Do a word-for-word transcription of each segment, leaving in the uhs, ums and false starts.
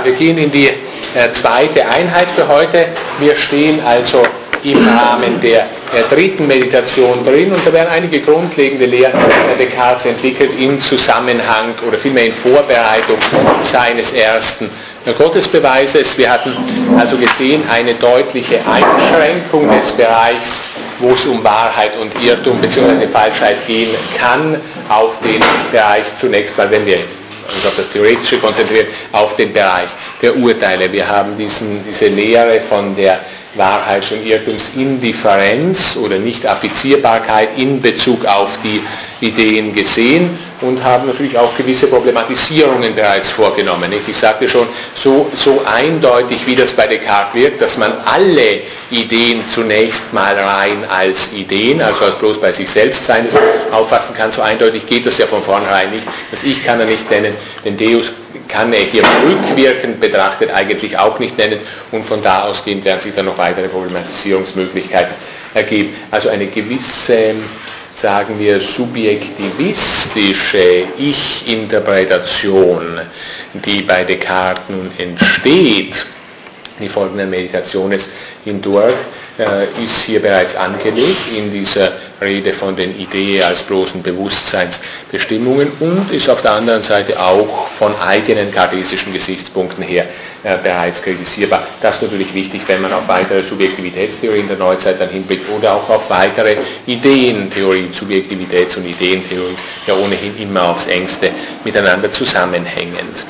Ja, wir gehen in die äh, zweite Einheit für heute. Wir stehen also im Rahmen der äh, dritten Meditation drin und da werden einige grundlegende Lehren äh, Descartes entwickelt im Zusammenhang oder vielmehr in Vorbereitung seines ersten äh, Gottesbeweises. Wir hatten also gesehen eine deutliche Einschränkung des Bereichs, wo es um Wahrheit und Irrtum bzw. Falschheit gehen kann, auf den Bereich zunächst mal, wenn wir uns auf das Theoretische konzentrieren, auf den Bereich der Urteile. Wir haben diesen, diese Lehre von der Wahrheits- und Irrtumsindifferenz oder Nicht-Affizierbarkeit in Bezug auf die Ideen gesehen und haben natürlich auch gewisse Problematisierungen bereits vorgenommen. Ich sagte schon, so, so eindeutig wie das bei Descartes wirkt, dass man alle Ideen zunächst mal rein als Ideen, also als bloß bei sich selbst sein, auffassen kann, so eindeutig geht das ja von vornherein nicht. Das Ich kann er nicht nennen, den Deus kann er hier rückwirkend betrachtet eigentlich auch nicht nennen und von da ausgehend werden sich dann noch weitere Problematisierungsmöglichkeiten ergeben. Also eine gewisse, sagen wir, subjektivistische Ich-Interpretation, die bei Descartes nun entsteht, die folgenden Meditationen hindurch, äh, ist hier bereits angelegt in dieser Rede von den Ideen als bloßen Bewusstseinsbestimmungen und ist auf der anderen Seite auch von eigenen kartesischen Gesichtspunkten her äh, bereits kritisierbar. Das ist natürlich wichtig, wenn man auf weitere Subjektivitätstheorien der Neuzeit dann hinblickt oder auch auf weitere Ideentheorien, Subjektivitäts- und Ideentheorien, ja ohnehin immer aufs Engste miteinander zusammenhängend.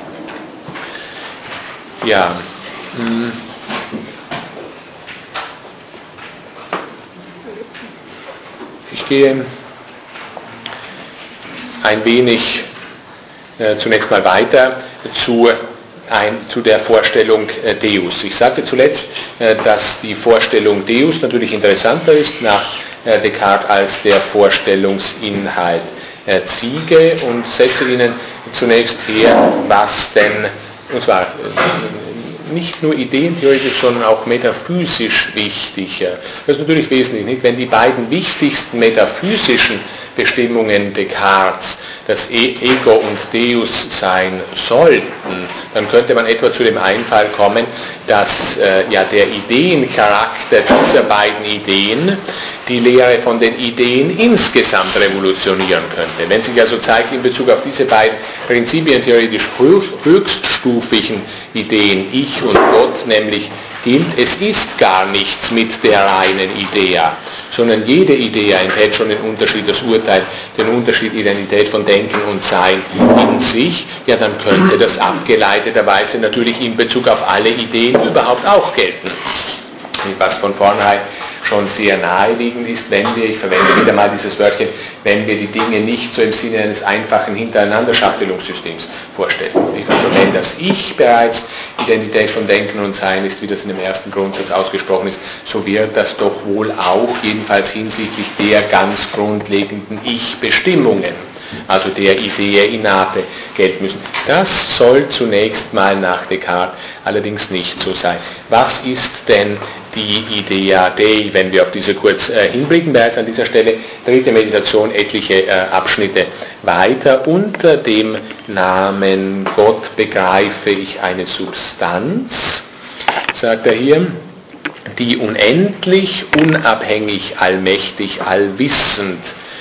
Ja, hm. Ich gehe ein wenig äh, zunächst mal weiter zu, ein, zu der Vorstellung äh, Deus. Ich sagte zuletzt, äh, dass die Vorstellung Deus natürlich interessanter ist nach äh, Descartes als der Vorstellungsinhalt äh, Ziege und setze Ihnen zunächst her, was denn, und zwar äh, nicht nur ideentheoretisch, sondern auch metaphysisch wichtig. Das ist natürlich wesentlich, nicht? Wenn die beiden wichtigsten metaphysischen Bestimmungen Descartes das Ego und Deus sein sollten, dann könnte man etwa zu dem Einfall kommen, dass äh, ja der Ideencharakter dieser beiden Ideen die Lehre von den Ideen insgesamt revolutionieren könnte. Wenn sich also zeigt in Bezug auf diese beiden Prinzipien theoretisch höchststufigen Ideen, Ich und Gott, nämlich gilt, es ist gar nichts mit der reinen Idea, sondern jede Idee enthält schon den Unterschied, das Urteil, den Unterschied Identität von Denken und Sein in sich, ja dann könnte das abgeleiteterweise natürlich in Bezug auf alle Ideen überhaupt auch gelten. Was von vornherein schon sehr naheliegend ist, wenn wir, ich verwende wieder mal dieses Wörtchen, wenn wir die Dinge nicht so im Sinne eines einfachen Hintereinanderschachtelungssystems vorstellen. Also wenn das Ich bereits Identität von Denken und Sein ist, wie das in dem ersten Grundsatz ausgesprochen ist, so wird das doch wohl auch, jedenfalls hinsichtlich der ganz grundlegenden Ich-Bestimmungen, also der Idee Innate, gelten müssen. Das soll zunächst mal nach Descartes allerdings nicht so sein. Was ist denn die Idea Dei, wenn wir auf diese kurz äh, hinblicken, bereits an dieser Stelle, dritte Meditation, etliche äh, Abschnitte weiter. Unter dem Namen Gott begreife ich eine Substanz, sagt er hier, die unendlich, unabhängig, allmächtig, allwissend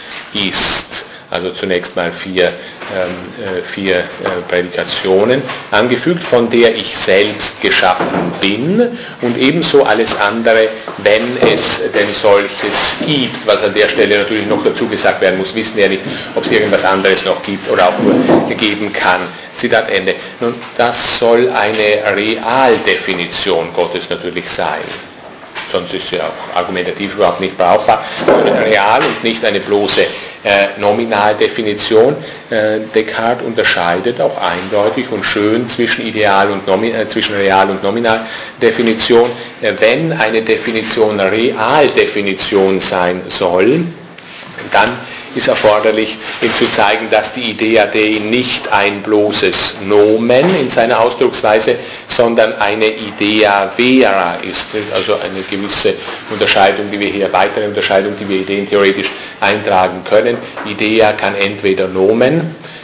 ist. Also zunächst mal vier, ähm, vier äh, Prädikationen, angefügt, von der ich selbst geschaffen bin und ebenso alles andere, wenn es denn solches gibt, was an der Stelle natürlich noch dazu gesagt werden muss, wissen wir ja nicht, ob es irgendwas anderes noch gibt oder auch nur geben kann. Zitat Ende. Nun, das soll eine Realdefinition Gottes natürlich sein. Sonst ist sie auch argumentativ überhaupt nicht brauchbar. Real und nicht eine bloße äh, Nominaldefinition. Äh, Descartes unterscheidet auch eindeutig und schön zwischen Ideal und Nomin äh, zwischen Real- und Nominaldefinition. Äh, wenn eine Definition Realdefinition sein soll, dann ist erforderlich, ihm zu zeigen, dass die Idea Dei nicht ein bloßes Nomen in seiner Ausdrucksweise, sondern eine Idea vera ist. Also eine gewisse Unterscheidung, die wir hier, weitere Unterscheidung, die wir ideentheoretisch eintragen können. Idea kann entweder Nomen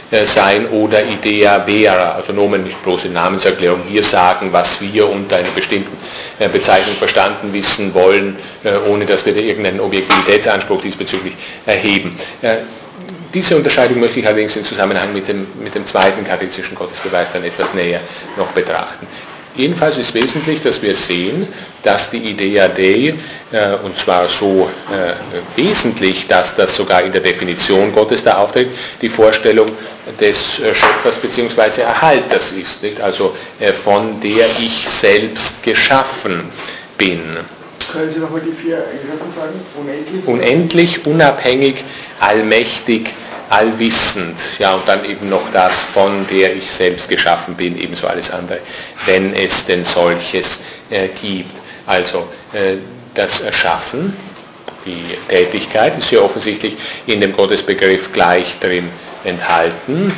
sein oder Idea vera, also Nomen nicht bloß in Namenserklärung, wir sagen, was wir unter einer bestimmten Bezeichnung verstanden wissen wollen, ohne dass wir da irgendeinen Objektivitätsanspruch diesbezüglich erheben. Diese Unterscheidung möchte ich allerdings im Zusammenhang mit dem, mit dem zweiten charakteristischen Gottesbeweis dann etwas näher noch betrachten. Jedenfalls ist wesentlich, dass wir sehen, dass die Idea Dei, äh, und zwar so äh, wesentlich, dass das sogar in der Definition Gottes da auftritt, die Vorstellung des äh, Schöpfers bzw. Erhalters ist, nicht? Also äh, von der ich selbst geschaffen bin. Können Sie nochmal die vier Eigenschaften sagen? Unendlich? Unendlich, unabhängig, allmächtig, allwissend, ja, und dann eben noch das, von der ich selbst geschaffen bin, ebenso alles andere, wenn es denn solches äh, gibt. Also äh, das Erschaffen, die Tätigkeit ist ja offensichtlich in dem Gottesbegriff gleich drin enthalten.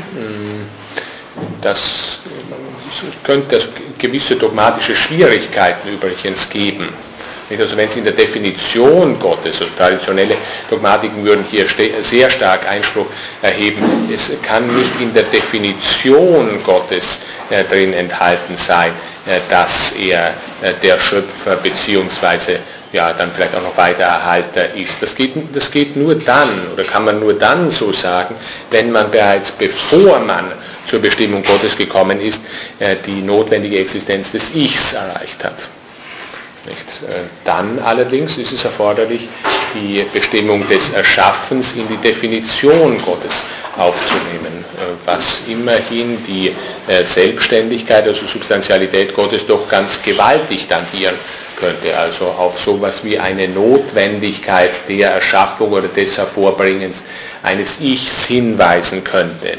Das könnte das gewisse dogmatische Schwierigkeiten übrigens geben. Also wenn es in der Definition Gottes, also traditionelle Dogmatiken würden hier sehr stark Einspruch erheben, es kann nicht in der Definition Gottes äh, drin enthalten sein, äh, dass er äh, der Schöpfer beziehungsweise ja, dann vielleicht auch noch weiter Erhalter ist. Das geht, das geht nur dann, oder kann man nur dann so sagen, wenn man bereits bevor man zur Bestimmung Gottes gekommen ist, äh, die notwendige Existenz des Ichs erreicht hat. Nicht? Dann allerdings ist es erforderlich, die Bestimmung des Erschaffens in die Definition Gottes aufzunehmen, was immerhin die Selbstständigkeit, also Substantialität Gottes doch ganz gewaltig tangieren könnte, also auf sowas wie eine Notwendigkeit der Erschaffung oder des Hervorbringens eines Ichs hinweisen könnte.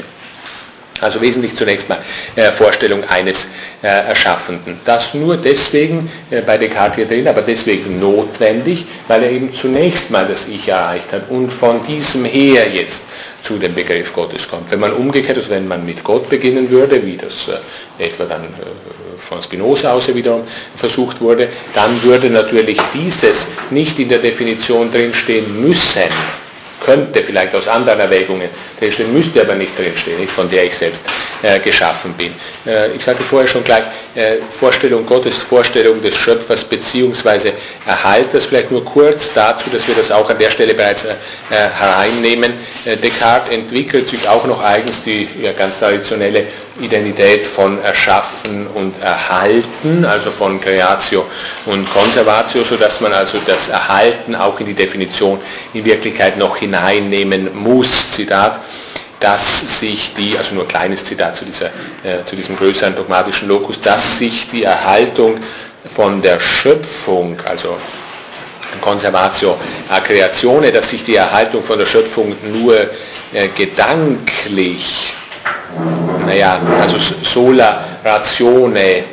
Also wesentlich zunächst mal äh, Vorstellung eines äh, Erschaffenden. Das nur deswegen äh, bei Descartes hier drin, aber deswegen notwendig, weil er eben zunächst mal das Ich erreicht hat und von diesem her jetzt zu dem Begriff Gottes kommt. Wenn man umgekehrt, also wenn man mit Gott beginnen würde, wie das äh, etwa dann äh, von Spinoza aus wiederum versucht wurde, dann würde natürlich dieses nicht in der Definition drinstehen müssen. Könnte vielleicht aus anderen Erwägungen drinstehen, müsste aber nicht drinstehen, nicht, von der ich selbst äh, geschaffen bin. Äh, ich sagte vorher schon gleich, äh, Vorstellung Gottes, Vorstellung des Schöpfers beziehungsweise Erhalters, vielleicht nur kurz dazu, dass wir das auch an der Stelle bereits äh, hereinnehmen. Äh, Descartes entwickelt sich auch noch eigens die ja, ganz traditionelle Identität von Erschaffen und Erhalten, also von Creatio und Conservatio, sodass man also das Erhalten auch in die Definition in Wirklichkeit noch hineinnehmen muss. Zitat, dass sich die, also nur ein kleines Zitat zu, dieser, äh, zu diesem größeren dogmatischen Locus, dass sich die Erhaltung von der Schöpfung, also Conservatio a Creatione, dass sich die Erhaltung von der Schöpfung nur äh, gedanklich, naja, also sola ratione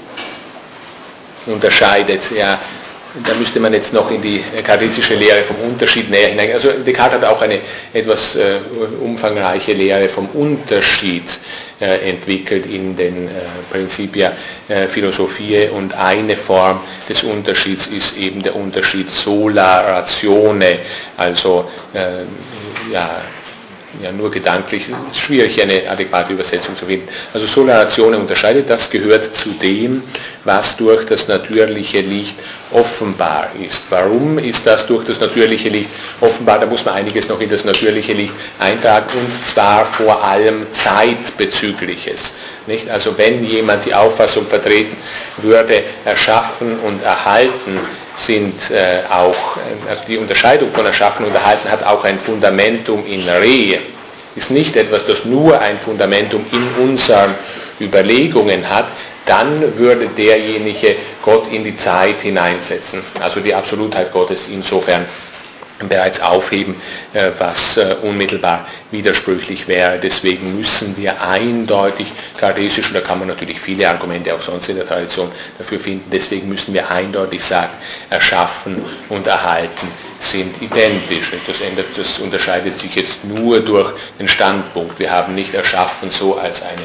unterscheidet, ja, da müsste man jetzt noch in die charakteristische Lehre vom Unterschied näher hinein. Also Descartes hat auch eine etwas äh, umfangreiche Lehre vom Unterschied äh, entwickelt in den äh, Principia äh, Philosophiae, und eine Form des Unterschieds ist eben der Unterschied sola ratione, also äh, ja, ja, nur gedanklich, ist schwierig eine adäquate Übersetzung zu finden. Also sola ratione unterscheidet, das gehört zu dem, was durch das natürliche Licht offenbar ist. Warum ist das durch das natürliche Licht offenbar? Da muss man einiges noch in das natürliche Licht eintragen, und zwar vor allem Zeitbezügliches. Nicht? Also wenn jemand die Auffassung vertreten würde, erschaffen und erhalten sind äh, auch, also die Unterscheidung von Erschaffen und Erhalten hat auch ein Fundamentum in Re, ist nicht etwas, das nur ein Fundamentum in unseren Überlegungen hat, dann würde derjenige Gott in die Zeit hineinsetzen, also die Absolutheit Gottes insofern bereits aufheben, was unmittelbar widersprüchlich wäre. Deswegen müssen wir eindeutig charakteristisch, und da kann man natürlich viele Argumente auch sonst in der Tradition dafür finden, deswegen müssen wir eindeutig sagen, erschaffen und erhalten sind identisch. Das, ändert, das unterscheidet sich jetzt nur durch den Standpunkt. Wir haben nicht erschaffen so als eine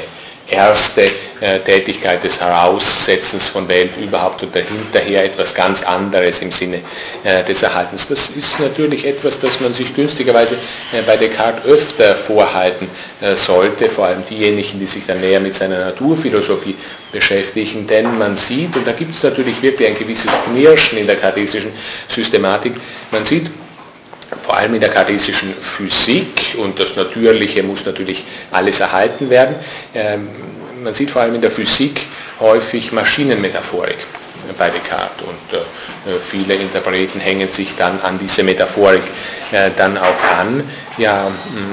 erste äh, Tätigkeit des Heraussetzens von Welt überhaupt und dahinterher etwas ganz anderes im Sinne äh, des Erhaltens. Das ist natürlich etwas, das man sich günstigerweise äh, bei Descartes öfter vorhalten äh, sollte, vor allem diejenigen, die sich dann näher mit seiner Naturphilosophie beschäftigen, denn man sieht, und da gibt es natürlich wirklich ein gewisses Knirschen in der kartesischen Systematik, man sieht, vor allem in der kartesischen Physik, und das Natürliche muss natürlich alles erhalten werden, ähm, man sieht vor allem in der Physik häufig Maschinenmetaphorik bei Descartes und äh, viele Interpreten hängen sich dann an diese Metaphorik äh, dann auch an. Ja,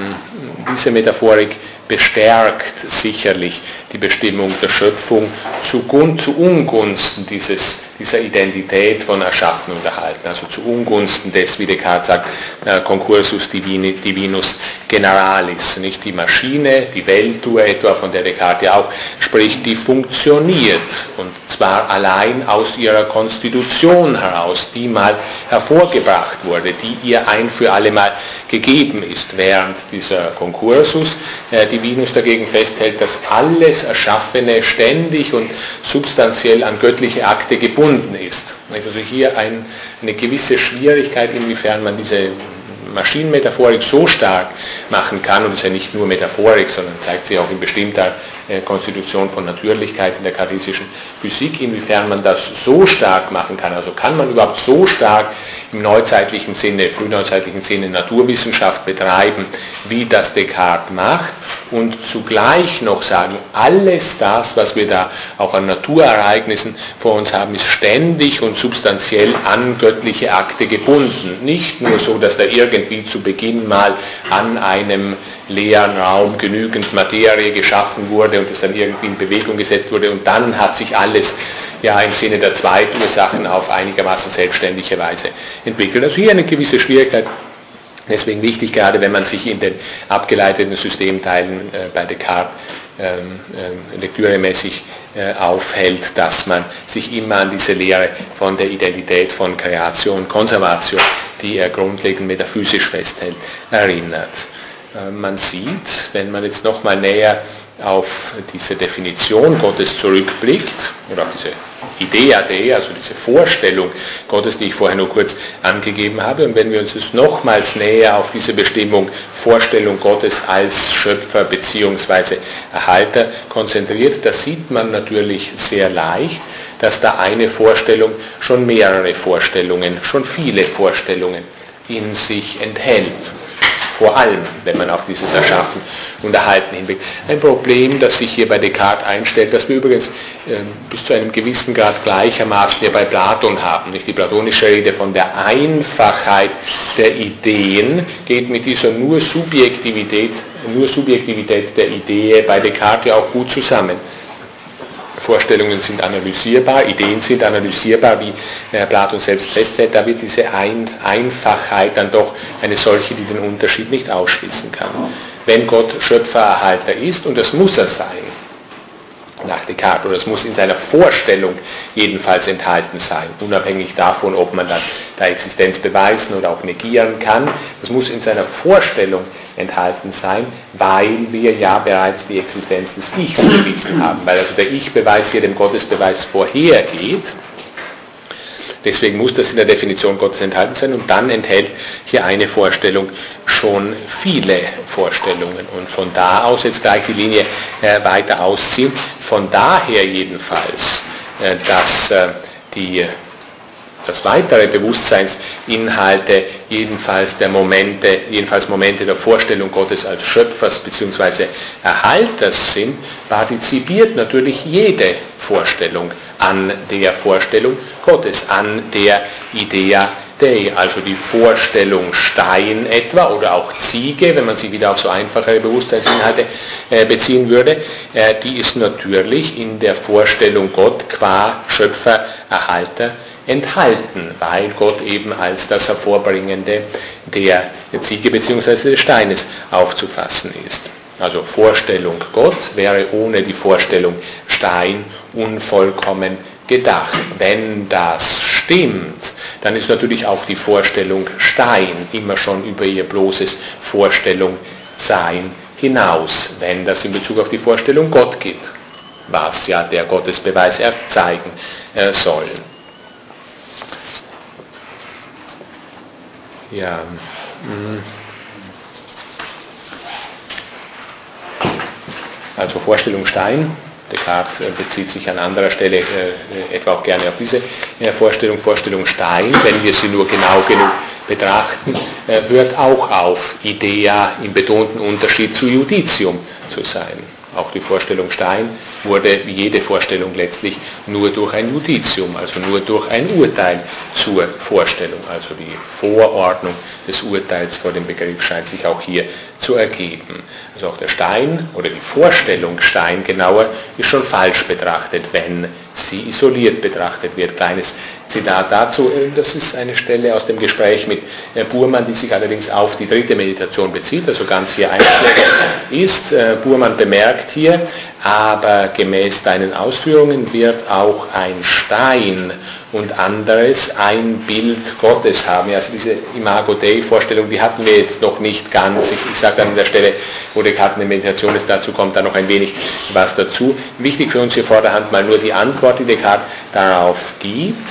mh, diese Metaphorik bestärkt sicherlich die Bestimmung der Schöpfung zu, zu Ungunsten dieses, dieser Identität von Erschaffen und Erhalten, also zu Ungunsten des, wie Descartes sagt, concursus divini, divinus generalis, nicht die Maschine, die Weltuhr etwa, von der Descartes ja auch spricht, die funktioniert und zwar allein aus ihrer Konstitution heraus, die mal hervorgebracht wurde, die ihr ein für alle Mal gegeben ist, während dieser concursus äh, divinus dagegen festhält, dass alles Erschaffene ständig und substanziell an göttliche Akte gebunden ist. Also hier ein, eine gewisse Schwierigkeit, inwiefern man diese Maschinenmetaphorik so stark machen kann, und es ist ja nicht nur Metaphorik, sondern zeigt sich auch in bestimmter äh, Konstitution von Natürlichkeit in der kartesischen Physik, inwiefern man das so stark machen kann. Also kann man überhaupt so stark im neuzeitlichen Sinne, frühneuzeitlichen Sinne Naturwissenschaft betreiben, wie das Descartes macht, und zugleich noch sagen, alles das, was wir da auch an Naturereignissen vor uns haben, ist ständig und substanziell an göttliche Akte gebunden. Nicht nur so, dass da irgendwie zu Beginn mal an einem leeren Raum genügend Materie geschaffen wurde und es dann irgendwie in Bewegung gesetzt wurde und dann hat sich alles ja im Sinne der Zweitursachen auf einigermaßen selbstständige Weise entwickelt. Also hier eine gewisse Schwierigkeit. Deswegen wichtig, gerade wenn man sich in den abgeleiteten Systemteilen äh, bei Descartes ähm, äh, lektüremäßig äh, aufhält, dass man sich immer an diese Lehre von der Identität von Kreation und Konservation, die er grundlegend metaphysisch festhält, erinnert. Äh, man sieht, wenn man jetzt nochmal näher auf diese Definition Gottes zurückblickt, oder auf diese Idea Dei, also diese Vorstellung Gottes, die ich vorher nur kurz angegeben habe, und wenn wir uns jetzt nochmals näher auf diese Bestimmung Vorstellung Gottes als Schöpfer bzw. Erhalter konzentriert, da sieht man natürlich sehr leicht, dass da eine Vorstellung schon mehrere Vorstellungen, schon viele Vorstellungen in sich enthält. Vor allem, wenn man auf dieses Erschaffen und Erhalten hinblickt. Ein Problem, das sich hier bei Descartes einstellt, das wir übrigens äh, bis zu einem gewissen Grad gleichermaßen ja bei Platon haben. Nicht? Die platonische Rede von der Einfachheit der Ideen geht mit dieser nur Subjektivität, nur Subjektivität der Idee bei Descartes ja auch gut zusammen. Vorstellungen sind analysierbar, Ideen sind analysierbar, wie äh, Platon selbst festhält, da wird diese Ein- Einfachheit dann doch eine solche, die den Unterschied nicht ausschließen kann. Wenn Gott Schöpfererhalter ist, und das muss er sein, nach Descartes, oder es muss in seiner Vorstellung jedenfalls enthalten sein, unabhängig davon, ob man dann der Existenz beweisen oder auch negieren kann, das muss in seiner Vorstellung enthalten sein, weil wir ja bereits die Existenz des Ichs bewiesen haben, weil also der Ich-Beweis hier dem Gottesbeweis vorhergeht. Deswegen muss das in der Definition Gottes enthalten sein, und dann enthält hier eine Vorstellung schon viele Vorstellungen, und von da aus jetzt gleich die Linie äh, weiter ausziehen. Von daher jedenfalls, äh, dass äh, die dass weitere Bewusstseinsinhalte jedenfalls der Momente, jedenfalls Momente der Vorstellung Gottes als Schöpfers bzw. Erhalters sind, partizipiert natürlich jede Vorstellung an der Vorstellung Gottes, an der Idea Dei, also die Vorstellung Stein etwa oder auch Ziege, wenn man sie wieder auf so einfachere Bewusstseinsinhalte äh, beziehen würde, äh, die ist natürlich in der Vorstellung Gott qua Schöpfer, Erhalter enthalten, weil Gott eben als das Hervorbringende der Ziege bzw. des Steines aufzufassen ist. Also Vorstellung Gott wäre ohne die Vorstellung Stein unvollkommen gedacht. Wenn das stimmt, dann ist natürlich auch die Vorstellung Stein immer schon über ihr bloßes Vorstellung Sein hinaus, wenn das in Bezug auf die Vorstellung Gott gilt, was ja der Gottesbeweis erst zeigen äh, soll. Ja, also Vorstellung Stein. Descartes bezieht sich an anderer Stelle äh, etwa auch gerne auf diese äh, Vorstellung, Vorstellung Stein, wenn wir sie nur genau genug betrachten, äh, hört auch auf, Idea im betonten Unterschied zu Judicium zu sein. Auch die Vorstellung Stein wurde, wie jede Vorstellung letztlich, nur durch ein Judicium, also nur durch ein Urteil zur Vorstellung. Also die Vorordnung des Urteils vor dem Begriff scheint sich auch hier zu ergeben. Also auch der Stein oder die Vorstellung Stein genauer ist schon falsch betrachtet, wenn sie isoliert betrachtet wird. Kleines Zitat dazu, das ist eine Stelle aus dem Gespräch mit Burman, die sich allerdings auf die dritte Meditation bezieht, also ganz hier eingeschlägt ist. Burman bemerkt hier, aber gemäß deinen Ausführungen wird auch ein Stein und anderes ein Bild Gottes haben. Also diese Imago Dei-Vorstellung, die hatten wir jetzt noch nicht ganz. Ich, ich sage dann an der Stelle, wo Descartes eine Meditation ist, dazu kommt dann noch ein wenig was dazu. Wichtig für uns hier vorderhand mal nur die Antwort, die Descartes darauf gibt.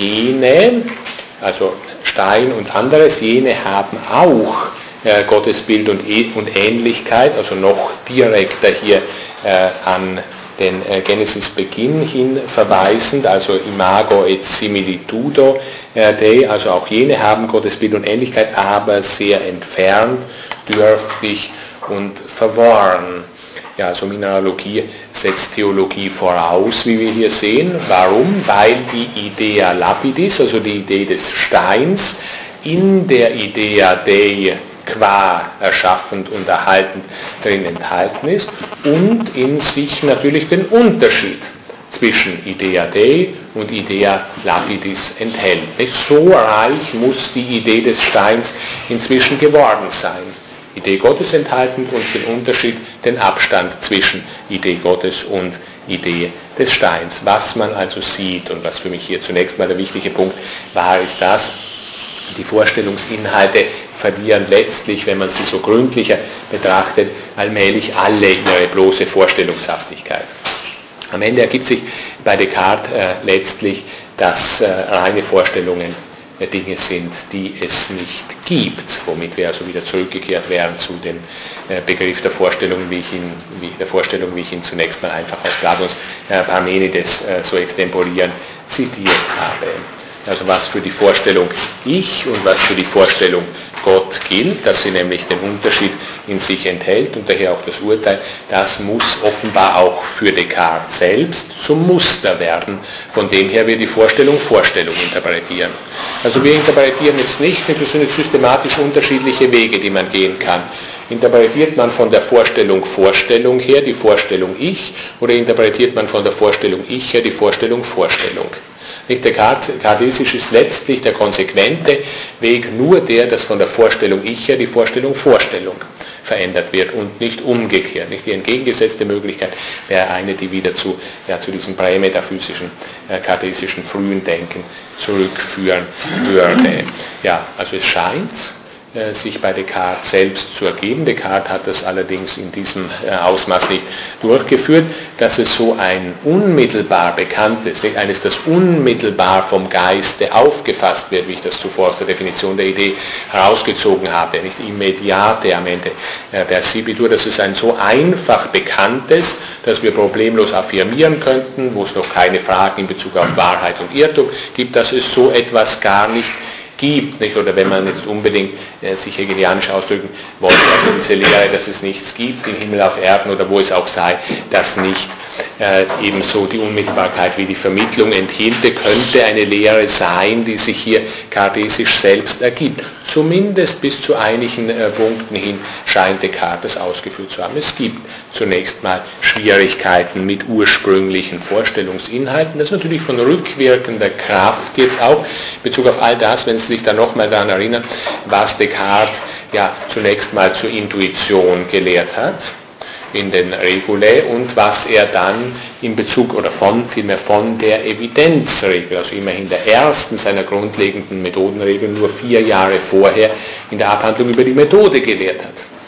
Jene, also Stein und anderes, jene haben auch äh, Gottes Bild und, e- und Ähnlichkeit, also noch direkter hier äh, an den äh, Genesis-Beginn hin verweisend, also Imago et Similitudo äh, Dei, also auch jene haben Gottes Bild und Ähnlichkeit, aber sehr entfernt, dürftig und verworren. Ja, also Mineralogie setzt Theologie voraus, wie wir hier sehen. Warum? Weil die Idea Lapidis, also die Idee des Steins, in der Idea Dei qua erschaffend und erhaltend drin enthalten ist und in sich natürlich den Unterschied zwischen Idea Dei und Idea Lapidis enthält. Nicht so reich muss die Idee des Steins inzwischen geworden sein. Idee Gottes enthalten und den Unterschied, den Abstand zwischen Idee Gottes und Idee des Steins. Was man also sieht und was für mich hier zunächst mal der wichtige Punkt war, ist das, die Vorstellungsinhalte verlieren letztlich, wenn man sie so gründlicher betrachtet, allmählich alle ihre bloße Vorstellungshaftigkeit. Am Ende ergibt sich bei Descartes äh, letztlich, dass äh, reine Vorstellungen äh, Dinge sind, die es nicht gibt, womit wir also wieder zurückgekehrt wären zu dem äh, Begriff der Vorstellung, wie ich ihn, wie, der Vorstellung, wie ich ihn zunächst mal einfach aus Platons äh, Parmenides äh, so extemporieren zitiert habe. Also was für die Vorstellung Ich und was für die Vorstellung Gott gilt, dass sie nämlich den Unterschied in sich enthält und daher auch das Urteil, das muss offenbar auch für Descartes selbst zum Muster werden, von dem her wir die Vorstellung Vorstellung interpretieren. Also wir interpretieren jetzt nicht, das sind jetzt systematisch unterschiedliche Wege, die man gehen kann. Interpretiert man von der Vorstellung Vorstellung her die Vorstellung Ich oder interpretiert man von der Vorstellung Ich her die Vorstellung Vorstellung? Nicht, der Cartesisch ist letztlich der konsequente Weg nur der, dass von der Vorstellung Ich her die Vorstellung Vorstellung verändert wird und nicht umgekehrt. Nicht die entgegengesetzte Möglichkeit wäre eine, die wieder zu, ja, zu diesem prämetaphysischen, äh, kartesischen frühen Denken zurückführen würde. Ja, also es scheint sich bei Descartes selbst zu ergeben. Descartes hat das allerdings in diesem Ausmaß nicht durchgeführt, dass es so ein unmittelbar bekanntes, nicht eines, das unmittelbar vom Geiste aufgefasst wird, wie ich das zuvor aus der Definition der Idee herausgezogen habe, nicht immediate am Ende percipitur, dass es ein so einfach bekanntes, dass wir problemlos affirmieren könnten, wo es noch keine Fragen in Bezug auf Wahrheit und Irrtum gibt, dass es so etwas gar nicht gibt, nicht? Oder wenn man jetzt unbedingt äh, sich hegelianisch ausdrücken wollte, also diese Lehre, dass es nichts gibt, im Himmel auf Erden oder wo es auch sei, dass nicht äh, ebenso die Unmittelbarkeit wie die Vermittlung enthielte, könnte eine Lehre sein, die sich hier kartesisch selbst ergibt. Zumindest bis zu einigen äh, Punkten hin scheint Descartes ausgeführt zu haben. Es gibt zunächst mal Schwierigkeiten mit ursprünglichen Vorstellungsinhalten. Das ist natürlich von rückwirkender Kraft jetzt auch in Bezug auf all das, wenn Sie sich dann nochmal daran erinnern, was Descartes ja zunächst mal zur Intuition gelehrt hat in den Regulae und was er dann in Bezug oder von, vielmehr von der Evidenzregel, also immerhin der ersten seiner grundlegenden Methodenregeln, nur vier Jahre vorher in der Abhandlung über die Methode gelehrt hat.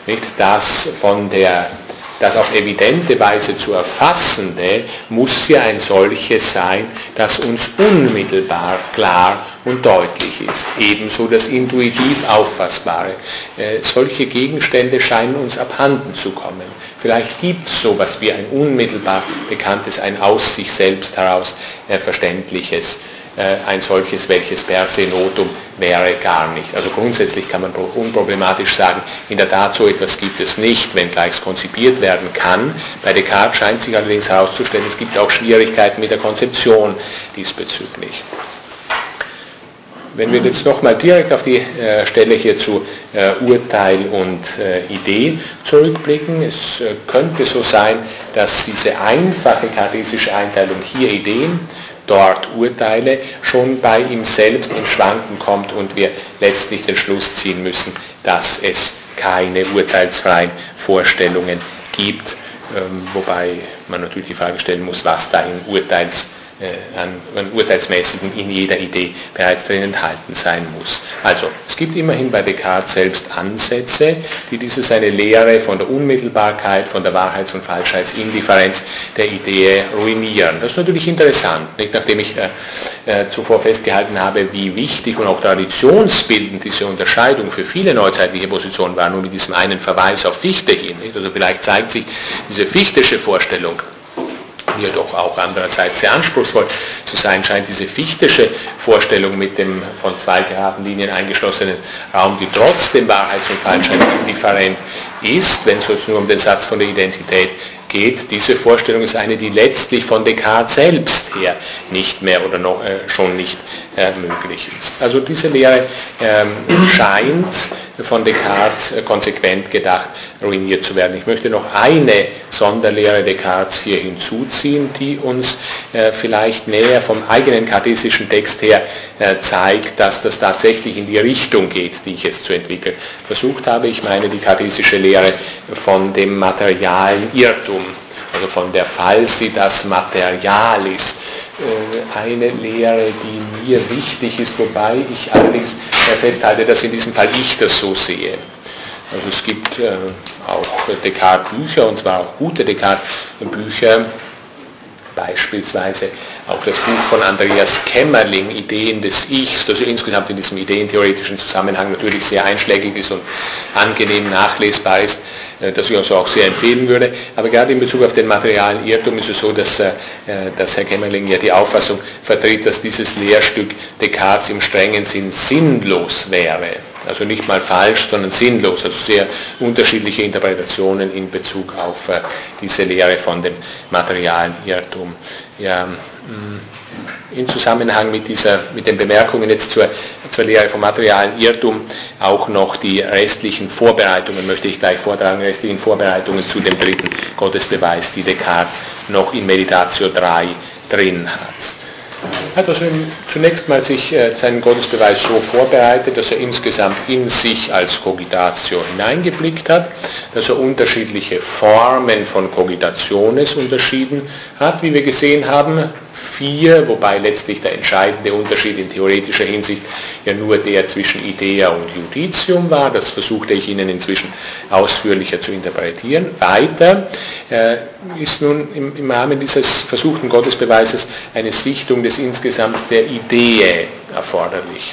nicht? Das von der Das auf evidente Weise zu erfassende muss ja ein solches sein, das uns unmittelbar klar und deutlich ist. Ebenso das intuitiv Auffassbare. Äh, solche Gegenstände scheinen uns abhanden zu kommen. Vielleicht gibt es sowas wie ein unmittelbar bekanntes, ein aus sich selbst heraus äh, verständliches, ein solches, welches per se notum wäre, gar nicht. Also grundsätzlich kann man unproblematisch sagen, in der Tat so etwas gibt es nicht, wenngleich es konzipiert werden kann. Bei Descartes scheint sich allerdings herauszustellen, es gibt auch Schwierigkeiten mit der Konzeption diesbezüglich. Wenn wir jetzt nochmal direkt auf die äh, Stelle hier zu äh, Urteil und äh, Idee zurückblicken, es äh, könnte so sein, dass diese einfache kartesische Einteilung hier Ideen, dort Urteile, schon bei ihm selbst in Schwanken kommt und wir letztlich den Schluss ziehen müssen, dass es keine urteilsfreien Vorstellungen gibt, ähm, wobei man natürlich die Frage stellen muss, was da in Urteils An, an urteilsmäßigen in jeder Idee bereits drin enthalten sein muss. Also, es gibt immerhin bei Descartes selbst Ansätze, die diese seine Lehre von der Unmittelbarkeit, von der Wahrheits- und Falschheitsindifferenz der Idee ruinieren. Das ist natürlich interessant, nicht? Nachdem ich äh, äh, zuvor festgehalten habe, wie wichtig und auch traditionsbildend diese Unterscheidung für viele neuzeitliche Positionen war, nur mit diesem einen Verweis auf Fichte hin. Nicht? Also vielleicht zeigt sich diese fichtische Vorstellung, hier doch auch andererseits sehr anspruchsvoll zu sein scheint, diese fichtische Vorstellung mit dem von zwei geraden Linien eingeschlossenen Raum, die trotzdem wahrheits- und falschheitsindifferent ist, wenn es jetzt nur um den Satz von der Identität geht. Diese Vorstellung ist eine, die letztlich von Descartes selbst her nicht mehr oder noch, äh, schon nicht äh, möglich ist. Also diese Lehre ähm, scheint von Descartes äh, konsequent gedacht ruiniert zu werden. Ich möchte noch eine Sonderlehre Descartes hier hinzuziehen, die uns äh, vielleicht näher vom eigenen kartesischen Text her äh, zeigt, dass das tatsächlich in die Richtung geht, die ich jetzt zu entwickeln versucht habe. Ich meine die kartesische Lehre von dem materialen Irrtum, also von der Falsitas Materialis, eine Lehre, die mir wichtig ist, wobei ich allerdings festhalte, dass in diesem Fall ich das so sehe. Also es gibt auch Descartes-Bücher, und zwar auch gute Descartes-Bücher, beispielsweise auch das Buch von Andreas Kämmerling, Ideen des Ichs, das insgesamt in diesem ideentheoretischen Zusammenhang natürlich sehr einschlägig ist und angenehm nachlesbar ist, das ich also auch sehr empfehlen würde. Aber gerade in Bezug auf den materialen Irrtum ist es so, dass, dass Herr Kämmerling ja die Auffassung vertritt, dass dieses Lehrstück Descartes im strengen Sinn sinnlos wäre. Also nicht mal falsch, sondern sinnlos, also sehr unterschiedliche Interpretationen in Bezug auf äh, diese Lehre von dem materialen Irrtum. Ja, mh, in Zusammenhang mit, dieser, mit den Bemerkungen jetzt zur, zur Lehre vom materialen Irrtum auch noch die restlichen Vorbereitungen, möchte ich gleich vortragen, restlichen Vorbereitungen zu dem dritten Gottesbeweis, die Descartes noch in Meditatio drei drin hat. Er hat also zunächst mal sich äh, seinen Gottesbeweis so vorbereitet, dass er insgesamt in sich als Cogitatio hineingeblickt hat, dass er unterschiedliche Formen von Cogitationes unterschieden hat, wie wir gesehen haben, vier, wobei letztlich der entscheidende Unterschied in theoretischer Hinsicht ja nur der zwischen Idea und Judicium war. Das versuchte ich Ihnen inzwischen ausführlicher zu interpretieren. Weiter äh, ist nun im, im Rahmen dieses versuchten Gottesbeweises eine Sichtung des Insgesamts der Idee erforderlich.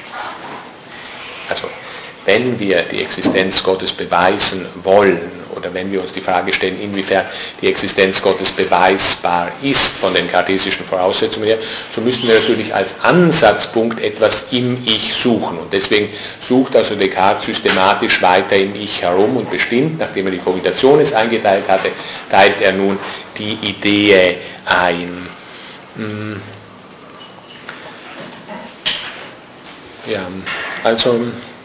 Also, wenn wir die Existenz Gottes beweisen wollen, oder wenn wir uns die Frage stellen, inwiefern die Existenz Gottes beweisbar ist von den kartesischen Voraussetzungen her, so müssen wir natürlich als Ansatzpunkt etwas im Ich suchen. Und deswegen sucht also Descartes systematisch weiter im Ich herum und bestimmt, nachdem er die Cogitationes eingeteilt hatte, teilt er nun die Idee ein. Ja, also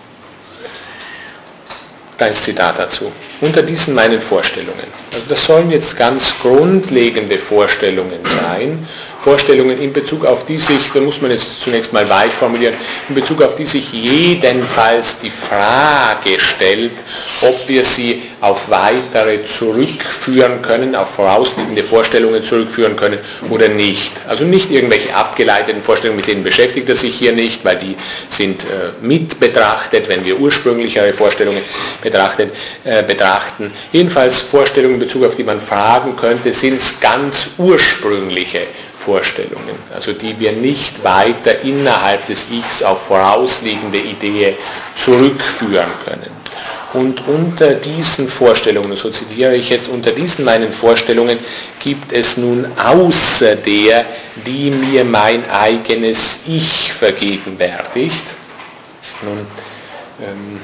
ein Zitat dazu. Unter diesen meinen Vorstellungen. Also das sollen jetzt ganz grundlegende Vorstellungen sein Vorstellungen, in Bezug auf die sich, da muss man jetzt zunächst mal weit formulieren, in Bezug auf die sich jedenfalls die Frage stellt, ob wir sie auf weitere zurückführen können, auf vorausliegende Vorstellungen zurückführen können oder nicht. Also nicht irgendwelche abgeleiteten Vorstellungen, mit denen beschäftigt er sich hier nicht, weil die sind äh, mit betrachtet, wenn wir ursprünglichere Vorstellungen betrachtet, äh, betrachten. Jedenfalls Vorstellungen in Bezug auf die man fragen könnte, sind es ganz ursprüngliche Vorstellungen, also die wir nicht weiter innerhalb des Ichs auf vorausliegende Ideen zurückführen können. Und unter diesen Vorstellungen, so zitiere ich jetzt, unter diesen meinen Vorstellungen gibt es nun außer der, die mir mein eigenes Ich vergegenwärtigt. Nun, ähm,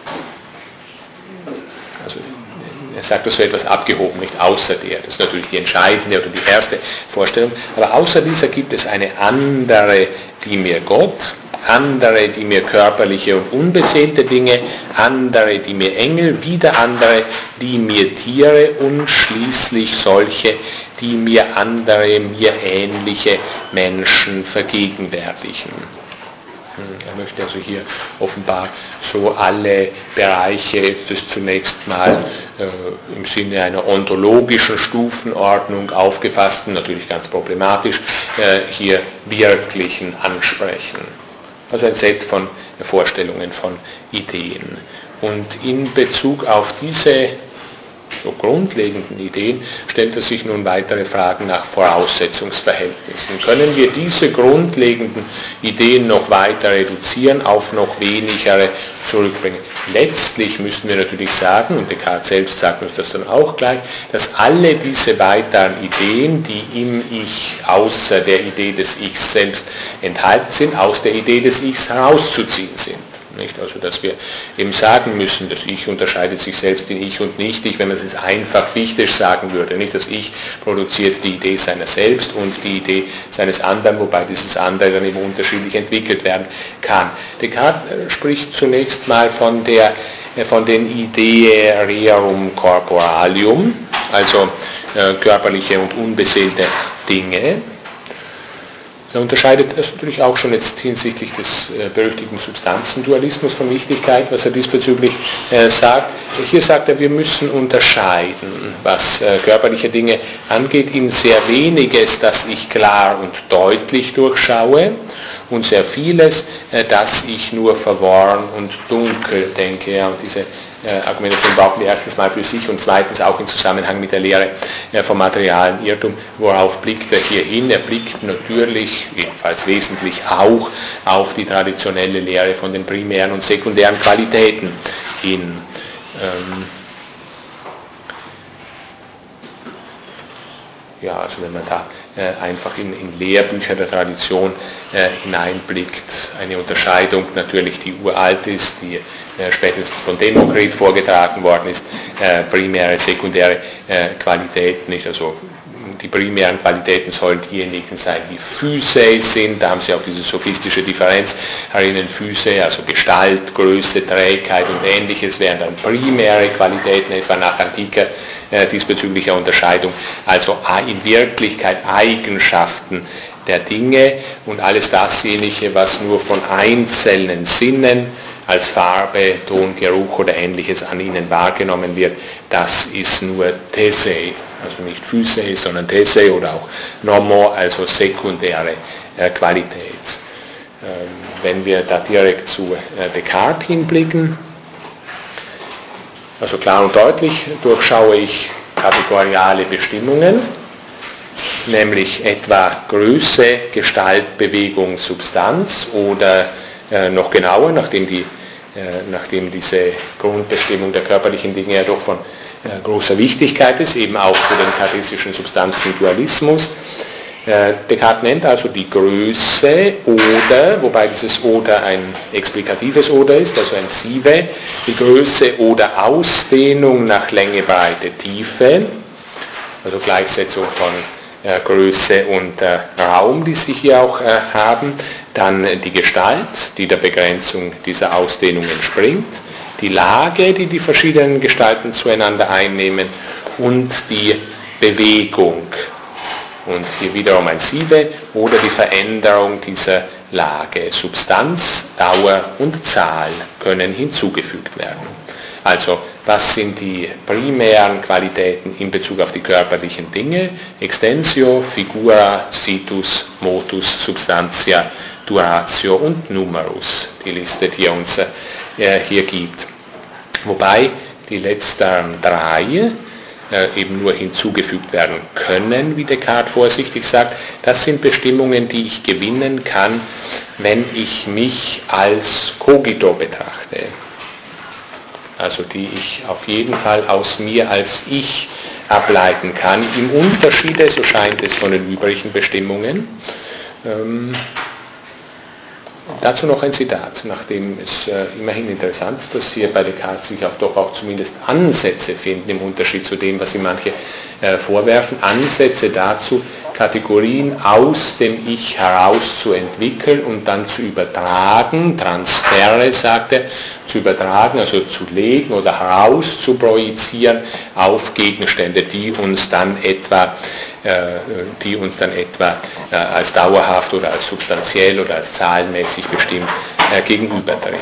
also er sagt das so etwas abgehoben, nicht außer der, das ist natürlich die entscheidende oder die erste Vorstellung, aber außer dieser gibt es eine andere, die mir Gott, andere, die mir körperliche und unbeseelte Dinge, andere, die mir Engel, wieder andere, die mir Tiere und schließlich solche, die mir andere, mir ähnliche Menschen vergegenwärtigen. Er möchte also hier offenbar so alle Bereiche des zunächst mal äh, im Sinne einer ontologischen Stufenordnung aufgefassten, natürlich ganz problematisch, äh, hier wirklichen ansprechen. Also ein Set von Vorstellungen, von Ideen. Und in Bezug auf diese so grundlegenden Ideen stellt er sich nun weitere Fragen nach Voraussetzungsverhältnissen. Können wir diese grundlegenden Ideen noch weiter reduzieren, auf noch wenigere zurückbringen? Letztlich müssen wir natürlich sagen, und Descartes selbst sagt uns das dann auch gleich, dass alle diese weiteren Ideen, die im Ich außer der Idee des Ichs selbst enthalten sind, aus der Idee des Ichs herauszuziehen sind. Nicht? Also dass wir eben sagen müssen, das Ich unterscheidet sich selbst in Ich und Nicht-Ich, wenn man es einfach fichtisch sagen würde. Nicht das Ich produziert die Idee seiner selbst und die Idee seines anderen, wobei dieses andere dann eben unterschiedlich entwickelt werden kann. Descartes spricht zunächst mal von, der, von den Idee rerum corporalium, also äh, körperliche und unbeseelte Dinge. Er unterscheidet das natürlich auch schon jetzt hinsichtlich des äh, berüchtigten Substanzendualismus von Wichtigkeit, was er diesbezüglich äh, sagt. Hier sagt er, wir müssen unterscheiden, was äh, körperliche Dinge angeht, in sehr weniges, das ich klar und deutlich durchschaue, und sehr vieles, äh, das ich nur verworren und dunkel denke. Ja, und diese Äh, Argumentation brauchen wir erstens mal für sich und zweitens auch in Zusammenhang mit der Lehre äh, vom materialen Irrtum. Worauf blickt er hier hin? Er blickt natürlich, jedenfalls wesentlich auch, auf die traditionelle Lehre von den primären und sekundären Qualitäten hin. Ähm ja, also wenn man da äh, einfach in, in Lehrbücher der Tradition äh, hineinblickt, eine Unterscheidung natürlich, die uralt ist, die äh, spätestens von Demokrit vorgetragen worden ist, äh, primäre, sekundäre äh, Qualitäten, nicht? Also die primären Qualitäten sollen diejenigen sein, die Physae sind, da haben Sie auch diese sophistische Differenz herinnen, Physae, also Gestalt, Größe, Trägheit und Ähnliches, während dann primäre Qualitäten, etwa nach antiker äh, diesbezüglicher Unterscheidung, also in Wirklichkeit Eigenschaften der Dinge und alles dasjenige, was nur von einzelnen Sinnen als Farbe, Ton, Geruch oder Ähnliches an ihnen wahrgenommen wird, das ist nur These, also nicht Physae, sondern These oder auch Nomo, also sekundäre äh, Qualität. Ähm, wenn wir da direkt zu äh, Descartes hinblicken, also klar und deutlich durchschaue ich kategoriale Bestimmungen, nämlich etwa Größe, Gestalt, Bewegung, Substanz oder äh, noch genauer, nachdem, die, äh, nachdem diese Grundbestimmung der körperlichen Dinge ja doch von äh, großer Wichtigkeit ist, eben auch für den kartesischen Substanzendualismus. Äh, Descartes nennt also die Größe oder, wobei dieses oder ein explikatives oder ist, also ein Sive, die Größe oder Ausdehnung nach Länge, Breite, Tiefe, also Gleichsetzung von äh, Größe und äh, Raum, die sie hier auch äh, haben, dann die Gestalt, die der Begrenzung dieser Ausdehnung entspringt, die Lage, die die verschiedenen Gestalten zueinander einnehmen und die Bewegung, und hier wiederum ein Sive, oder die Veränderung dieser Lage. Substanz, Dauer und Zahl können hinzugefügt werden. Also, was sind die primären Qualitäten in Bezug auf die körperlichen Dinge? Extensio, Figura, Situs, Motus, Substantia, Duratio und Numerus, die Liste, die er uns äh, hier gibt. Wobei die letzten drei äh, eben nur hinzugefügt werden können, wie Descartes vorsichtig sagt. Das sind Bestimmungen, die ich gewinnen kann, wenn ich mich als Cogito betrachte. Also die ich auf jeden Fall aus mir als Ich ableiten kann, im Unterschiede, so scheint es, von den übrigen Bestimmungen. Ähm, dazu noch ein Zitat, nachdem es äh, immerhin interessant ist, dass hier bei Descartes sich auch doch auch zumindest Ansätze finden, im Unterschied zu dem, was sie manche äh, vorwerfen, Ansätze dazu, Kategorien aus dem Ich heraus zu entwickeln und dann zu übertragen, Transfere, sagt er, zu übertragen, also zu legen oder heraus zu projizieren auf Gegenstände, die uns dann etwa, äh, die uns dann etwa äh, als dauerhaft oder als substanziell oder als zahlenmäßig bestimmt äh, gegenübertreten.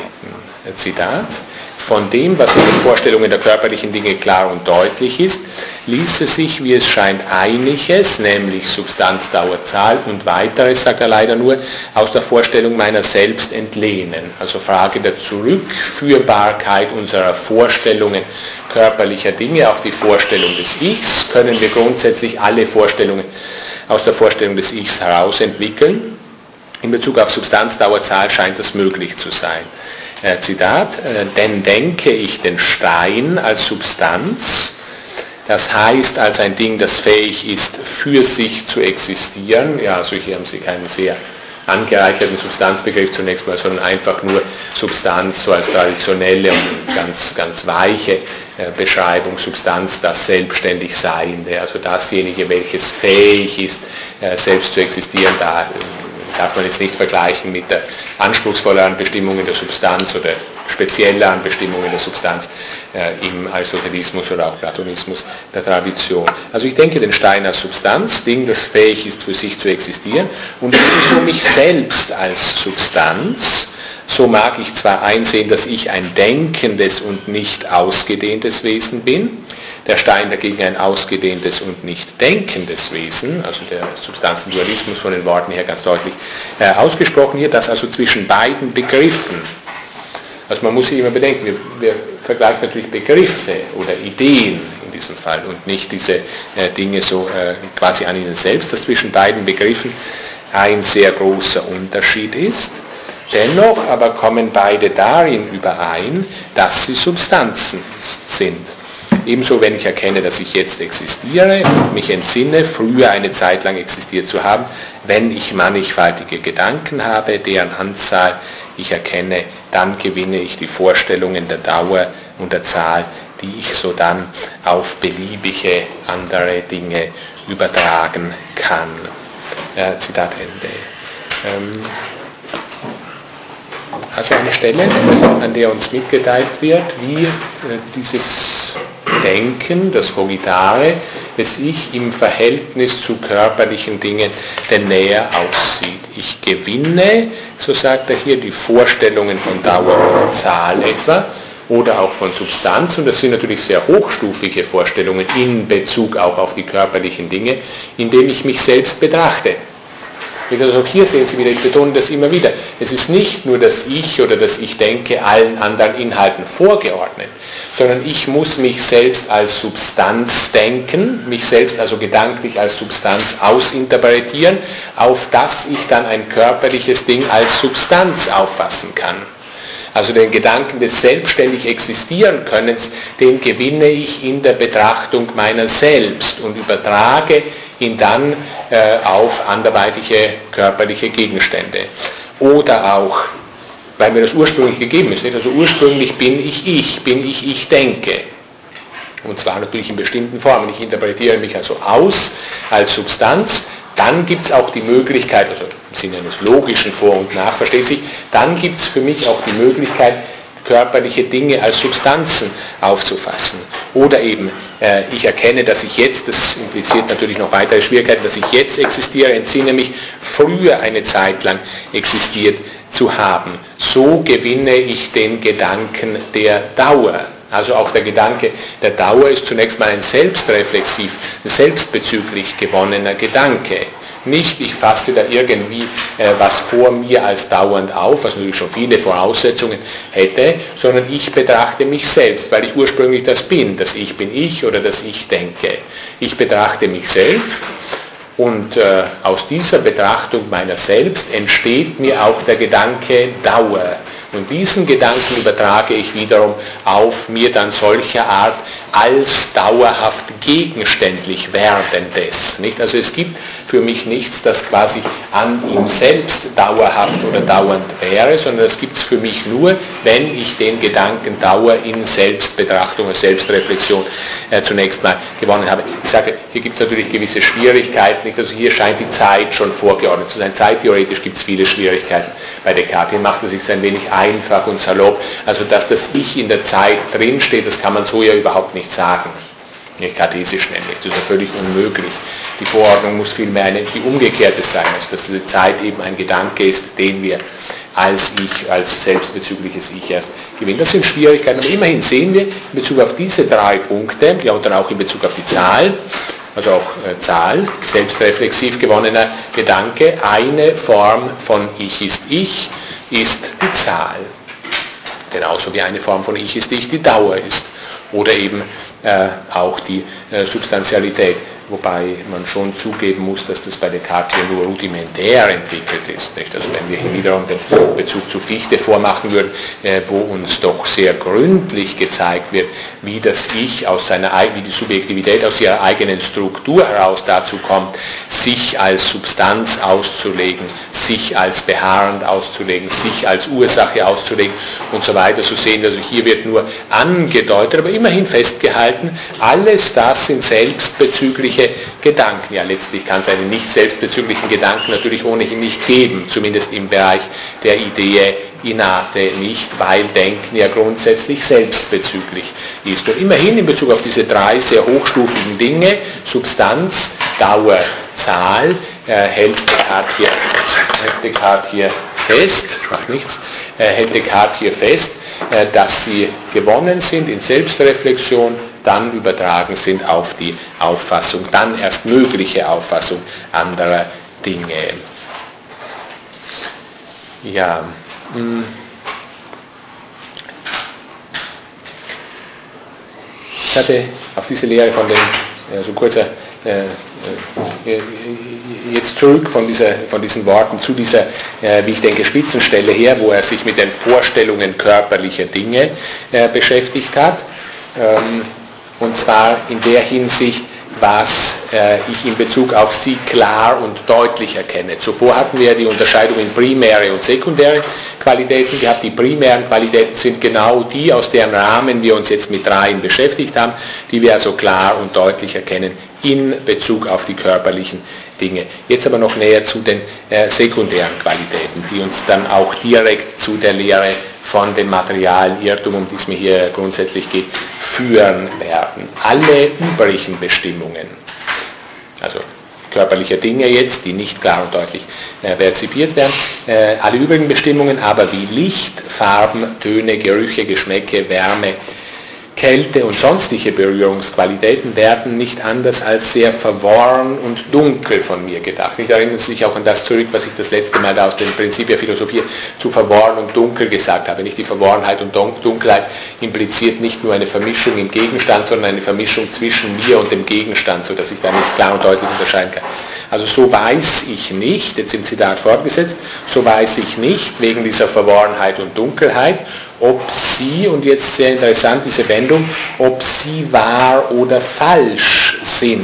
Zitat: Von dem, was in den Vorstellungen der körperlichen Dinge klar und deutlich ist, ließe sich, wie es scheint, einiges, nämlich Substanz, Dauer, Zahl und weiteres, sagt er leider nur, aus der Vorstellung meiner selbst entlehnen. Also Frage der Zurückführbarkeit unserer Vorstellungen körperlicher Dinge auf die Vorstellung des Ichs. Können wir grundsätzlich alle Vorstellungen aus der Vorstellung des Ichs heraus entwickeln? In Bezug auf Substanz, Dauer, Zahl scheint das möglich zu sein. Äh, Zitat: Denn denke ich den Stein als Substanz, das heißt als ein Ding, das fähig ist, für sich zu existieren. Ja, also hier haben Sie keinen sehr angereicherten Substanzbegriff zunächst mal, sondern einfach nur Substanz, so als traditionelle und ganz, ganz weiche äh, Beschreibung, Substanz, das selbstständig Seiende, also dasjenige, welches fähig ist, äh, selbst zu existieren. Da äh, darf man jetzt nicht vergleichen mit der anspruchsvolleren Bestimmungen der Substanz oder spezielleren Bestimmungen der Substanz äh, im Aristotelismus oder auch Platonismus der Tradition. Also ich denke den Stein als Substanz, Ding, das fähig ist, für sich zu existieren, und so mich selbst als Substanz, so mag ich zwar einsehen, dass ich ein denkendes und nicht ausgedehntes Wesen bin, der Stein dagegen ein ausgedehntes und nicht denkendes Wesen, also der Substanzendualismus von den Worten her ganz deutlich äh, ausgesprochen hier, dass also zwischen beiden Begriffen, also man muss sich immer bedenken, wir, wir vergleichen natürlich Begriffe oder Ideen in diesem Fall und nicht diese äh, Dinge so äh, quasi an ihnen selbst, dass zwischen beiden Begriffen ein sehr großer Unterschied ist. Dennoch aber kommen beide darin überein, dass sie Substanzen sind. Ebenso, wenn ich erkenne, dass ich jetzt existiere und mich entsinne, früher eine Zeit lang existiert zu haben, wenn ich mannigfaltige Gedanken habe, deren Anzahl ich erkenne, dann gewinne ich die Vorstellungen der Dauer und der Zahl, die ich so dann auf beliebige andere Dinge übertragen kann. Äh, Zitat Ende. Ähm, also eine Stelle, an der uns mitgeteilt wird, wie äh, dieses Denken, das Cogitare, das Ich im Verhältnis zu körperlichen Dingen denn näher aussieht. Ich gewinne, so sagt er hier, die Vorstellungen von Dauer und Zahl etwa oder auch von Substanz, und das sind natürlich sehr hochstufige Vorstellungen in Bezug auch auf die körperlichen Dinge, indem ich mich selbst betrachte. Also auch hier sehen Sie wieder, ich betone das immer wieder, es ist nicht nur das Ich oder das Ich denke allen anderen Inhalten vorgeordnet, sondern ich muss mich selbst als Substanz denken, mich selbst also gedanklich als Substanz ausinterpretieren, auf das ich dann ein körperliches Ding als Substanz auffassen kann. Also den Gedanken des selbstständig existieren Könnens, den gewinne ich in der Betrachtung meiner selbst und übertrage ihn dann äh, auf anderweitige körperliche Gegenstände. Oder auch, weil mir das ursprünglich gegeben ist, nicht? Also ursprünglich bin ich ich, bin ich ich denke. Und zwar natürlich in bestimmten Formen. Ich interpretiere mich also aus als Substanz. Dann gibt es auch die Möglichkeit, also im Sinne eines logischen Vor- und Nach, versteht sich, dann gibt es für mich auch die Möglichkeit, körperliche Dinge als Substanzen aufzufassen. Oder eben, äh, ich erkenne, dass ich jetzt, das impliziert natürlich noch weitere Schwierigkeiten, dass ich jetzt existiere, entsinne mich, früher eine Zeit lang existiert zu haben. So gewinne ich den Gedanken der Dauer. Also auch der Gedanke der Dauer ist zunächst mal ein selbstreflexiv, selbstbezüglich gewonnener Gedanke. Nicht, ich fasse da irgendwie äh, was vor mir als dauernd auf, was natürlich schon viele Voraussetzungen hätte, sondern ich betrachte mich selbst, weil ich ursprünglich das bin, das Ich bin ich oder das Ich denke. Ich betrachte mich selbst und äh, aus dieser Betrachtung meiner selbst entsteht mir auch der Gedanke Dauer. Und diesen Gedanken übertrage ich wiederum auf mir dann solcher Art als dauerhaft gegenständlich Werdendes. Nicht? Also es gibt für mich nichts, das quasi an ihm selbst dauerhaft oder dauernd wäre, sondern das gibt es für mich nur, wenn ich den Gedanken Dauer in Selbstbetrachtung und Selbstreflexion äh, zunächst mal gewonnen habe. Ich sage, hier gibt es natürlich gewisse Schwierigkeiten, nicht? Also hier scheint die Zeit schon vorgeordnet zu sein. Zeittheoretisch gibt es viele Schwierigkeiten bei Descartes. Hier macht es sich ein wenig einfach und salopp. Also dass das Ich in der Zeit drinsteht, das kann man so ja überhaupt nicht sagen. Nicht kartesisch nämlich, das ist ja völlig unmöglich. Die Vorordnung muss vielmehr eine, die umgekehrte sein, also dass diese Zeit eben ein Gedanke ist, den wir als Ich, als selbstbezügliches Ich erst gewinnen. Das sind Schwierigkeiten, aber immerhin sehen wir in Bezug auf diese drei Punkte, ja und dann auch in Bezug auf die Zahl, also auch äh, Zahl, selbstreflexiv gewonnener Gedanke, eine Form von Ich ist Ich, ist die Zahl. Genauso wie eine Form von Ich ist Ich die Dauer ist. Oder eben äh, auch die äh, Substantialität. Wobei man schon zugeben muss, dass das bei Descartes hier nur rudimentär entwickelt ist. Nicht? Also wenn wir hier wiederum den Bezug zu Fichte vormachen würden, äh, wo uns doch sehr gründlich gezeigt wird, wie das Ich aus seiner, wie die Subjektivität aus ihrer eigenen Struktur heraus dazu kommt, sich als Substanz auszulegen, sich als beharrend auszulegen, sich als Ursache auszulegen und so weiter. So sehen wir, also hier wird nur angedeutet, aber immerhin festgehalten, alles das sind selbstbezügliche Gedanken. Ja, letztlich kann es einen nicht selbstbezüglichen Gedanken natürlich ohnehin nicht geben, zumindest im Bereich der Idee Innate nicht, weil Denken ja grundsätzlich selbstbezüglich ist. Und immerhin in Bezug auf diese drei sehr hochstufigen Dinge, Substanz, Dauer, Zahl, äh, hält Descartes hier, hält Descartes hier fest, macht nichts, äh, hält Descartes hier fest, äh, dass sie gewonnen sind in Selbstreflexion, dann übertragen sind auf die Auffassung, dann erst mögliche Auffassung anderer Dinge. Ja, mh. Ich hatte auf diese Lehre von dem, ja, so kurzer, äh, äh, jetzt zurück von, dieser, von diesen Worten zu dieser, äh, wie ich denke, Spitzenstelle her, wo er sich mit den Vorstellungen körperlicher Dinge äh, beschäftigt hat. Ähm, Und zwar in der Hinsicht, was äh, ich in Bezug auf sie klar und deutlich erkenne. Zuvor hatten wir die Unterscheidung in primäre und sekundäre Qualitäten gehabt. Die primären Qualitäten sind genau die, aus deren Rahmen wir uns jetzt mit dreien beschäftigt haben, die wir also klar und deutlich erkennen in Bezug auf die körperlichen Dinge. Jetzt aber noch näher zu den äh, sekundären Qualitäten, die uns dann auch direkt zu der Lehre von dem Materialirrtum, um die es mir hier grundsätzlich geht, führen werden. Alle übrigen Bestimmungen, also körperliche Dinge jetzt, die nicht klar und deutlich äh, perzipiert werden, äh, alle übrigen Bestimmungen aber wie Licht, Farben, Töne, Gerüche, Geschmäcke, Wärme, Kälte und sonstige Berührungsqualitäten werden nicht anders als sehr verworren und dunkel von mir gedacht. Ich erinnere sich auch an das zurück, was ich das letzte Mal da aus dem Prinzip der Philosophie zu verworren und dunkel gesagt habe. Nicht die Verworrenheit und Dunkelheit impliziert nicht nur eine Vermischung im Gegenstand, sondern eine Vermischung zwischen mir und dem Gegenstand, sodass ich da nicht klar und deutlich unterscheiden kann. Also so weiß ich nicht, jetzt im Zitat fortgesetzt, so weiß ich nicht wegen dieser Verworrenheit und Dunkelheit, ob sie, und jetzt sehr interessant diese Wendung, ob sie wahr oder falsch sind.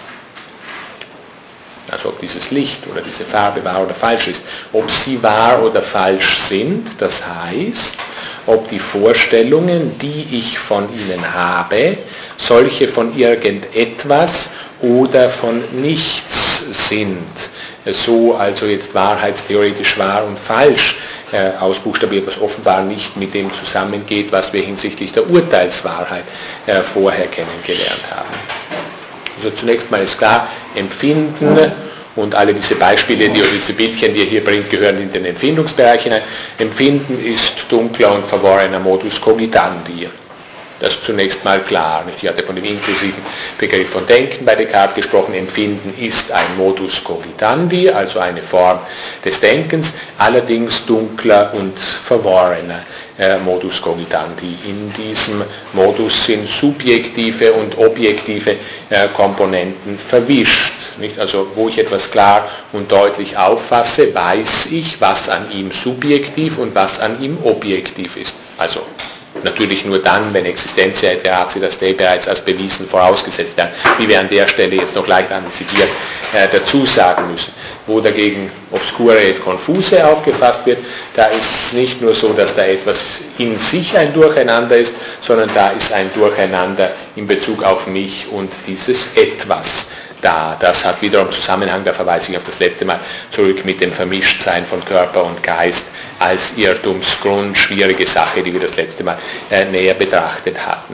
Also ob dieses Licht oder diese Farbe wahr oder falsch ist. Ob sie wahr oder falsch sind, das heißt, ob die Vorstellungen, die ich von ihnen habe, solche von irgendetwas oder von nichts sind, so also jetzt wahrheitstheoretisch wahr und falsch äh, ausbuchstabiert, was offenbar nicht mit dem zusammengeht, was wir hinsichtlich der Urteilswahrheit äh, vorher kennengelernt haben. Also zunächst mal ist klar, Empfinden und alle diese Beispiele, die, diese Bildchen, die er hier bringt, gehören in den Empfindungsbereich hinein. Empfinden ist dunkler und verworrener Modus cogitandi. Das ist zunächst mal klar. Ich hatte von dem inklusiven Begriff von Denken bei Descartes gesprochen. Empfinden ist ein Modus cogitandi, also eine Form des Denkens, allerdings dunkler und verworrener äh, Modus cogitandi. In diesem Modus sind subjektive und objektive äh, Komponenten verwischt. Nicht? Also wo ich etwas klar und deutlich auffasse, weiß ich, was an ihm subjektiv und was an ihm objektiv ist. Also natürlich nur dann, wenn Existentia et veracitas Dei bereits als bewiesen vorausgesetzt werden, wie wir an der Stelle jetzt noch leicht antizipiert äh, dazu sagen müssen. Wo dagegen obscure et confuse aufgefasst wird, da ist es nicht nur so, dass da etwas in sich ein Durcheinander ist, sondern da ist ein Durcheinander in Bezug auf mich und dieses Etwas da. Das hat wiederum Zusammenhang, da verweise ich auf das letzte Mal zurück mit dem Vermischtsein von Körper und Geist als Irrtumsgrund, schwierige Sache, die wir das letzte Mal äh, näher betrachtet hatten.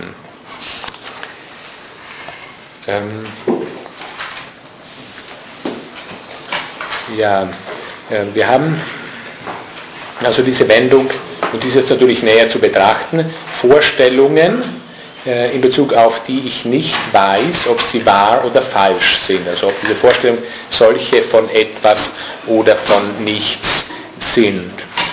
Ähm ja, äh, wir haben also diese Wendung, und die ist jetzt natürlich näher zu betrachten, Vorstellungen in Bezug auf die ich nicht weiß, ob sie wahr oder falsch sind. Also ob diese Vorstellungen solche von etwas oder von nichts sind.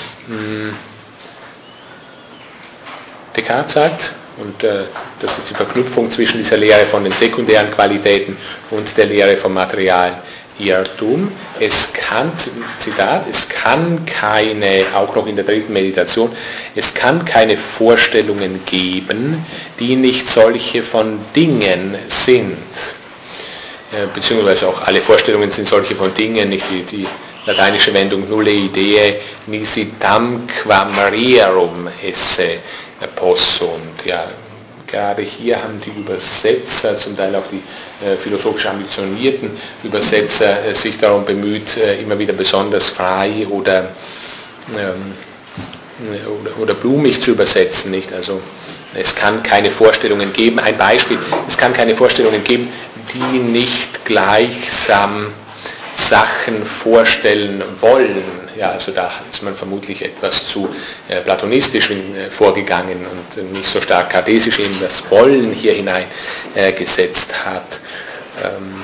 Descartes sagt, und äh, das ist die Verknüpfung zwischen dieser Lehre von den sekundären Qualitäten und der Lehre vom materialen Irrtum, es kann, Zitat, es kann keine, auch noch in der dritten Meditation, es kann keine Vorstellungen geben, die nicht solche von Dingen sind. Äh, beziehungsweise auch alle Vorstellungen sind solche von Dingen, nicht die, die lateinische Wendung nulle idee nisi tamquam rerum esse possunt. Ja, gerade hier haben die Übersetzer, zum Teil auch die äh, philosophisch ambitionierten Übersetzer, äh, sich darum bemüht, äh, immer wieder besonders frei oder, ähm, oder, oder blumig zu übersetzen. Nicht? Also es kann keine Vorstellungen geben. Ein Beispiel, es kann keine Vorstellungen geben, die nicht gleichsam Sachen vorstellen wollen. Ja, also da ist man vermutlich etwas zu äh, platonistisch äh, vorgegangen und äh, nicht so stark kartesisch in das Wollen hier hineingesetzt äh, hat. Ähm,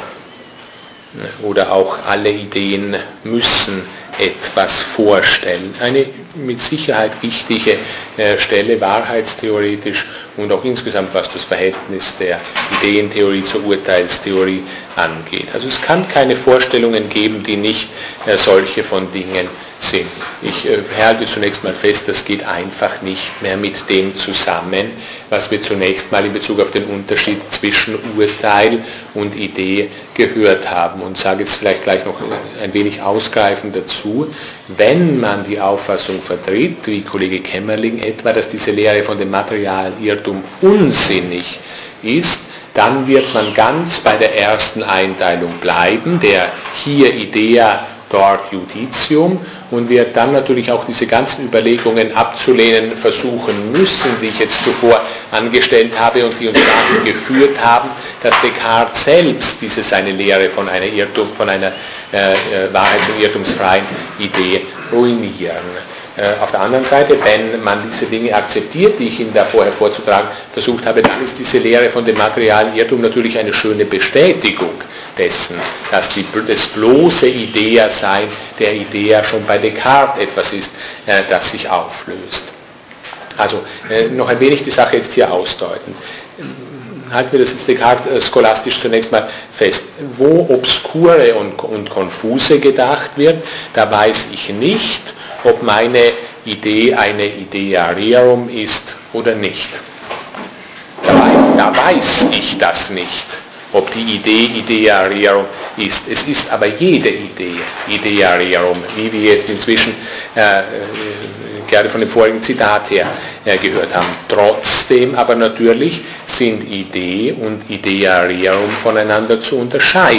oder auch alle Ideen müssen etwas vorstellen. Eine mit Sicherheit wichtige äh, Stelle, wahrheitstheoretisch und auch insgesamt, was das Verhältnis der Ideentheorie zur Urteilstheorie angeht. Also es kann keine Vorstellungen geben, die nicht äh, solche von Dingen sind. Ich äh, halte zunächst mal fest, das geht einfach nicht mehr mit dem zusammen, was wir zunächst mal in Bezug auf den Unterschied zwischen Urteil und Idee gehört haben und sage jetzt vielleicht gleich noch ein wenig ausgreifend dazu. Wenn man die Auffassung vertritt, wie Kollege Kämmerling etwa, dass diese Lehre von dem materialen Irrtum unsinnig ist, dann wird man ganz bei der ersten Einteilung bleiben, der hier Idea, dort Judicium, und wird dann natürlich auch diese ganzen Überlegungen abzulehnen versuchen müssen, die ich jetzt zuvor angestellt habe und die uns dazu geführt haben, dass Descartes selbst diese seine Lehre von einer Irrtum, von einer äh, wahrheits- und irrtumsfreien Idee ruinieren. Auf der anderen Seite, wenn man diese Dinge akzeptiert, die ich Ihnen da vorher vorzutragen versucht habe, dann ist diese Lehre von dem materialen Irrtum natürlich eine schöne Bestätigung dessen, dass die, das bloße Idea-Sein der Idea schon bei Descartes etwas ist, das sich auflöst. Also noch ein wenig die Sache jetzt hier ausdeuten. Halten wir das jetzt Descartes scholastisch zunächst mal fest. Wo obskure und, und konfuse gedacht wird, da weiß ich nicht, ob meine Idee eine Idea rerum ist oder nicht. Da weiß, da weiß ich das nicht, ob die Idee Idea rerum ist. Es ist aber jede Idee Idea rerum, wie wir jetzt inzwischen äh, gerade von dem vorigen Zitat her äh, gehört haben. Trotzdem aber natürlich sind Idee und Idea rerum voneinander zu unterscheiden.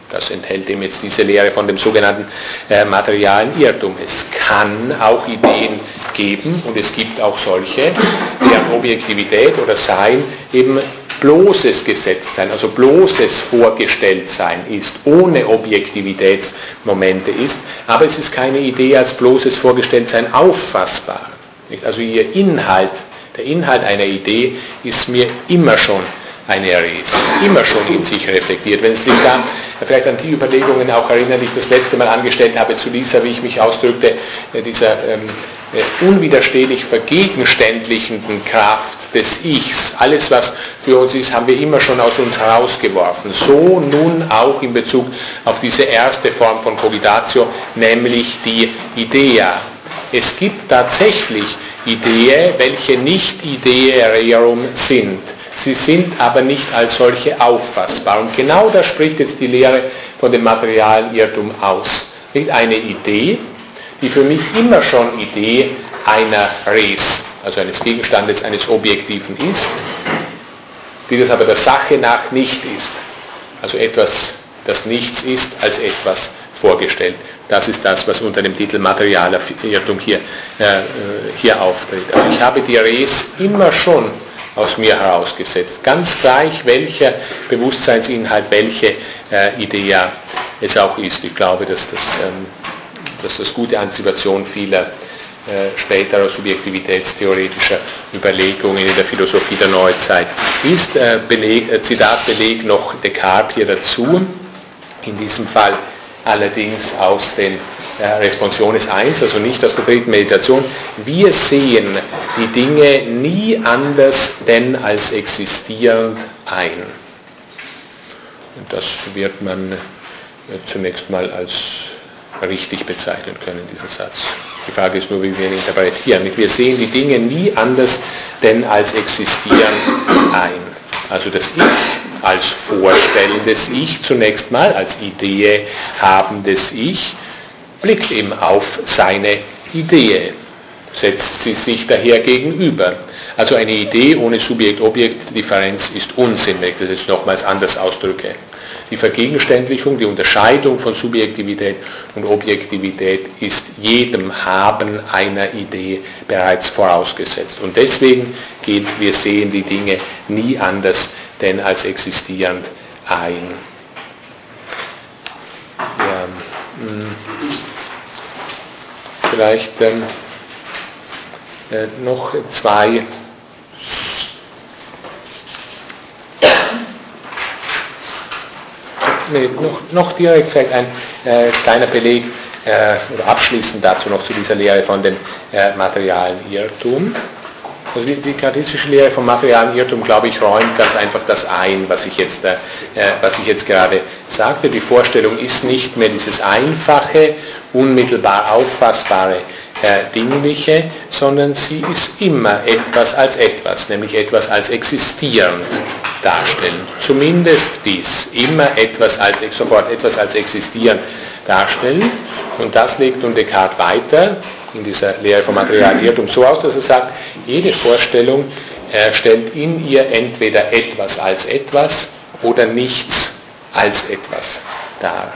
Das enthält eben jetzt diese Lehre von dem sogenannten äh, materialen Irrtum. Es kann auch Ideen geben und es gibt auch solche, deren Objektivität oder Sein eben bloßes Gesetztsein, also bloßes Vorgestelltsein ist, ohne Objektivitätsmomente ist, aber es ist keine Idee als bloßes Vorgestelltsein auffassbar. Nicht? Also ihr Inhalt, der Inhalt einer Idee ist mir immer schon eine Res, immer schon in sich reflektiert. Wenn Sie sich da vielleicht an die Überlegungen auch erinnern, die ich das letzte Mal angestellt habe zu dieser, wie ich mich ausdrückte, dieser ähm, unwiderstehlich vergegenständlichenden Kraft des Ichs. Alles, was für uns ist, haben wir immer schon aus uns herausgeworfen. So nun auch in Bezug auf diese erste Form von Cogitatio, nämlich die Idea. Es gibt tatsächlich Ideen, welche nicht Idee rerum sind. Sie sind aber nicht als solche auffassbar. Und genau das spricht jetzt die Lehre von dem materialen Irrtum aus. Nicht eine Idee, die für mich immer schon Idee einer Res, also eines Gegenstandes, eines Objektiven ist, die das aber der Sache nach nicht ist. Also etwas, das nichts ist, als etwas vorgestellt. Das ist das, was unter dem Titel materialer Irrtum hier, äh, hier auftritt. Also ich habe die Res immer schon aus mir herausgesetzt. Ganz gleich, welcher Bewusstseinsinhalt, welche äh, Idee es auch ist. Ich glaube, dass das, ähm, dass das gute Antizipation vieler äh, späterer subjektivitätstheoretischer Überlegungen in der Philosophie der Neuzeit ist. Äh, Beleg, äh, Zitatbeleg noch Descartes hier dazu, in diesem Fall allerdings aus den Responsiones eins, also nicht aus der dritten Meditation. Wir sehen die Dinge nie anders denn als existierend ein. Und das wird man zunächst mal als richtig bezeichnen können, diesen Satz. Die Frage ist nur, wie wir ihn interpretieren. Wir sehen die Dinge nie anders denn als existierend ein. Also das Ich als vorstellendes Ich zunächst mal, als Idee habendes Ich, blickt ihm auf seine Idee, setzt sie sich daher gegenüber. Also eine Idee ohne Subjekt-Objekt-Differenz ist Unsinn, wenn ich das jetzt nochmals anders ausdrücke. Die Vergegenständlichung, die Unterscheidung von Subjektivität und Objektivität ist jedem Haben einer Idee bereits vorausgesetzt. Und deswegen geht, wir sehen die Dinge nie anders denn als existierend ein. Ja, mh. Vielleicht ähm, äh, noch zwei nee, noch, noch direkt vielleicht ein äh, kleiner Beleg äh, oder abschließend dazu noch zu dieser Lehre von dem äh, materialen Irrtum. Also die, die kartistische Lehre vom materialen Irrtum, glaube ich, räumt ganz einfach das ein, was ich jetzt, äh, was ich jetzt gerade sagte. Die Vorstellung ist nicht mehr dieses einfache, unmittelbar auffassbare äh, Dingliche, sondern sie ist immer etwas als etwas, nämlich etwas als existierend darstellen. Zumindest dies, immer etwas als, sofort etwas als existierend darstellen. Und das legt nun Descartes weiter in dieser Lehre vom materialen Irrtum so aus, dass er sagt, jede Vorstellung äh, stellt in ihr entweder etwas als etwas oder nichts als etwas dar.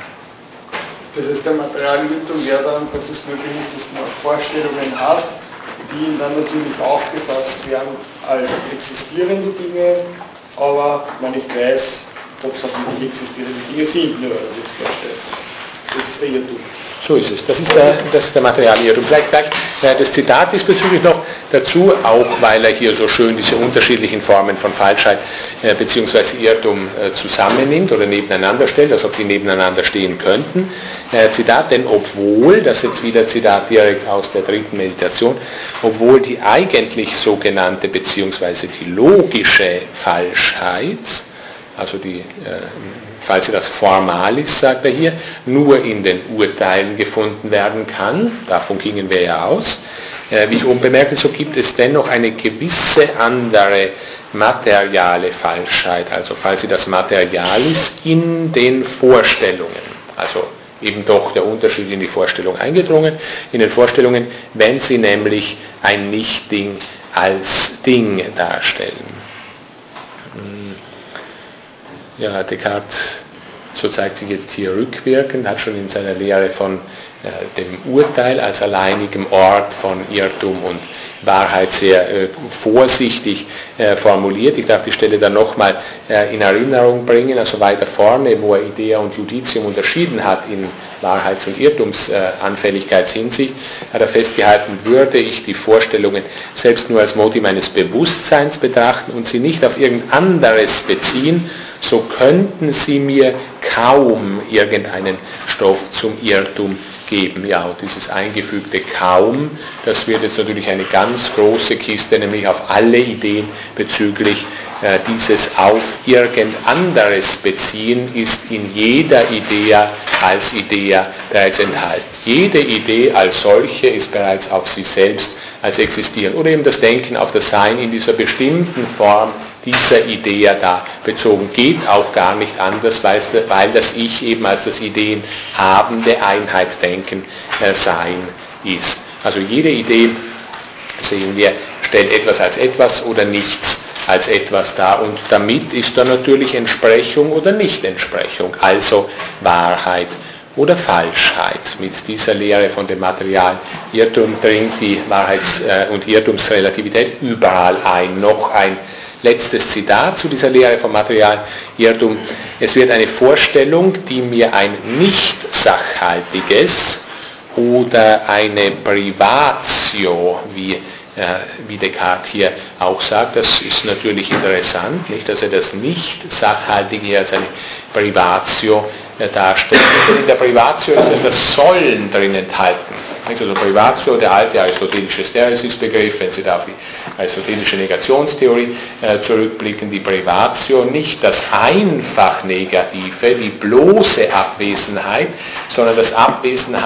Das ist der materiale Irrtum, wäre dann, dass es möglich ist, dass man Vorstellungen hat, die dann natürlich aufgefasst werden als existierende Dinge, aber man nicht weiß, ob es auch wirklich existierende Dinge sind, nur weil man das vorstellt. Das ist der Irrtum. So ist es. Das ist der, das ist der materiale Irrtum. Vielleicht gleich das Zitat diesbezüglich noch dazu, auch weil er hier so schön diese unterschiedlichen Formen von Falschheit äh, bzw. Irrtum äh, zusammennimmt oder nebeneinander stellt, als ob die nebeneinander stehen könnten. Äh, Zitat, denn obwohl, das ist jetzt wieder Zitat direkt aus der dritten Meditation, obwohl die eigentlich sogenannte bzw. die logische Falschheit, also die äh, falls das formal ist, sagt er hier, nur in den Urteilen gefunden werden kann, davon gingen wir ja aus, äh, wie ich oben bemerkte, so gibt es dennoch eine gewisse andere materiale Falschheit, also falls das Material ist, in den Vorstellungen, also eben doch der Unterschied in die Vorstellung eingedrungen, in den Vorstellungen, wenn sie nämlich ein Nicht-Ding als Ding darstellen. Ja, Descartes so zeigt sich jetzt hier rückwirkend, hat schon in seiner Lehre von äh, dem Urteil als alleinigem Ort von Irrtum und Wahrheit sehr äh, vorsichtig äh, formuliert. Ich darf die Stelle dann nochmal äh, in Erinnerung bringen, also weiter vorne, wo er Idea und Judicium unterschieden hat in Wahrheits- und Irrtumsanfälligkeitshinsicht, hat er festgehalten, würde ich die Vorstellungen selbst nur als Modi meines Bewusstseins betrachten und sie nicht auf irgendein anderes beziehen, so könnten sie mir kaum irgendeinen Stoff zum Irrtum geben. Ja, und dieses eingefügte kaum, das wird jetzt natürlich eine ganz große Kiste, nämlich auf alle Ideen bezüglich äh, dieses auf irgend anderes beziehen, ist in jeder Idea als Idea bereits enthalten. Jede Idee als solche ist bereits auf sie selbst als existieren. Oder eben das Denken auf das Sein in dieser bestimmten Form dieser Idee da bezogen. Geht auch gar nicht anders, weil das Ich eben als das ideenhabende Einheitdenken äh, Sein ist. Also jede Idee, sehen wir, stellt etwas als etwas oder nichts als etwas dar und damit ist da natürlich Entsprechung oder Nicht-Entsprechung, also Wahrheit oder Falschheit. Mit dieser Lehre von dem materialen Irrtum dringt die Wahrheits- und Irrtumsrelativität überall ein. Noch ein letztes Zitat zu dieser Lehre vom materialen Irrtum. Es wird eine Vorstellung, die mir ein nicht sachhaltiges oder eine Privatio, wie, äh, wie Descartes hier auch sagt, das ist natürlich interessant, nicht, dass er das nicht sachhaltige hier als eine Privatio äh, darstellt. Denn in der Privatio ist ja das Sollen drin enthalten. Also Privatio, der alte aristotelische Steresis-Begriff, wenn Sie da auf die aristotelische Negationstheorie äh, zurückblicken, die Privatio, nicht das einfach Negative, die bloße Abwesenheit, sondern das Abwesen,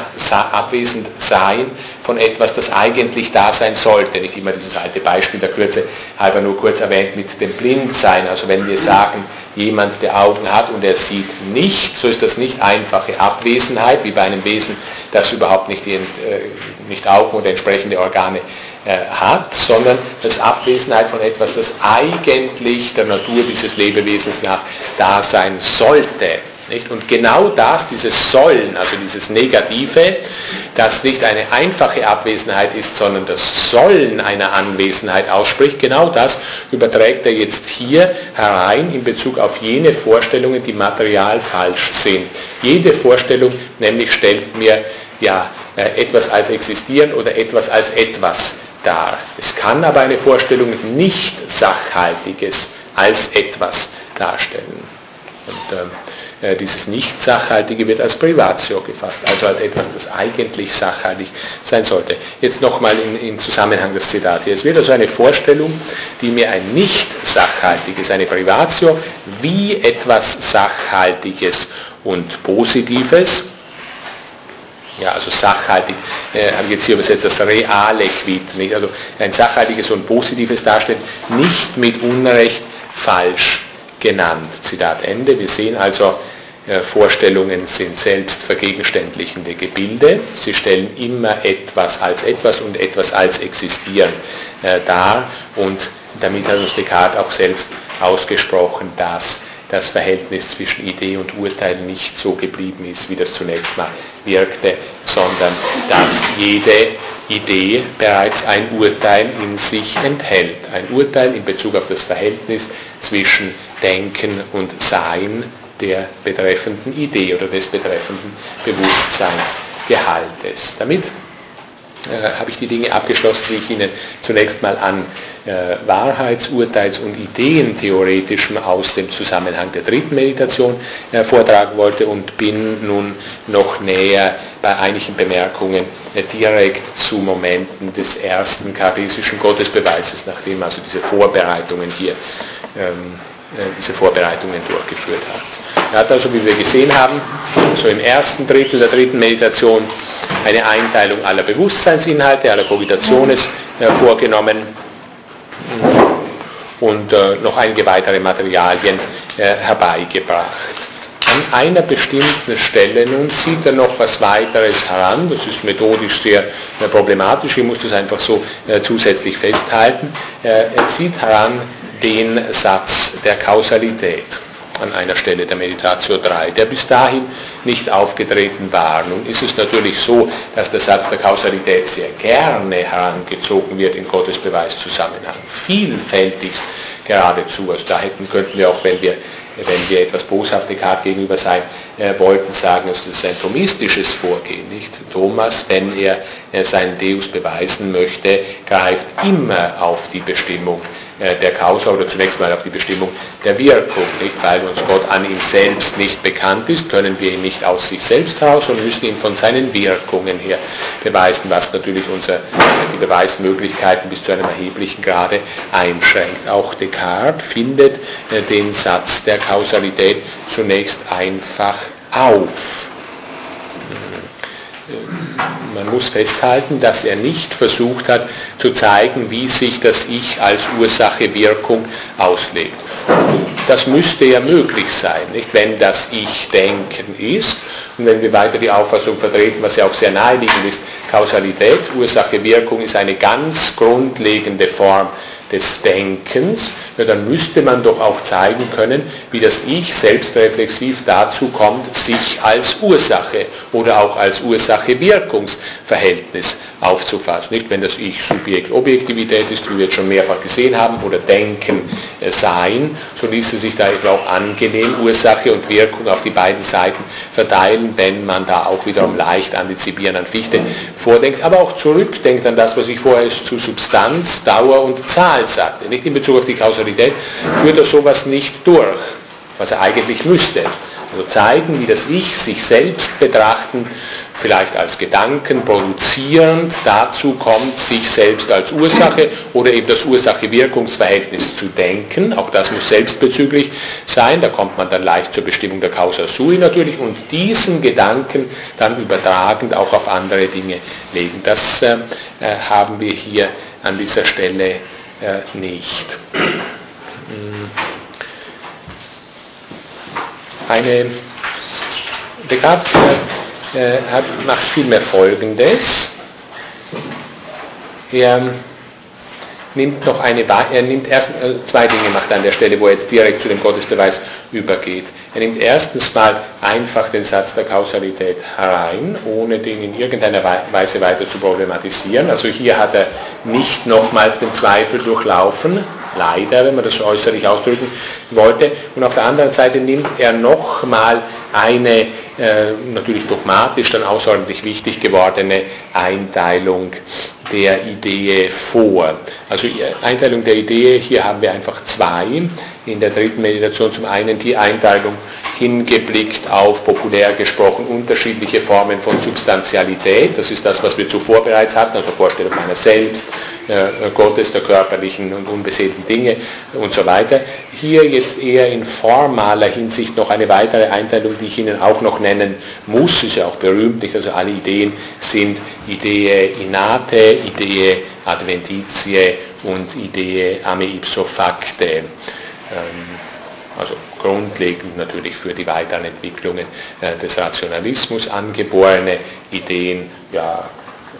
Abwesendsein von etwas, das eigentlich da sein sollte. Nicht immer dieses alte Beispiel der Kürze halber nur kurz erwähnt mit dem Blindsein. Also wenn wir sagen, jemand, der Augen hat und er sieht nicht, so ist das nicht einfache Abwesenheit, wie bei einem Wesen, das überhaupt nicht, die, äh, nicht Augen oder entsprechende Organe äh, hat, sondern das Abwesenheit von etwas, das eigentlich der Natur dieses Lebewesens nach da sein sollte. Nicht? Und genau das, dieses Sollen, also dieses Negative, das nicht eine einfache Abwesenheit ist, sondern das Sollen einer Anwesenheit ausspricht, genau das überträgt er jetzt hier herein in Bezug auf jene Vorstellungen, die material falsch sind. Jede Vorstellung nämlich stellt mir ja, etwas als existieren oder etwas als etwas dar. Es kann aber eine Vorstellung nicht Sachhaltiges als etwas darstellen. Und, ähm, dieses Nicht-Sachhaltige wird als Privatio gefasst, also als etwas, das eigentlich sachhaltig sein sollte. Jetzt nochmal in, in Zusammenhang das Zitat hier. Es wird also eine Vorstellung, die mir ein Nicht-Sachhaltiges, eine Privatio, wie etwas Sachhaltiges und Positives, ja, also sachhaltig, äh, habe ich jetzt hier übersetzt, das reale Quid, nicht? Also ein sachhaltiges und positives darstellt, nicht mit Unrecht falsch genannt. Zitat Ende. Wir sehen also, äh, Vorstellungen sind selbst vergegenständlichende Gebilde. Sie stellen immer etwas als etwas und etwas als existieren äh, dar und damit hat uns Descartes auch selbst ausgesprochen, dass das Verhältnis zwischen Idee und Urteil nicht so geblieben ist, wie das zunächst mal wirkte, sondern dass jede Idee bereits ein Urteil in sich enthält. Ein Urteil in Bezug auf das Verhältnis zwischen Denken und Sein der betreffenden Idee oder des betreffenden Bewusstseinsgehaltes. Damit äh, habe ich die Dinge abgeschlossen, die ich Ihnen zunächst mal an äh, Wahrheits-, Urteils- und Ideentheoretischem aus dem Zusammenhang der dritten Meditation äh, vortragen wollte und bin nun noch näher bei einigen Bemerkungen äh, direkt zu Momenten des ersten kartesischen Gottesbeweises, nachdem also diese Vorbereitungen hier ähm, diese Vorbereitungen durchgeführt hat. Er hat also, wie wir gesehen haben, so im ersten Drittel der dritten Meditation eine Einteilung aller Bewusstseinsinhalte, aller Cogitationes äh, vorgenommen und äh, noch einige weitere Materialien äh, herbeigebracht. An einer bestimmten Stelle nun zieht er noch was weiteres heran, das ist methodisch sehr äh, problematisch, ich muss das einfach so äh, zusätzlich festhalten. Äh, er zieht heran den Satz der Kausalität. an einer Stelle der Meditatio drei, der bis dahin nicht aufgetreten war. Nun ist es natürlich so, dass der Satz der Kausalität sehr gerne herangezogen wird in Gottes Beweiszusammenhang. Vielfältigst geradezu. Also da hätten, könnten wir auch, wenn wir, wenn wir etwas boshaft Descartes gegenüber sein äh, wollten, sagen, dass das ist ein thomistisches Vorgehen. Nicht? Thomas, wenn er äh, seinen Deus beweisen möchte, greift immer auf die Bestimmung der Causa oder zunächst mal auf die Bestimmung der Wirkung. Nicht? Weil uns Gott an ihm selbst nicht bekannt ist, können wir ihn nicht aus sich selbst heraus und müssen ihn von seinen Wirkungen her beweisen, was natürlich unsere, die Beweismöglichkeiten bis zu einem erheblichen Grade einschränkt. Auch Descartes findet den Satz der Kausalität zunächst einfach auf. Man muss festhalten, dass er nicht versucht hat zu zeigen, wie sich das Ich als Ursache-Wirkung auslegt. Das müsste ja möglich sein, nicht? Wenn das Ich Denken ist und wenn wir weiter die Auffassung vertreten, was ja auch sehr naheliegend ist, Kausalität, Ursache-Wirkung ist eine ganz grundlegende Form des Denkens, ja, dann müsste man doch auch zeigen können, wie das Ich selbstreflexiv dazu kommt, sich als Ursache oder auch als Ursache-Wirkungsverhältnis aufzufassen. Nicht, wenn das Ich Subjekt-Objektivität ist, wie wir jetzt schon mehrfach gesehen haben, oder Denken äh, Sein, so ließe sich da etwa auch angenehm Ursache und Wirkung auf die beiden Seiten verteilen, wenn man da auch wiederum leicht antizipieren an Fichte vordenkt, aber auch zurückdenkt an das, was ich vorher zu Substanz, Dauer und Zahl sagte. Nicht in Bezug auf die Kausalität führt er sowas nicht durch, was er eigentlich müsste. Also zeigen, wie das Ich sich selbst betrachten, vielleicht als Gedanken produzierend dazu kommt, sich selbst als Ursache oder eben das Ursache-Wirkungsverhältnis zu denken. Auch das muss selbstbezüglich sein, da kommt man dann leicht zur Bestimmung der Causa sui natürlich und diesen Gedanken dann übertragend auch auf andere Dinge legen. Das äh, haben wir hier an dieser Stelle äh, nicht. Eine Descartes äh, hat, macht vielmehr Folgendes. Er nimmt noch eine, er nimmt erst, äh, zwei Dinge macht er an der Stelle, wo er jetzt direkt zu dem Gottesbeweis übergeht. Er nimmt erstens mal einfach den Satz der Kausalität herein, ohne den in irgendeiner Weise weiter zu problematisieren. Also hier hat er nicht nochmals den Zweifel durchlaufen, leider, wenn man das so äußerlich ausdrücken wollte. Und auf der anderen Seite nimmt er nochmal eine, äh, natürlich dogmatisch dann außerordentlich wichtig gewordene Einteilung der Idee vor. Also Einteilung der Idee, hier haben wir einfach zwei. In der dritten Meditation zum einen die Einteilung hingeblickt auf, populär gesprochen, unterschiedliche Formen von Substantialität. Das ist das, was wir zuvor bereits hatten, also Vorstellung meiner selbst, äh, Gottes, der körperlichen und unbeseelten Dinge und so weiter. Hier jetzt eher in formaler Hinsicht noch eine weitere Einteilung, die ich Ihnen auch noch nennen muss, ist ja auch berühmt, nicht? Also alle Ideen sind Idee innate, Idee adventitie und Idee ame ipso facte. Also grundlegend natürlich für die weiteren Entwicklungen des Rationalismus angeborene Ideen, ja,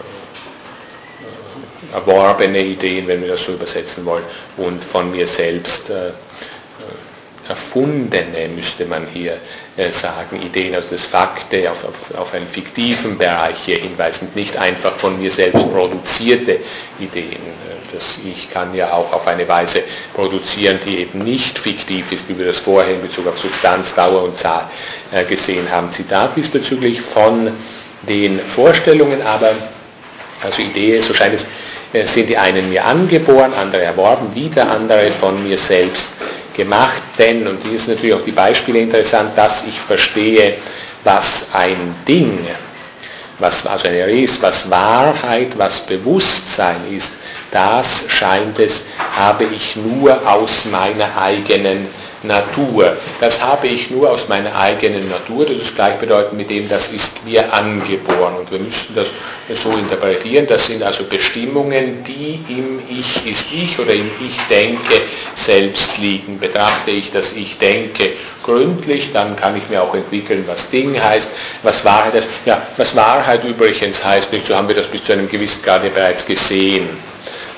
erworbene Ideen, wenn wir das so übersetzen wollen, und von mir selbst äh, erfundene, müsste man hier äh, sagen, Ideen, also das Fakte auf, auf, auf einen fiktiven Bereich hier hinweisend, nicht einfach von mir selbst produzierte Ideen. Das Ich kann ja auch auf eine Weise produzieren, die eben nicht fiktiv ist, wie wir das vorher in Bezug auf Substanz, Dauer und Zahl äh, gesehen haben. Zitat diesbezüglich von den Vorstellungen aber, also Ideen, so scheint es, äh, sind die einen mir angeboren, andere erworben, wieder andere von mir selbst gemacht, denn, und hier ist natürlich auch die Beispiele interessant, dass ich verstehe, was ein Ding, was also eine Res, was Wahrheit, was Bewusstsein ist, das scheint es, habe ich nur aus meiner eigenen Natur. Das habe ich nur aus meiner eigenen Natur, das ist gleichbedeutend mit dem, das ist mir angeboren. Und wir müssten das so interpretieren, das sind also Bestimmungen, die im Ich ist Ich oder im Ich denke selbst liegen. Betrachte ich das Ich denke gründlich, dann kann ich mir auch entwickeln, was Ding heißt, was Wahrheit heißt. Ja, was Wahrheit übrigens heißt, nicht so haben wir das bis zu einem gewissen Grade bereits gesehen.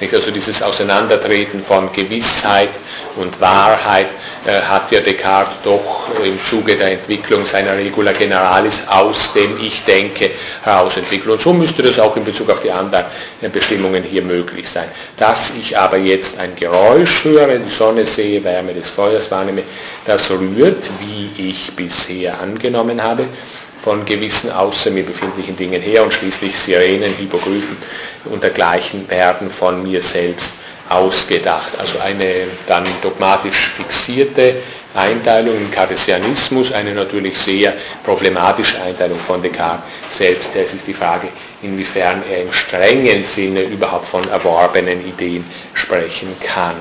Nicht? Also dieses Auseinandertreten von Gewissheit und Wahrheit äh, hat ja Descartes doch im Zuge der Entwicklung seiner Regula Generalis aus dem Ich denke herausentwickelt. Und so müsste das auch in Bezug auf die anderen äh, Bestimmungen hier möglich sein. Dass ich aber jetzt ein Geräusch höre, die Sonne sehe, Wärme des Feuers wahrnehme, das rührt, wie ich bisher angenommen habe, von gewissen außer mir befindlichen Dingen her, und schließlich Sirenen, Hippogryphen und dergleichen werden von mir selbst ausgedacht. Also eine dann dogmatisch fixierte Einteilung im Cartesianismus, eine natürlich sehr problematische Einteilung von Descartes selbst. Es ist die Frage, inwiefern er im strengen Sinne überhaupt von erworbenen Ideen sprechen kann.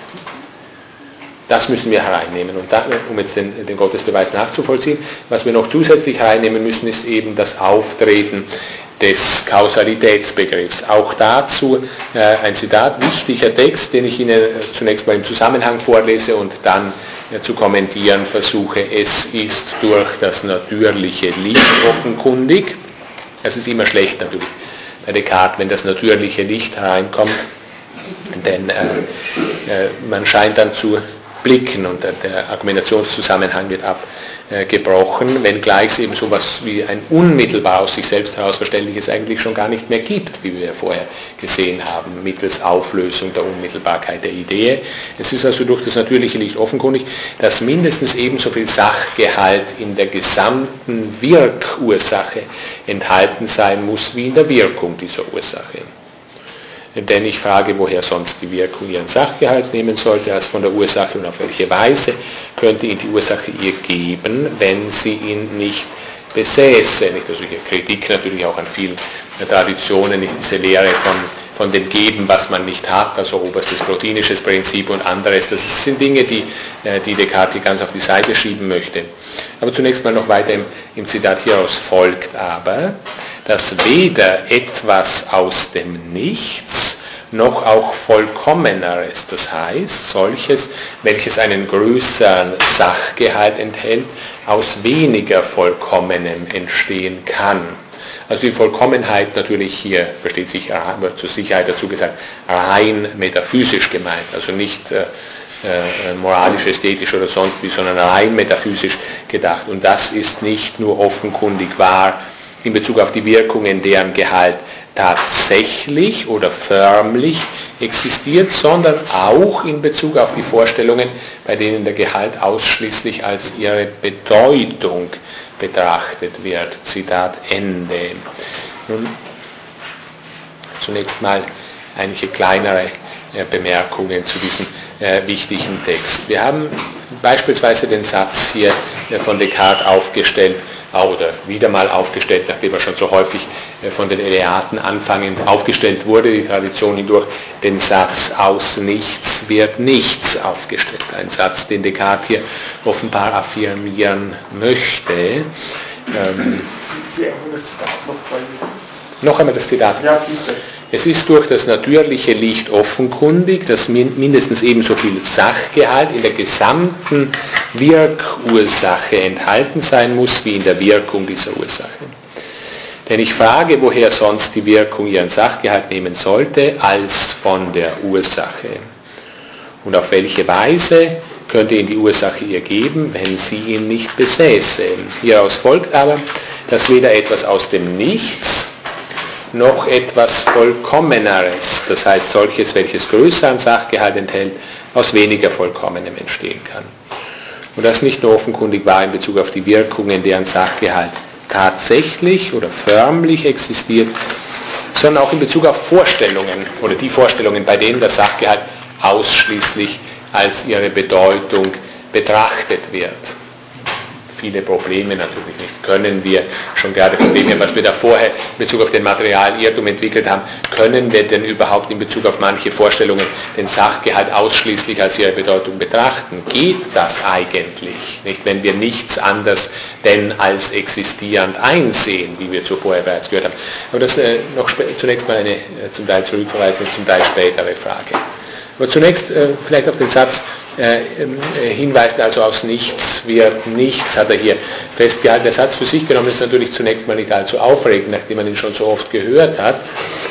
Das müssen wir hereinnehmen. Und dann, um jetzt den, den Gottesbeweis nachzuvollziehen, was wir noch zusätzlich hereinnehmen müssen, ist eben das Auftreten des Kausalitätsbegriffs. Auch dazu äh, ein Zitat, wichtiger Text, den ich Ihnen zunächst mal im Zusammenhang vorlese und dann äh, zu kommentieren versuche. Es ist durch das natürliche Licht offenkundig. Das ist immer schlecht natürlich bei Descartes, wenn das natürliche Licht hereinkommt, denn äh, äh, man scheint dann zu blicken und der Argumentationszusammenhang wird abgebrochen, wenngleich es eben so etwas wie ein unmittelbar aus sich selbst heraus Verständliches eigentlich schon gar nicht mehr gibt, wie wir vorher gesehen haben, mittels Auflösung der Unmittelbarkeit der Idee. Es ist also durch das natürliche Licht offenkundig, dass mindestens ebenso viel Sachgehalt in der gesamten Wirkursache enthalten sein muss, wie in der Wirkung dieser Ursache. Denn ich frage, woher sonst die Wirkung ihren Sachgehalt nehmen sollte, als von der Ursache, und auf welche Weise könnte ihn die Ursache ihr geben, wenn sie ihn nicht besäße. Nicht? Also hier Kritik natürlich auch an vielen Traditionen, nicht diese Lehre von, von dem Geben, was man nicht hat, also oberstes plotinisches Prinzip und anderes. Das sind Dinge, die, die Descartes ganz auf die Seite schieben möchte. Aber zunächst mal noch weiter im, im Zitat hieraus folgt aber, dass weder etwas aus dem Nichts noch auch Vollkommeneres, das heißt solches, welches einen größeren Sachgehalt enthält, aus weniger Vollkommenem entstehen kann. Also die Vollkommenheit natürlich hier, versteht sich, wird zur Sicherheit dazu gesagt, rein metaphysisch gemeint, also nicht äh, äh, moralisch, ästhetisch oder sonst wie, sondern rein metaphysisch gedacht. Und das ist nicht nur offenkundig wahr in Bezug auf die Wirkungen, deren Gehalt tatsächlich oder förmlich existiert, sondern auch in Bezug auf die Vorstellungen, bei denen der Gehalt ausschließlich als ihre Bedeutung betrachtet wird. Zitat Ende. Nun, zunächst mal einige kleinere äh, Bemerkungen zu diesem äh, wichtigen Text. Wir haben beispielsweise den Satz hier äh, von Descartes aufgestellt, oder wieder mal aufgestellt, nachdem er schon so häufig von den Eleaten anfangend aufgestellt wurde, die Tradition hindurch, den Satz aus nichts wird nichts aufgestellt. Ein Satz, den Descartes hier offenbar affirmieren möchte. Ähm, Sie haben das Zitat noch vorlesen. Noch einmal das Zitat. Ja, bitte. Es ist durch das natürliche Licht offenkundig, dass mindestens ebenso viel Sachgehalt in der gesamten Wirkursache enthalten sein muss, wie in der Wirkung dieser Ursache. Denn ich frage, woher sonst die Wirkung ihren Sachgehalt nehmen sollte, als von der Ursache. Und auf welche Weise könnte ihn die Ursache ihr geben, wenn sie ihn nicht besäße. Hieraus folgt aber, dass weder etwas aus dem Nichts, noch etwas Vollkommeneres, das heißt solches, welches größeren Sachgehalt enthält, aus weniger Vollkommenem entstehen kann. Und das nicht nur offenkundig war in Bezug auf die Wirkungen, deren Sachgehalt tatsächlich oder förmlich existiert, sondern auch in Bezug auf Vorstellungen oder die Vorstellungen, bei denen der Sachgehalt ausschließlich als ihre Bedeutung betrachtet wird. Viele Probleme natürlich nicht. Können wir, schon gerade von dem her, was wir da vorher in Bezug auf den Materialirrtum entwickelt haben, können wir denn überhaupt in Bezug auf manche Vorstellungen den Sachgehalt ausschließlich als ihre Bedeutung betrachten? Geht das eigentlich? Nicht, wenn wir nichts anderes denn als existierend einsehen, wie wir zuvor bereits gehört haben. Aber das äh, noch zunächst mal eine äh, zum Teil zurückverweisende, zum Teil spätere Frage. Aber zunächst äh, vielleicht auf den Satz äh, äh, hinweisen, also aus nichts wird nichts, hat er hier festgehalten. Der Satz für sich genommen ist natürlich zunächst mal nicht allzu aufregend, nachdem man ihn schon so oft gehört hat.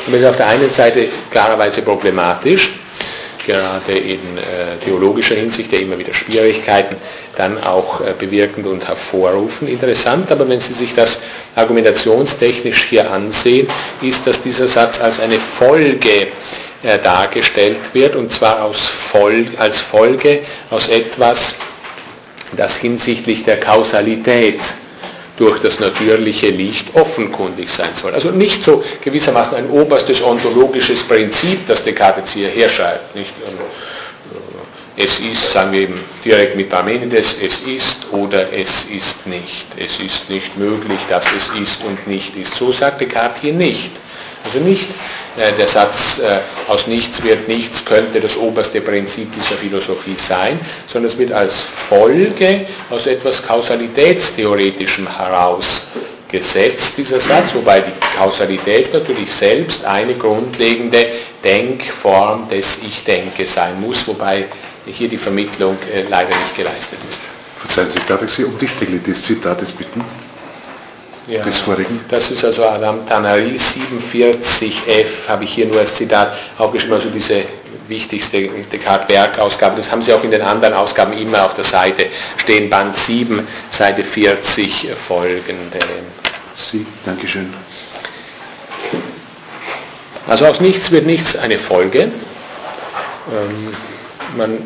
Und das ist auf der einen Seite klarerweise problematisch, gerade in äh, theologischer Hinsicht ja immer wieder Schwierigkeiten dann auch äh, bewirkend und hervorrufen. Interessant, aber wenn Sie sich das argumentationstechnisch hier ansehen, ist, dass dieser Satz als eine Folge äh, dargestellt wird, und zwar aus Fol- als Folge aus etwas, das hinsichtlich der Kausalität durch das natürliche Licht offenkundig sein soll. Also nicht so gewissermaßen ein oberstes ontologisches Prinzip, das Descartes hier herschreibt. Nicht? Es ist, sagen wir eben direkt mit Parmenides, es ist oder es ist nicht. Es ist nicht möglich, dass es ist und nicht ist. So sagt Descartes hier nicht. Also nicht äh, der Satz, äh, aus nichts wird nichts, könnte das oberste Prinzip dieser Philosophie sein, sondern es wird als Folge aus etwas Kausalitätstheoretischem herausgesetzt, dieser Satz, wobei die Kausalität natürlich selbst eine grundlegende Denkform des Ich denke sein muss, wobei hier die Vermittlung äh, leider nicht geleistet ist. Verzeihen Sie, darf ich Sie um die Stelle des Zitates bitten? Ja, des vorigen? Das ist also Adam Tanari siebenundvierzig F, habe ich hier nur als Zitat aufgeschrieben, also diese wichtigste Descartes-Werkausgabe. Das haben Sie auch in den anderen Ausgaben immer auf der Seite stehen, Band sieben, Seite vierzig folgende. Sie, Dankeschön. Also aus nichts wird nichts eine Folge. Ähm, man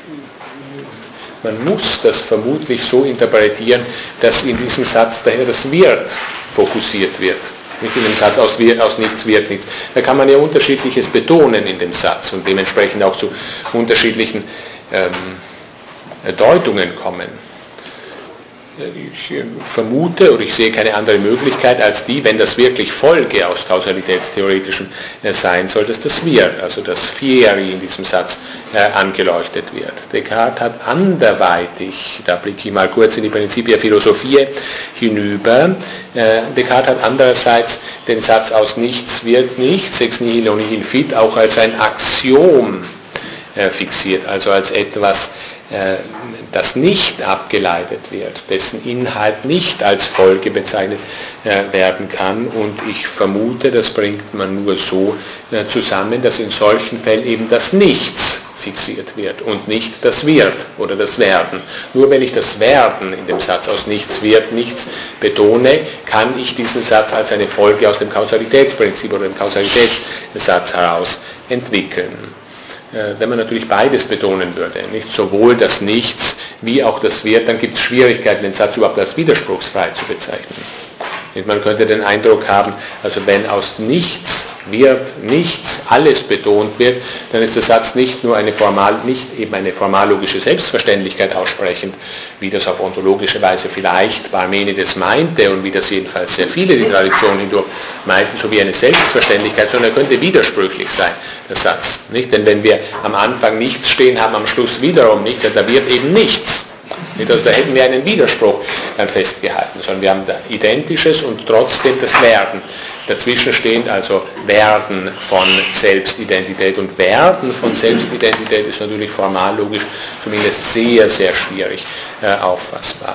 Man muss das vermutlich so interpretieren, dass in diesem Satz daher das Wird fokussiert wird. Nicht in dem Satz aus, aus nichts wird nichts. Da kann man ja unterschiedliches betonen in dem Satz und dementsprechend auch zu unterschiedlichen ähm, Deutungen kommen. Ich vermute, oder ich sehe keine andere Möglichkeit als die, wenn das wirklich Folge aus Kausalitätstheoretischem sein soll, dass das wird, also das Fieri in diesem Satz äh, angeleuchtet wird. Descartes hat anderweitig, da blicke ich mal kurz in die Principia Philosophiae hinüber, äh, Descartes hat andererseits den Satz aus nichts wird nichts, ex nihilo nihil fit, auch als ein Axiom äh, fixiert, also als etwas, das nicht abgeleitet wird, dessen Inhalt nicht als Folge bezeichnet werden kann, und ich vermute, das bringt man nur so zusammen, dass in solchen Fällen eben das Nichts fixiert wird und nicht das Wird oder das Werden. Nur wenn ich das Werden in dem Satz aus nichts wird nichts betone, kann ich diesen Satz als eine Folge aus dem Kausalitätsprinzip oder dem Kausalitätssatz heraus entwickeln. Wenn man natürlich beides betonen würde, nicht sowohl das Nichts wie auch das Wird, dann gibt es Schwierigkeiten, den Satz überhaupt als widerspruchsfrei zu bezeichnen. Man könnte den Eindruck haben, also wenn aus nichts wird nichts alles betont wird, dann ist der Satz nicht nur eine formal, nicht eben eine formallogische Selbstverständlichkeit aussprechend, wie das auf ontologische Weise vielleicht Parmenides meinte und wie das jedenfalls sehr viele die Tradition hindurch meinten, so wie eine Selbstverständlichkeit, sondern er könnte widersprüchlich sein, der Satz. Nicht? Denn wenn wir am Anfang nichts stehen haben, am Schluss wiederum nichts, da wird eben nichts. Also da hätten wir einen Widerspruch dann festgehalten, sondern wir haben da Identisches und trotzdem das Werden. Dazwischen stehend also Werden von Selbstidentität, und Werden von Selbstidentität ist natürlich formallogisch zumindest sehr, sehr schwierig äh, auffassbar.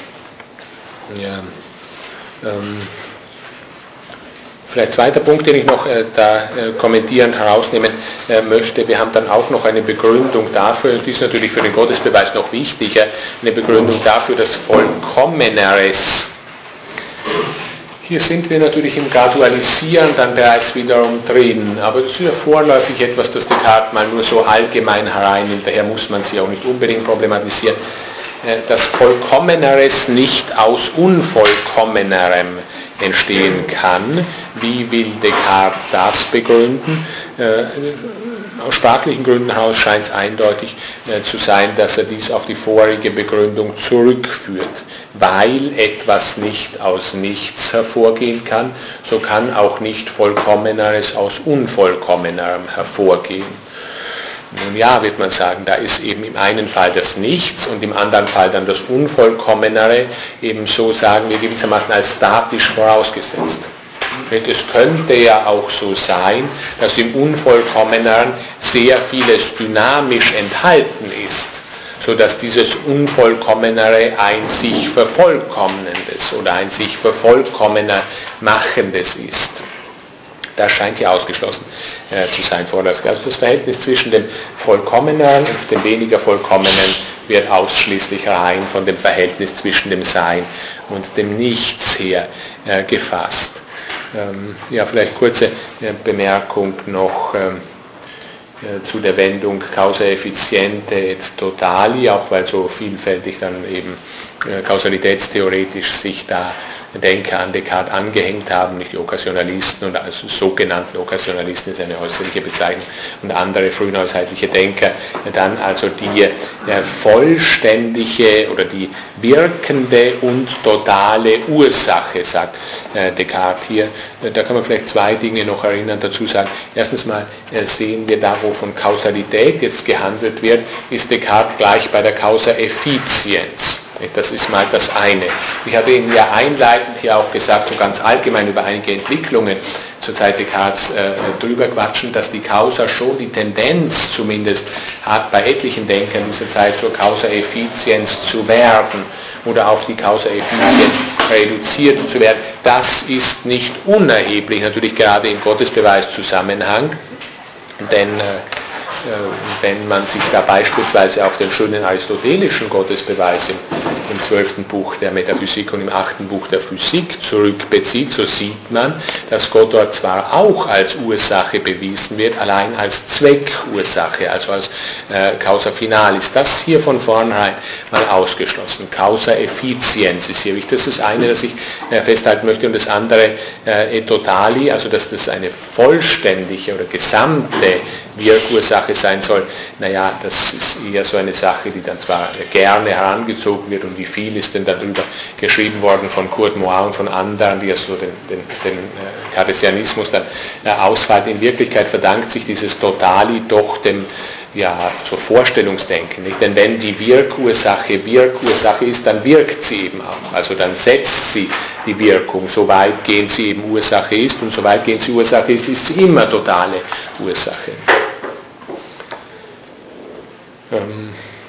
Ja. Ähm. Vielleicht zweiter Punkt, den ich noch äh, da äh, kommentierend herausnehmen äh, möchte. Wir haben dann auch noch eine Begründung dafür, und die ist natürlich für den Gottesbeweis noch wichtiger, eine Begründung dafür, dass Vollkommeneres. Hier sind wir natürlich im Gradualisieren dann bereits wiederum drin, aber das ist ja vorläufig etwas, das Descartes mal nur so allgemein hereinnimmt, daher muss man sie auch nicht unbedingt problematisieren. Dass Vollkommeneres nicht aus Unvollkommenerem entstehen kann. Wie will Descartes das begründen? Aus sprachlichen Gründen heraus scheint es eindeutig äh, zu sein, dass er dies auf die vorige Begründung zurückführt. Weil etwas nicht aus nichts hervorgehen kann, so kann auch nicht Vollkommeneres aus Unvollkommenerem hervorgehen. Nun ja, wird man sagen, da ist eben im einen Fall das Nichts und im anderen Fall dann das Unvollkommenere, eben so sagen wir gewissermaßen als statisch vorausgesetzt. Es könnte ja auch so sein, dass im Unvollkommeneren sehr vieles dynamisch enthalten ist, sodass dieses Unvollkommenere ein sich Vervollkommnendes oder ein sich Vervollkommener Machendes ist. Das scheint hier ausgeschlossen äh, zu sein vorläufig. Also das Verhältnis zwischen dem Vollkommenen und dem weniger Vollkommenen wird ausschließlich rein von dem Verhältnis zwischen dem Sein und dem Nichts her äh, gefasst. Ähm, ja, vielleicht kurze äh, Bemerkung noch ähm, äh, zu der Wendung causa efficiente et totali, auch weil so vielfältig dann eben äh, kausalitätstheoretisch sich da Denker an Descartes angehängt haben, nicht die Okkasionalisten und also sogenannten Okkasionalisten ist eine äußerliche Bezeichnung und andere frühneuzeitliche Denker, dann also die äh, vollständige oder die wirkende und totale Ursache, sagt äh, Descartes hier. Da kann man vielleicht zwei Dinge noch erinnern, dazu sagen. Erstens mal äh, sehen wir da, wo von Kausalität jetzt gehandelt wird, ist Descartes gleich bei der Causa efficiens. Das ist mal das eine. Ich habe Ihnen ja einleitend hier auch gesagt, so ganz allgemein über einige Entwicklungen zur Zeit Descartes äh, drüber quatschen, dass die Causa schon die Tendenz zumindest hat, bei etlichen Denkern dieser Zeit zur Causa efficiens zu werden oder auf die Causa efficiens reduziert zu werden. Das ist nicht unerheblich, natürlich gerade im Gottesbeweiszusammenhang, denn äh, wenn man sich da beispielsweise auf den schönen aristotelischen Gottesbeweis im, im zwölften Buch der Metaphysik und im achten Buch der Physik zurückbezieht, so sieht man, dass Gott dort zwar auch als Ursache bewiesen wird, allein als Zweckursache, also als äh, Causa finalis. Das hier von vornherein mal ausgeschlossen. Causa efficiens ist hier wichtig. Das ist das eine, das ich äh, festhalten möchte, und das andere äh, et totali, also dass das eine vollständige oder gesamte Wirkursache sein soll, naja, das ist eher so eine Sache, die dann zwar gerne herangezogen wird, und wie viel ist denn darüber geschrieben worden von Kurt Moir und von anderen, die ja so den, den, den Cartesianismus dann äh, ausfallen. In Wirklichkeit verdankt sich dieses Totali doch dem ja, so Vorstellungsdenken. Nicht? Denn wenn die Wirkursache Wirkursache ist, dann wirkt sie eben auch. Also dann setzt sie die Wirkung, soweit gehend sie eben Ursache ist, und soweit gehend sie Ursache ist, ist sie immer totale Ursache. Ähm,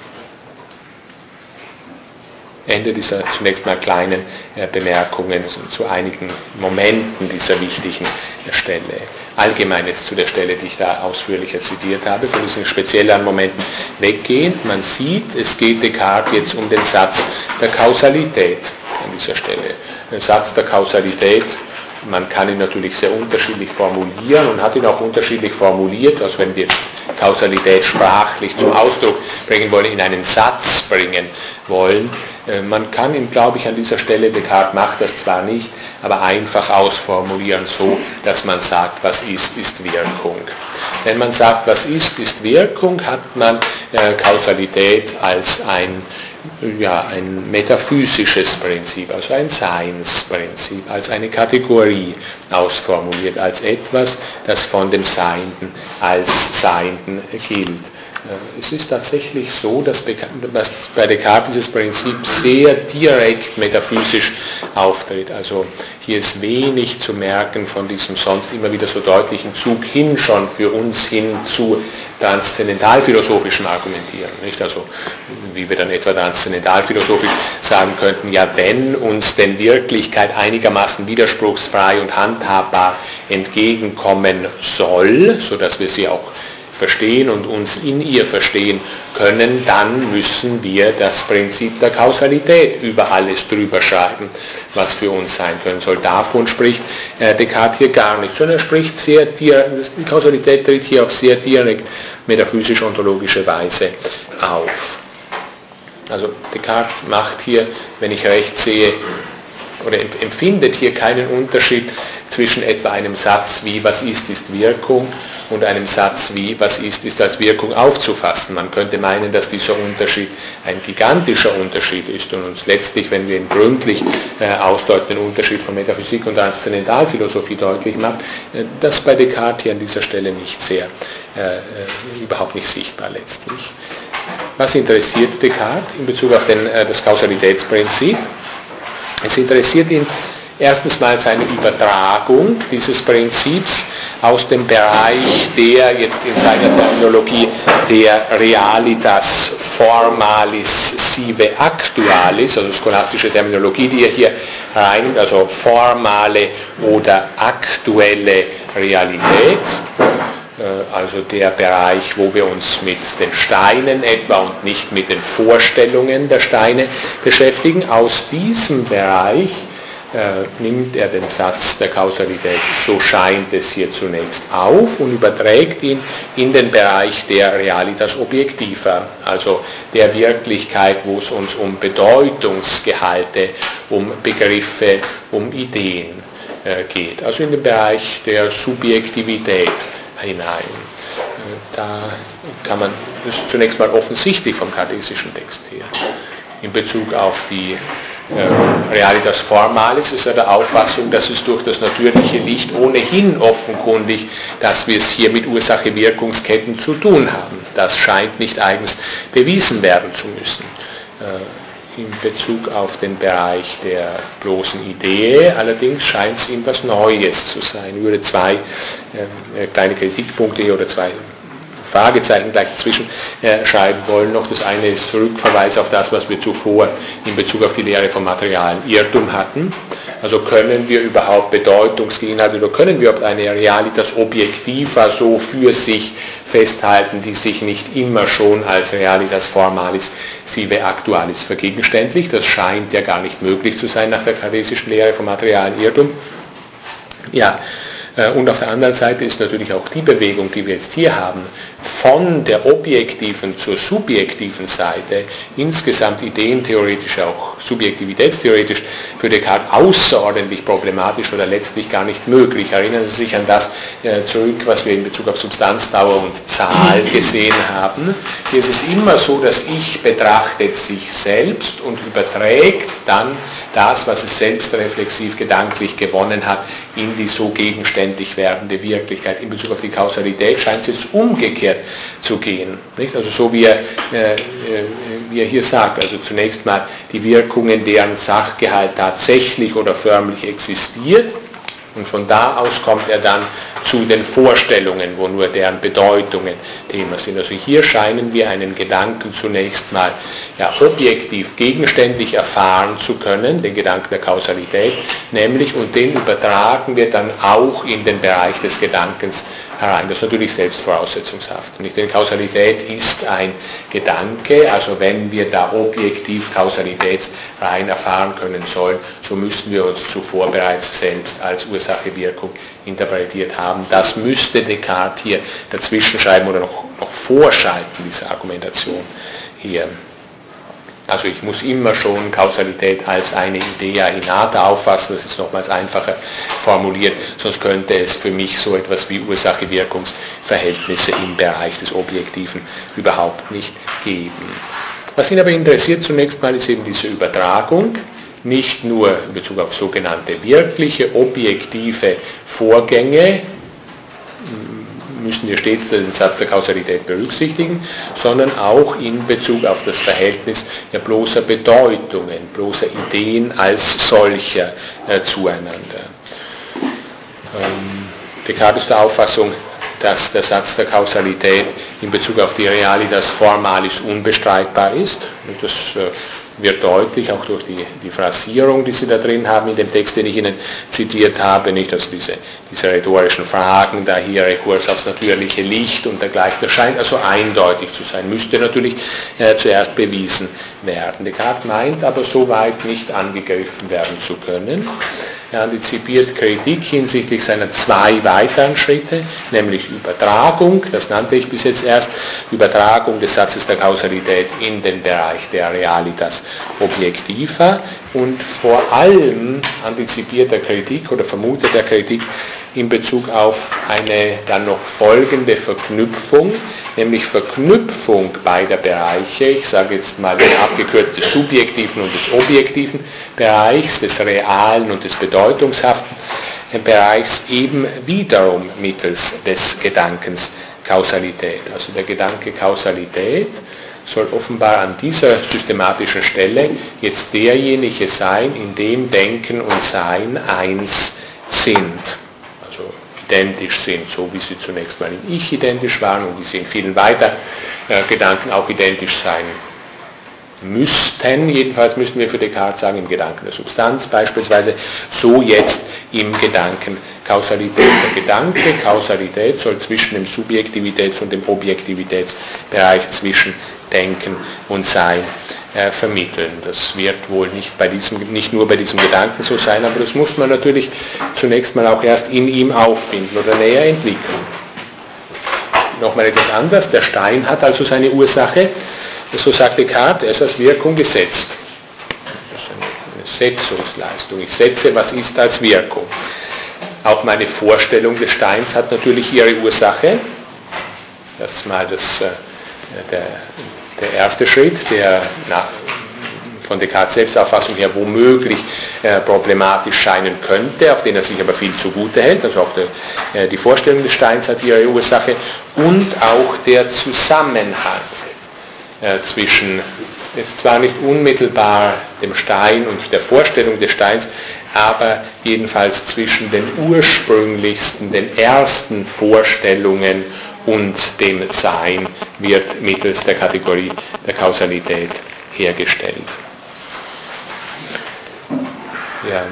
Ende dieser zunächst mal kleinen äh, Bemerkungen zu, zu einigen Momenten dieser wichtigen äh, Stelle. Allgemeines zu der Stelle, die ich da ausführlicher zitiert habe, von diesen speziellen Momenten weggehend. Man sieht, es geht Descartes jetzt um den Satz der Kausalität an dieser Stelle. Den Satz der Kausalität, man kann ihn natürlich sehr unterschiedlich formulieren und hat ihn auch unterschiedlich formuliert, also wenn wir jetzt Kausalität sprachlich zum Ausdruck bringen wollen, in einen Satz bringen wollen. Man kann ihn, glaube ich, an dieser Stelle, Descartes macht das zwar nicht, aber einfach ausformulieren so, dass man sagt, was ist, ist Wirkung. Wenn man sagt, was ist, ist Wirkung, hat man äh, Kausalität als ein, ja, ein metaphysisches Prinzip, also ein Seinsprinzip, als eine Kategorie ausformuliert, als etwas, das von dem Seienden als Seienden gilt. Es ist tatsächlich so, dass bei Descartes dieses Prinzip sehr direkt metaphysisch auftritt. Also hier ist wenig zu merken von diesem sonst immer wieder so deutlichen Zug hin, schon für uns hin zu transzendentalphilosophischem Argumentieren. Nicht? Also wie wir dann etwa transzendentalphilosophisch sagen könnten, ja, wenn uns denn Wirklichkeit einigermaßen widerspruchsfrei und handhabbar entgegenkommen soll, sodass wir sie auch verstehen und uns in ihr verstehen können, dann müssen wir das Prinzip der Kausalität über alles drüber schreiben, was für uns sein können soll. Davon spricht äh, Descartes hier gar nicht, sondern er spricht sehr direkt, die Kausalität tritt hier auf sehr direkt metaphysisch-ontologische Weise auf. Also Descartes macht hier, wenn ich recht sehe, oder empfindet hier keinen Unterschied zwischen etwa einem Satz wie was ist, ist Wirkung und einem Satz wie was ist, ist als Wirkung aufzufassen. Man könnte meinen, dass dieser Unterschied ein gigantischer Unterschied ist und uns letztlich, wenn wir ihn gründlich äh, ausdeuten, den Unterschied von Metaphysik und Transzendentalphilosophie deutlich macht, äh, das bei Descartes hier an dieser Stelle nicht sehr, äh, äh, überhaupt nicht sichtbar letztlich. Was interessiert Descartes in Bezug auf den, äh, das Kausalitätsprinzip? Es interessiert ihn erstens mal seine Übertragung dieses Prinzips aus dem Bereich der, jetzt in seiner Terminologie, der Realitas formalis sive actualis, also scholastische Terminologie, die er hier reinnimmt, also formale oder aktuelle Realität, also der Bereich, wo wir uns mit den Steinen etwa und nicht mit den Vorstellungen der Steine beschäftigen. Aus diesem Bereich äh, nimmt er den Satz der Kausalität, so scheint es hier zunächst, auf und überträgt ihn in den Bereich der Realitas objectiva, also der Wirklichkeit, wo es uns um Bedeutungsgehalte, um Begriffe, um Ideen äh, geht, also in den Bereich der Subjektivität hinein. Da kann man, das ist zunächst mal offensichtlich vom kartesischen Text her. In Bezug auf die äh, Realitas formalis ist er der Auffassung, dass es durch das natürliche Licht ohnehin offenkundig, dass wir es hier mit Ursache-Wirkungsketten zu tun haben. Das scheint nicht eigens bewiesen werden zu müssen. Äh, In Bezug auf den Bereich der bloßen Idee allerdings scheint es ihm was Neues zu sein. Ich würde zwei äh, kleine Kritikpunkte oder zwei Fragezeichen gleich dazwischen äh, schreiben wollen noch. Das eine ist Rückverweis auf das, was wir zuvor in Bezug auf die Lehre vom materialen Irrtum hatten. Also können wir überhaupt Bedeutungsgegenhalte oder können wir überhaupt eine Realitas objectiva so für sich festhalten, die sich nicht immer schon als Realitas formalis sive actualis vergegenständlicht. Das scheint ja gar nicht möglich zu sein nach der kartesischen Lehre vom materialen Irrtum. Ja, und auf der anderen Seite ist natürlich auch die Bewegung, die wir jetzt hier haben, von der objektiven zur subjektiven Seite, insgesamt ideentheoretisch, auch subjektivitätstheoretisch, für Descartes außerordentlich problematisch oder letztlich gar nicht möglich. Erinnern Sie sich an das äh, zurück, was wir in Bezug auf Substanzdauer und Zahl gesehen haben. Hier ist es immer so, dass Ich betrachtet sich selbst und überträgt dann das, was es selbstreflexiv gedanklich gewonnen hat, in die so gegenständig werdende Wirklichkeit. In Bezug auf die Kausalität scheint es jetzt umgekehrt zu gehen. Nicht? Also so wie er, äh, wie er hier sagt, also zunächst mal die Wirkungen, deren Sachgehalt tatsächlich oder förmlich existiert, und von da aus kommt er dann zu den Vorstellungen, wo nur deren Bedeutungen Thema sind. Also hier scheinen wir einen Gedanken zunächst mal ja, objektiv gegenständlich erfahren zu können, den Gedanken der Kausalität, nämlich, und den übertragen wir dann auch in den Bereich des Gedankens herein. Das ist natürlich selbstvoraussetzungshaft. Nicht? Denn Kausalität ist ein Gedanke, also wenn wir da objektiv kausalitätsrein erfahren können sollen, so müssten wir uns zuvor bereits selbst als Ursache-Wirkung interpretiert haben. Das müsste Descartes hier dazwischen schreiben oder noch, noch vorschalten, diese Argumentation hier. Also ich muss immer schon Kausalität als eine Idea innata auffassen, das ist nochmals einfacher formuliert, sonst könnte es für mich so etwas wie Ursache-Wirkungsverhältnisse im Bereich des Objektiven überhaupt nicht geben. Was ihn aber interessiert zunächst mal ist eben diese Übertragung, nicht nur in Bezug auf sogenannte wirkliche, objektive Vorgänge, müssen wir stets den Satz der Kausalität berücksichtigen, sondern auch in Bezug auf das Verhältnis ja, bloßer Bedeutungen, bloßer Ideen als solcher äh, zueinander. Ähm, Descartes ist der Auffassung, dass der Satz der Kausalität in Bezug auf die Realitas formalis unbestreitbar ist. Und das äh, wird deutlich, auch durch die, die Phrasierung, die Sie da drin haben in dem Text, den ich Ihnen zitiert habe, nicht, also diese, diese rhetorischen Fragen, da hier Rekurs aufs natürliche Licht und dergleichen, das scheint also eindeutig zu sein, müsste natürlich äh, zuerst bewiesen werden. Descartes meint aber so weit nicht angegriffen werden zu können. Er antizipiert Kritik hinsichtlich seiner zwei weiteren Schritte, nämlich Übertragung, das nannte ich bis jetzt erst, Übertragung des Satzes der Kausalität in den Bereich der Realitas objectiva und vor allem antizipiert er Kritik oder vermutet er Kritik in Bezug auf eine dann noch folgende Verknüpfung, nämlich Verknüpfung beider Bereiche, ich sage jetzt mal den abgekürzt des subjektiven und des objektiven Bereichs, des realen und des bedeutungshaften Bereichs, eben wiederum mittels des Gedankens Kausalität. Also der Gedanke Kausalität soll offenbar an dieser systematischen Stelle jetzt derjenige sein, in dem Denken und Sein eins sind. identisch sind, so wie sie zunächst mal im Ich identisch waren und wie sie in vielen weiteren äh, Gedanken auch identisch sein müssten. Jedenfalls müssten wir für Descartes sagen, im Gedanken der Substanz beispielsweise, so jetzt im Gedanken Kausalität. Der Gedanke Kausalität soll zwischen dem Subjektivitäts- und dem Objektivitätsbereich zwischen Denken und Sein äh, vermitteln. Das wird wohl nicht, bei diesem, nicht nur bei diesem Gedanken so sein, aber das muss man natürlich zunächst mal auch erst in ihm auffinden oder näher entwickeln. Nochmal etwas anderes, der Stein hat also seine Ursache, so sagt Descartes, er ist als Wirkung gesetzt. Das ist eine Setzungsleistung. Ich setze, was ist, als Wirkung. Auch meine Vorstellung des Steins hat natürlich ihre Ursache. Das ist mal das, äh, der, der erste Schritt, der nach, von Descartes' Selbstauffassung her womöglich äh, problematisch scheinen könnte, auf den er sich aber viel zugute hält. Also auch der, äh, die Vorstellung des Steins hat ihre Ursache und auch der Zusammenhang äh, zwischen, jetzt zwar nicht unmittelbar dem Stein und der Vorstellung des Steins, aber jedenfalls zwischen den ursprünglichsten, den ersten Vorstellungen und dem Sein wird mittels der Kategorie der Kausalität hergestellt. Ja,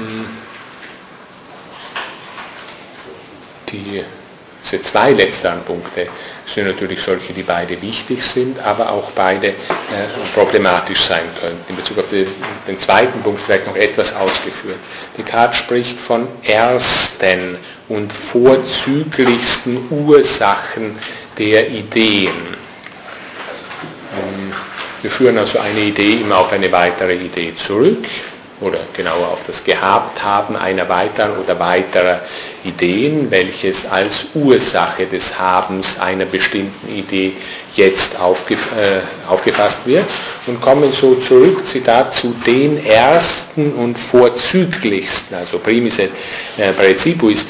die, diese zwei letzteren Punkte sind natürlich solche, die beide wichtig sind, aber auch beide äh, problematisch sein könnten. In Bezug auf den, den zweiten Punkt vielleicht noch etwas ausgeführt. Descartes spricht von ersten und vorzüglichsten Ursachen der Ideen. Ähm, wir führen also eine Idee immer auf eine weitere Idee zurück, oder genauer auf das Gehabthaben einer weiteren oder weiterer Ideen, welches als Ursache des Habens einer bestimmten Idee jetzt aufgef äh, aufgefasst wird, und kommen so zurück, Zitat, zu den ersten und vorzüglichsten, also primis et äh, praecipuis,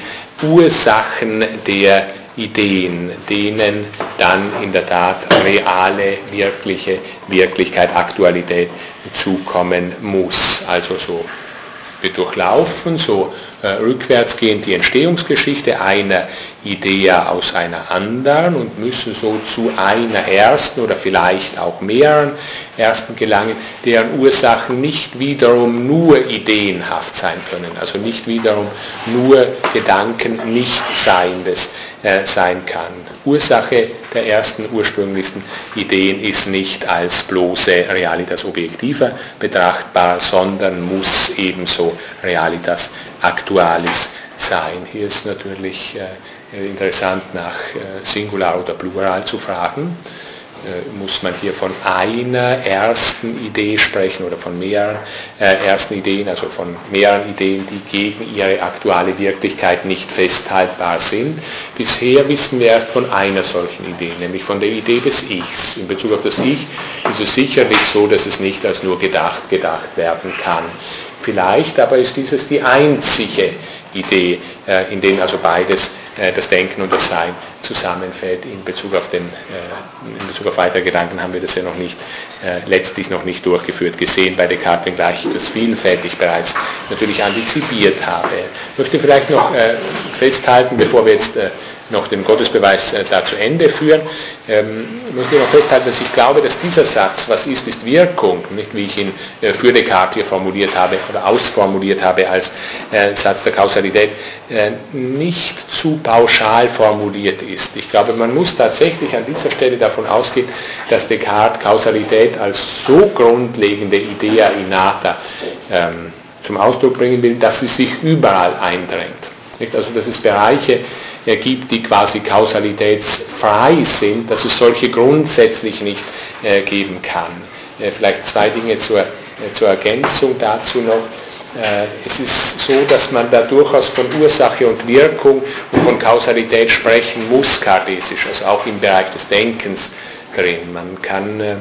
Ursachen der Ideen, denen dann in der Tat reale, wirkliche Wirklichkeit, Aktualität zukommen muss. Also so, wir durchlaufen so äh, rückwärtsgehend die Entstehungsgeschichte einer Idee aus einer anderen und müssen so zu einer ersten oder vielleicht auch mehreren ersten gelangen, deren Ursachen nicht wiederum nur ideenhaft sein können, also nicht wiederum nur Gedanken Nichtseiendes äh, sein kann. Ursache der ersten ursprünglichsten Ideen ist nicht als bloße Realitas objektiva betrachtbar, sondern muss ebenso Realitas actualis sein. Hier ist natürlich äh, interessant, nach äh, Singular oder Plural zu fragen. Äh, muss man hier von einer ersten Idee sprechen oder von mehreren äh, ersten Ideen, also von mehreren Ideen, die gegen ihre aktuelle Wirklichkeit nicht festhaltbar sind. Bisher wissen wir erst von einer solchen Idee, nämlich von der Idee des Ichs. In Bezug auf das Ich ist es sicherlich so, dass es nicht als nur gedacht gedacht werden kann. Vielleicht aber ist dieses die einzige Idee, äh, in denen also beides, äh, das Denken und das Sein, zusammenfällt. In Bezug auf den, äh, in Bezug auf weitere Gedanken haben wir das ja noch nicht, äh, letztlich noch nicht durchgeführt gesehen bei Descartes, wenngleich ich das vielfältig bereits natürlich antizipiert habe. Ich möchte vielleicht noch äh, festhalten, bevor wir jetzt äh, noch den Gottesbeweis äh, da zu Ende führen, ähm, möchte ich noch festhalten, dass ich glaube, dass dieser Satz, was ist, ist Wirkung, nicht wie ich ihn äh, für Descartes hier formuliert habe oder ausformuliert habe als äh, Satz der Kausalität, äh, nicht zu pauschal formuliert ist. Ich glaube, man muss tatsächlich an dieser Stelle davon ausgehen, dass Descartes Kausalität als so grundlegende Idea innata ähm, zum Ausdruck bringen will, dass sie sich überall eindrängt. Nicht? Also dass es Bereiche gibt, die quasi kausalitätsfrei sind, dass es solche grundsätzlich nicht äh, geben kann. Äh, vielleicht zwei Dinge zur, äh, zur Ergänzung dazu noch. Äh, es ist so, dass man da durchaus von Ursache und Wirkung und von Kausalität sprechen muss, kartesisch, also auch im Bereich des Denkens drin. Man kann, äh,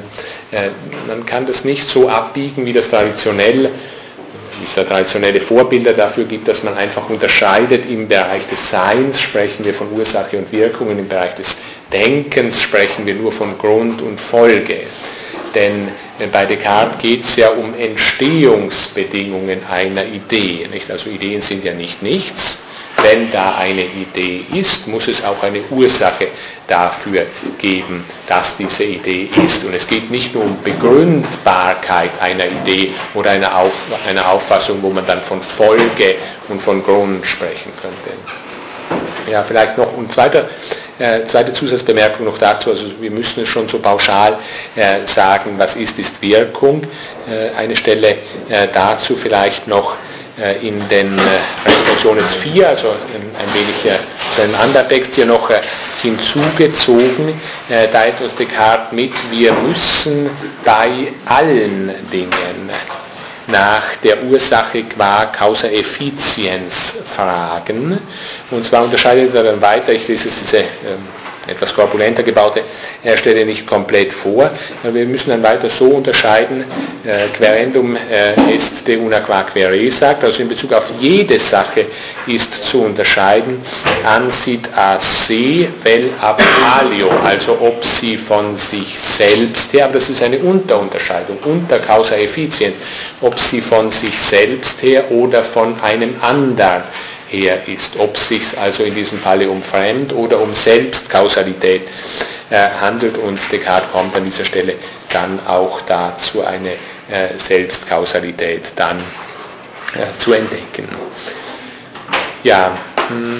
man kann das nicht so abbiegen, wie das traditionell wie es da traditionelle Vorbilder dafür gibt, dass man einfach unterscheidet. Im Bereich des Seins sprechen wir von Ursache und Wirkung, und im Bereich des Denkens sprechen wir nur von Grund und Folge. Denn bei Descartes geht es ja um Entstehungsbedingungen einer Idee. Nicht? Also Ideen sind ja nicht nichts, wenn da eine Idee ist, muss es auch eine Ursache dafür geben, dass diese Idee ist. Und es geht nicht nur um Begründbarkeit einer Idee oder einer, Auf, einer Auffassung, wo man dann von Folge und von Grund sprechen könnte. Ja, vielleicht noch ein zweiter, äh, zweite Zusatzbemerkung noch dazu, also wir müssen es schon so pauschal äh, sagen, was ist, ist Wirkung. Äh, eine Stelle äh, dazu vielleicht noch äh, in den äh, Restriktionen vier, also ein, ein wenig äh, zu einem anderen Text hier noch äh, hinzugezogen, äh, da etwas Descartes mit, wir müssen bei allen Dingen nach der Ursache qua causa efficiens fragen. Und zwar unterscheidet er dann weiter, ich lese jetzt diese ähm, etwas korpulenter gebaute äh, Stelle nicht komplett vor. Wir müssen dann weiter so unterscheiden, äh, querendum äh, est de una qua quere sagt, also in Bezug auf jede Sache ist zu unterscheiden, ansit a se vel ab alio, also ob sie von sich selbst her, aber das ist eine Unterunterscheidung, unter causa efficiens, ob sie von sich selbst her oder von einem anderen her ist, ob es sich also in diesem Falle um Fremd- oder um Selbstkausalität äh, handelt, und Descartes kommt an dieser Stelle dann auch dazu, eine äh, Selbstkausalität dann äh, zu entdecken. Ja, mh,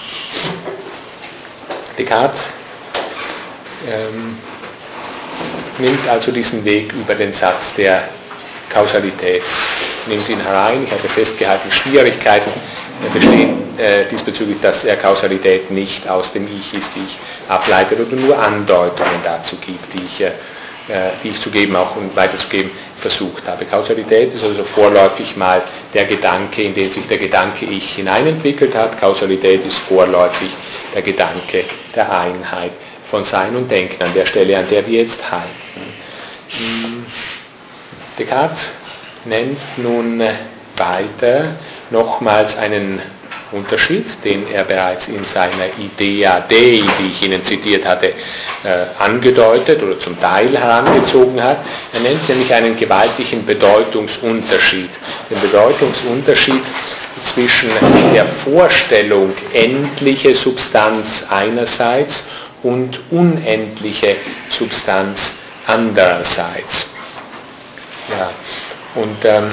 Descartes ähm, nimmt also diesen Weg über den Satz der Kausalität, nimmt ihn herein. Ich habe festgehalten, Schwierigkeiten bestehen äh, diesbezüglich, dass er Kausalität nicht aus dem Ich ist, die ich ableitet oder nur Andeutungen dazu gibt, die ich, äh, die ich zu geben auch und weiterzugeben versucht habe. Kausalität ist also vorläufig mal der Gedanke, in den sich der Gedanke Ich hineinentwickelt hat. Kausalität ist vorläufig der Gedanke der Einheit von Sein und Denken an der Stelle, an der wir jetzt halten. Descartes nennt nun weiter nochmals einen Unterschied, den er bereits in seiner Idea Dei, die ich Ihnen zitiert hatte, äh, angedeutet oder zum Teil herangezogen hat. Er nennt nämlich einen gewaltigen Bedeutungsunterschied. Den Bedeutungsunterschied zwischen der Vorstellung endliche Substanz einerseits und unendliche Substanz andererseits. Ja, und ähm,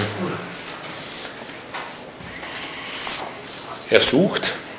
er sucht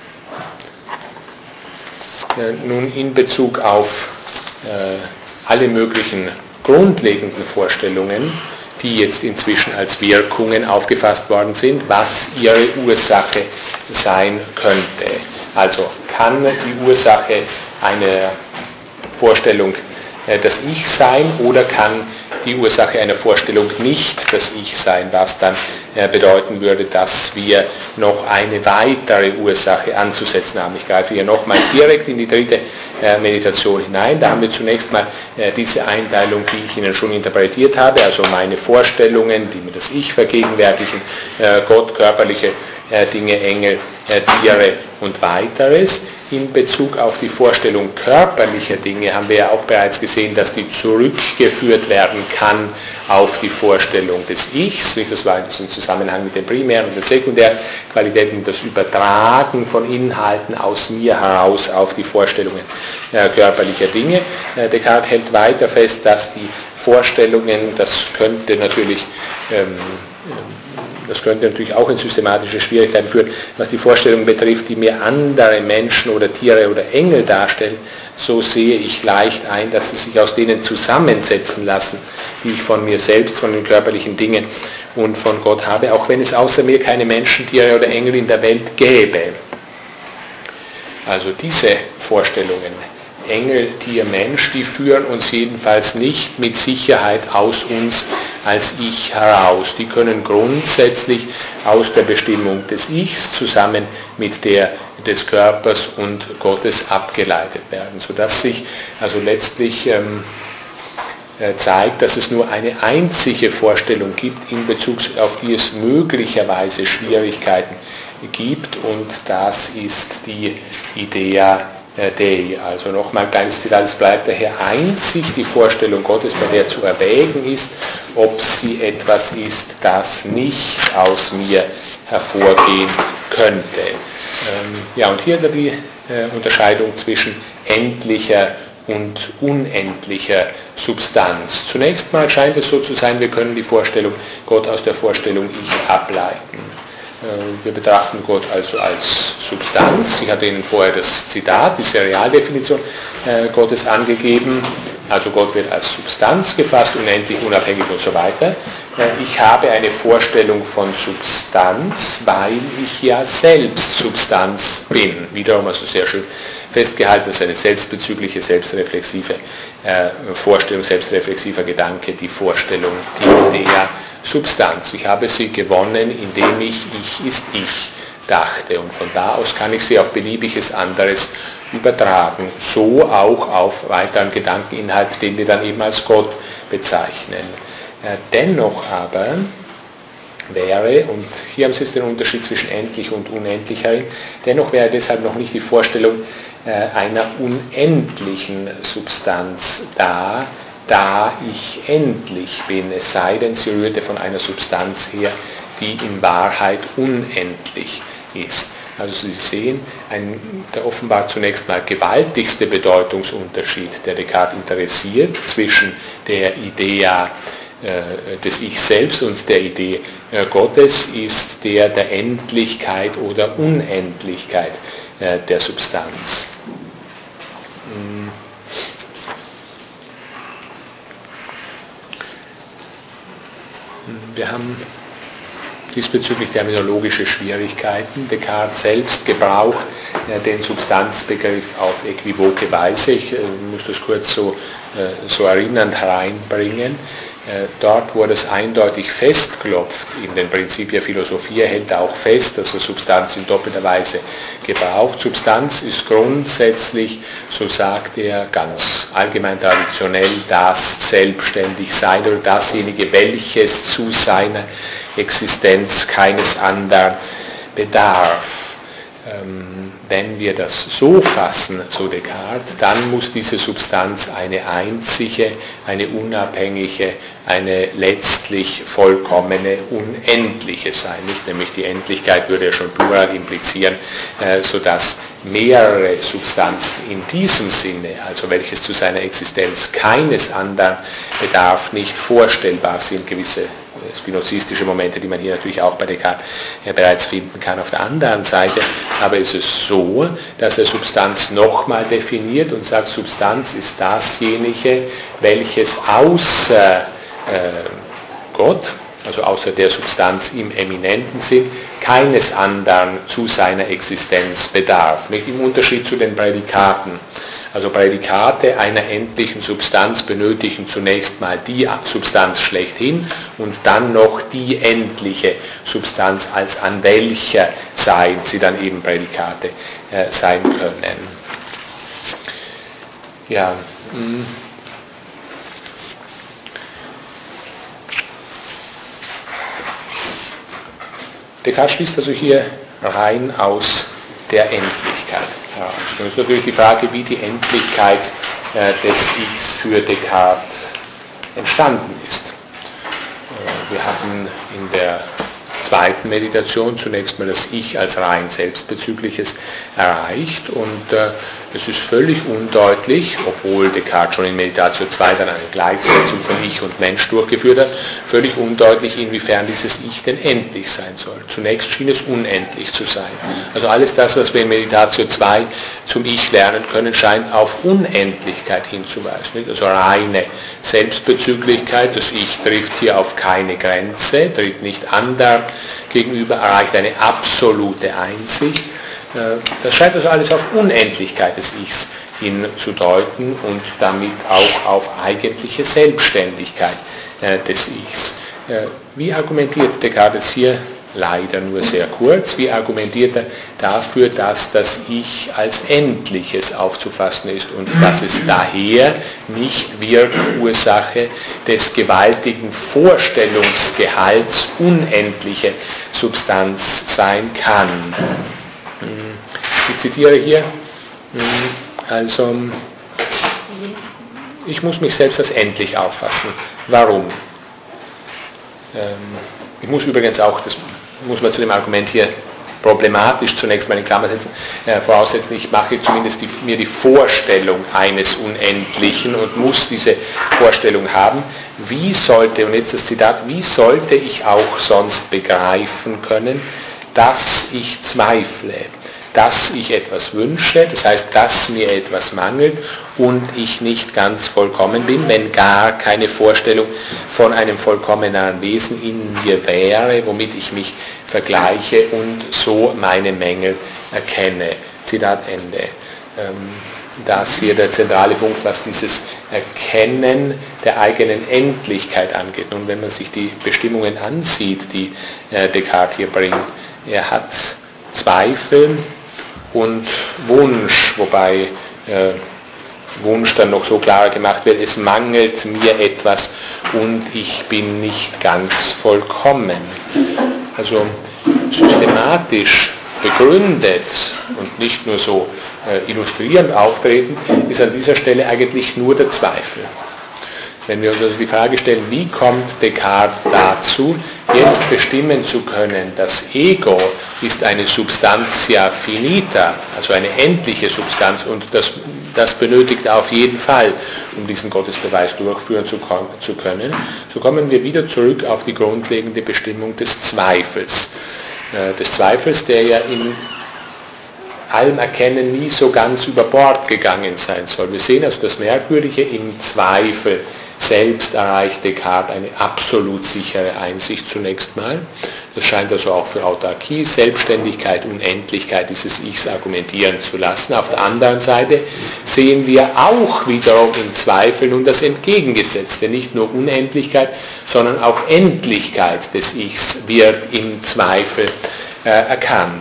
äh, nun in Bezug auf äh, alle möglichen grundlegenden Vorstellungen, die jetzt inzwischen als Wirkungen aufgefasst worden sind, was ihre Ursache sein könnte. Also kann die Ursache eine Vorstellung äh, das Ich sein, oder kann die Ursache einer Vorstellung nicht das Ich sein, was dann äh, bedeuten würde, dass wir noch eine weitere Ursache anzusetzen haben. Ich greife hier nochmal direkt in die dritte äh, Meditation hinein. Da haben wir zunächst mal äh, diese Einteilung, die ich Ihnen schon interpretiert habe, also meine Vorstellungen, die mir das Ich vergegenwärtigen, äh, Gott, körperliche äh, Dinge, Engel, äh, Tiere und weiteres. In Bezug auf die Vorstellung körperlicher Dinge haben wir ja auch bereits gesehen, dass die zurückgeführt werden kann auf die Vorstellung des Ichs. Das war im Zusammenhang mit den primären und den sekundären Qualitäten, das Übertragen von Inhalten aus mir heraus auf die Vorstellungen äh, körperlicher Dinge. Äh, Descartes hält weiter fest, dass die Vorstellungen, das könnte natürlich ähm, Das könnte natürlich auch in systematische Schwierigkeiten führen, was die Vorstellung betrifft, die mir andere Menschen oder Tiere oder Engel darstellen. So sehe ich leicht ein, dass sie sich aus denen zusammensetzen lassen, die ich von mir selbst, von den körperlichen Dingen und von Gott habe, auch wenn es außer mir keine Menschen, Tiere oder Engel in der Welt gäbe. Also diese Vorstellungen, Engel, Tier, Mensch, die führen uns jedenfalls nicht mit Sicherheit aus uns als Ich heraus. Die können grundsätzlich aus der Bestimmung des Ichs zusammen mit der des Körpers und Gottes abgeleitet werden, sodass sich also letztlich ähm, äh, zeigt, dass es nur eine einzige Vorstellung gibt, in Bezug auf die es möglicherweise Schwierigkeiten gibt, und das ist die Idea Dei. Also nochmal ein kleines Zitat, es bleibt daher einzig die Vorstellung Gottes, bei der zu erwägen ist, ob sie etwas ist, das nicht aus mir hervorgehen könnte. Ja, und hier die Unterscheidung zwischen endlicher und unendlicher Substanz. Zunächst mal scheint es so zu sein, wir können die Vorstellung Gott aus der Vorstellung Ich ableiten. Wir betrachten Gott also als Substanz. Ich hatte Ihnen vorher das Zitat, die Serialdefinition Gottes angegeben. Also Gott wird als Substanz gefasst, unendlich, unabhängig und so weiter. Ich habe eine Vorstellung von Substanz, weil ich ja selbst Substanz bin. Wiederum also sehr schön festgehalten, das ist eine selbstbezügliche, selbstreflexive äh, Vorstellung, selbstreflexiver Gedanke, die Vorstellung der Substanz. Ich habe sie gewonnen, indem ich Ich ist Ich dachte, und von da aus kann ich sie auf beliebiges anderes übertragen, so auch auf weiteren Gedankeninhalt, den wir dann eben als Gott bezeichnen. Äh, dennoch aber wäre, und hier haben Sie jetzt den Unterschied zwischen endlich und unendlicher, dennoch wäre deshalb noch nicht die Vorstellung äh, einer unendlichen Substanz da, da ich endlich bin, es sei denn, sie rührte von einer Substanz her, die in Wahrheit unendlich ist. Also Sie sehen, ein, der offenbar zunächst mal gewaltigste Bedeutungsunterschied, der Descartes interessiert, zwischen der Idea äh, des Ich selbst und der Idee äh, Gottes, ist der der Endlichkeit oder Unendlichkeit äh, der Substanz. Hm. Wir haben diesbezüglich terminologische Schwierigkeiten. Descartes selbst gebraucht äh, den Substanzbegriff auf äquivoke Weise. Ich äh, muss das kurz so, äh, so erinnernd reinbringen. Äh, dort, wo das eindeutig festklopft in den Principia Philosophiae, hält er auch fest, dass er Substanz in doppelter Weise gebraucht. Substanz ist grundsätzlich, so sagt er ganz allgemein traditionell, das Selbstständigsein oder dasjenige, welches zu seiner Existenz keines anderen bedarf. Ähm, wenn wir das so fassen, so Descartes, dann muss diese Substanz eine einzige, eine unabhängige, eine letztlich vollkommene, unendliche sein. Nicht? Nämlich die Endlichkeit würde ja schon Plural implizieren, äh, sodass mehrere Substanzen in diesem Sinne, also welches zu seiner Existenz keines anderen bedarf, nicht vorstellbar sind. Gewisse spinozistische Momente, die man hier natürlich auch bei Descartes ja bereits finden kann. Auf der anderen Seite aber ist es so, dass er Substanz nochmal definiert und sagt, Substanz ist dasjenige, welches außer äh, Gott, also außer der Substanz im eminenten Sinn, keines anderen zu seiner Existenz bedarf. Nicht im Unterschied zu den Prädikaten. Also Prädikate einer endlichen Substanz benötigen zunächst mal die Substanz schlechthin und dann noch die endliche Substanz, als an welcher sein sie dann eben Prädikate äh, sein können. Ja. Mh. Descartes schließt also hier rein aus der Endlichkeit heraus. Dann ist natürlich die Frage, wie die Endlichkeit äh, des Ichs für Descartes entstanden ist. Äh, wir hatten in der zweiten Meditation zunächst mal das Ich als rein selbstbezügliches erreicht und äh, es ist völlig undeutlich, obwohl Descartes schon in Meditatio zwei dann eine Gleichsetzung von Ich und Mensch durchgeführt hat, völlig undeutlich, inwiefern dieses Ich denn endlich sein soll. Zunächst schien es unendlich zu sein. Also alles das, was wir in Meditatio zwei zum Ich lernen können, scheint auf Unendlichkeit hinzuweisen. Nicht? Also reine Selbstbezüglichkeit, das Ich trifft hier auf keine Grenze, tritt nicht ander gegenüber, erreicht eine absolute Einsicht. Das scheint also alles auf Unendlichkeit des Ichs hinzudeuten und damit auch auf eigentliche Selbstständigkeit des Ichs. Wie argumentiert Descartes hier? Leider nur sehr kurz. Wie argumentiert er dafür, dass das Ich als Endliches aufzufassen ist und dass es daher nicht Wirkursache des gewaltigen Vorstellungsgehalts unendliche Substanz sein kann? Ich zitiere hier, also ich muss mich selbst als endlich auffassen. Warum? Ich muss übrigens auch, das muss man zu dem Argument hier problematisch zunächst mal in Klammer setzen, äh, voraussetzen, ich mache zumindest die, mir die Vorstellung eines Unendlichen und muss diese Vorstellung haben. Wie sollte, und jetzt das Zitat, wie sollte ich auch sonst begreifen können, dass ich zweifle, dass ich etwas wünsche, das heißt, dass mir etwas mangelt und ich nicht ganz vollkommen bin, wenn gar keine Vorstellung von einem vollkommeneren Wesen in mir wäre, womit ich mich vergleiche und so meine Mängel erkenne. Zitat Ende. Das hier der zentrale Punkt, was dieses Erkennen der eigenen Endlichkeit angeht. Und wenn man sich die Bestimmungen ansieht, die Descartes hier bringt, er hat Zweifel und Wunsch, wobei äh, Wunsch dann noch so klar gemacht wird, es mangelt mir etwas und ich bin nicht ganz vollkommen. Also systematisch begründet und nicht nur so äh, illustrierend auftreten, ist an dieser Stelle eigentlich nur der Zweifel. Wenn wir uns also die Frage stellen, wie kommt Descartes dazu, jetzt bestimmen zu können, das Ego ist eine Substantia finita, also eine endliche Substanz und das, das benötigt er auf jeden Fall, um diesen Gottesbeweis durchführen zu, zu können, so kommen wir wieder zurück auf die grundlegende Bestimmung des Zweifels. Äh, des Zweifels, der ja in allem Erkennen nie so ganz über Bord gegangen sein soll. Wir sehen also das Merkwürdige im Zweifel. Selbst erreicht Descartes eine absolut sichere Einsicht zunächst mal. Das scheint also auch für Autarkie, Selbstständigkeit, Unendlichkeit dieses Ichs argumentieren zu lassen. Auf der anderen Seite sehen wir auch wiederum im Zweifel nun das Entgegengesetzte. Nicht nur Unendlichkeit, sondern auch Endlichkeit des Ichs wird im Zweifel äh, erkannt.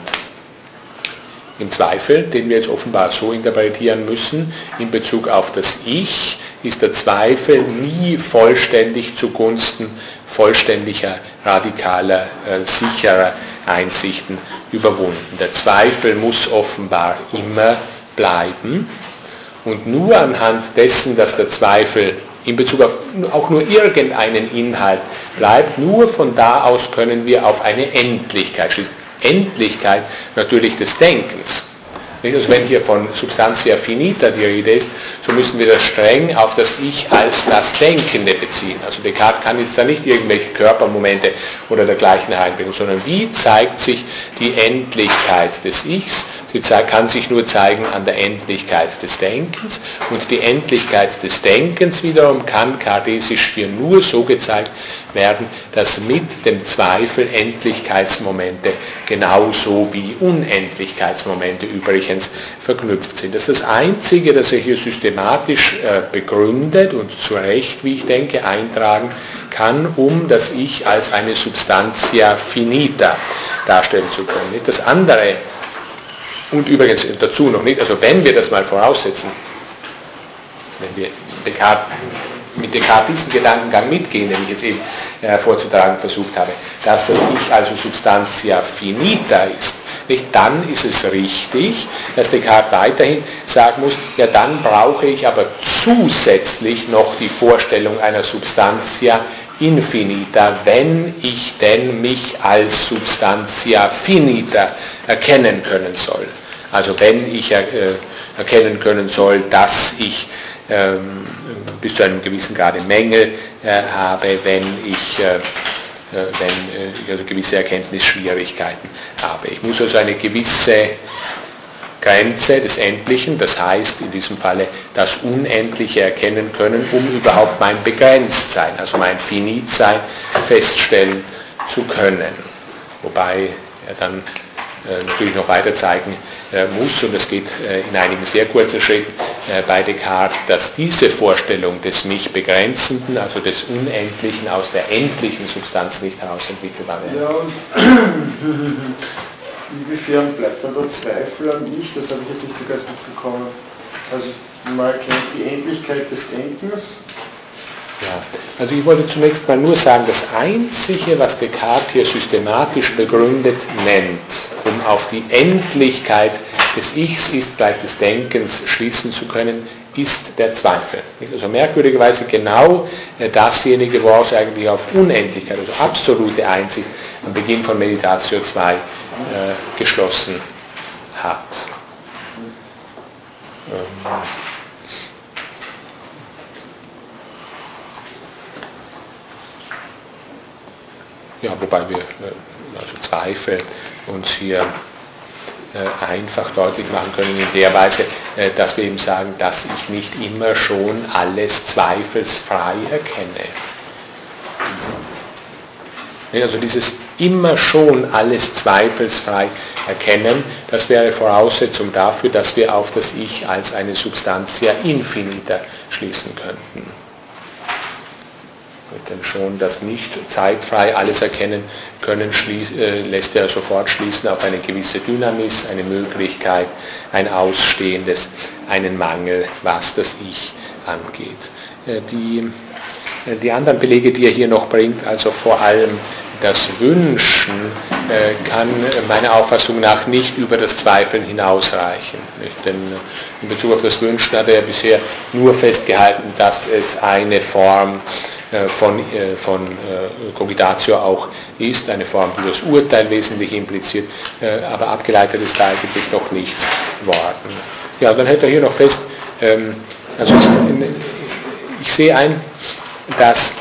Im Zweifel, den wir jetzt offenbar so interpretieren müssen, in Bezug auf das Ich, ist der Zweifel nie vollständig zugunsten vollständiger, radikaler, äh, sicherer Einsichten überwunden. Der Zweifel muss offenbar immer bleiben und nur anhand dessen, dass der Zweifel in Bezug auf auch nur irgendeinen Inhalt bleibt, nur von da aus können wir auf eine Endlichkeit schließen. Endlichkeit natürlich des Denkens. Also wenn hier von Substantia finita die Rede ist, so müssen wir das streng auf das Ich als das Denkende beziehen. Also Descartes kann jetzt da nicht irgendwelche Körpermomente oder dergleichen hereinbringen, sondern wie zeigt sich die Endlichkeit des Ichs? Sie kann sich nur zeigen an der Endlichkeit des Denkens und die Endlichkeit des Denkens wiederum kann kartesisch hier nur so gezeigt werden, dass mit dem Zweifel Endlichkeitsmomente genauso wie Unendlichkeitsmomente übrigens verknüpft sind. Das ist das Einzige, das er hier systematisch äh, begründet und zu Recht, wie ich denke, eintragen kann, um das Ich als eine Substantia finita darstellen zu können. Das andere, und übrigens dazu noch nicht, also wenn wir das mal voraussetzen, wenn wir Descartes, mit Descartes diesen Gedankengang mitgehen, den ich jetzt eben äh, vorzutragen versucht habe, dass das Ich also Substantia finita ist, nicht, dann ist es richtig, dass Descartes weiterhin sagen muss, ja dann brauche ich aber zusätzlich noch die Vorstellung einer Substantia infinita, wenn ich denn mich als Substantia finita erkennen können soll. Also wenn ich äh, erkennen können soll, dass ich ähm, bis zu einem gewissen Grade Mängel äh, habe, wenn ich, äh, wenn äh, ich also gewisse Erkenntnisschwierigkeiten habe. Ich muss also eine gewisse Grenze des Endlichen, das heißt in diesem Falle das Unendliche erkennen können, um überhaupt mein Begrenztsein, also mein Finitsein feststellen zu können. Wobei er dann äh, natürlich noch weiter zeigen äh, muss, und das geht äh, in einigen sehr kurzen Schritten äh, bei Descartes, dass diese Vorstellung des mich Begrenzenden, also des Unendlichen aus der endlichen Substanz nicht herausentwickelbar wäre. Ja, und inwiefern bleibt dann der Zweifel an Ich? Das habe ich jetzt nicht so ganz mitbekommen. Also man erkennt die Endlichkeit des Denkens. Ja, also ich wollte zunächst mal nur sagen, das Einzige, was Descartes hier systematisch begründet nennt, um auf die Endlichkeit des Ichs ist gleich des Denkens schließen zu können, ist der Zweifel. Also merkwürdigerweise genau dasjenige, woraus eigentlich auf Unendlichkeit, also absolute Einsicht am Beginn von Meditatio zwei äh, geschlossen hat. Ähm, ja, wobei wir also Zweifel uns hier einfach deutlich machen können in der Weise, dass wir eben sagen, dass ich nicht immer schon alles zweifelsfrei erkenne. Also dieses immer schon alles zweifelsfrei erkennen, das wäre Voraussetzung dafür, dass wir auf das Ich als eine Substantia infinita schließen könnten. Denn schon das nicht zeitfrei alles erkennen können, schließ, äh, lässt er sofort schließen auf eine gewisse Dynamis, eine Möglichkeit, ein Ausstehendes, einen Mangel, was das Ich angeht. Äh, die, äh, die anderen Belege, die er hier noch bringt, also vor allem das Wünschen, äh, kann meiner Auffassung nach nicht über das Zweifeln hinausreichen. Nicht? Denn in Bezug auf das Wünschen hat er bisher nur festgehalten, dass es eine Form von, von Cogitatio auch ist, eine Form, die das Urteil wesentlich impliziert, aber abgeleitet ist da eigentlich noch nichts worden. Ja, dann hält er hier noch fest, also ich sehe ein, dass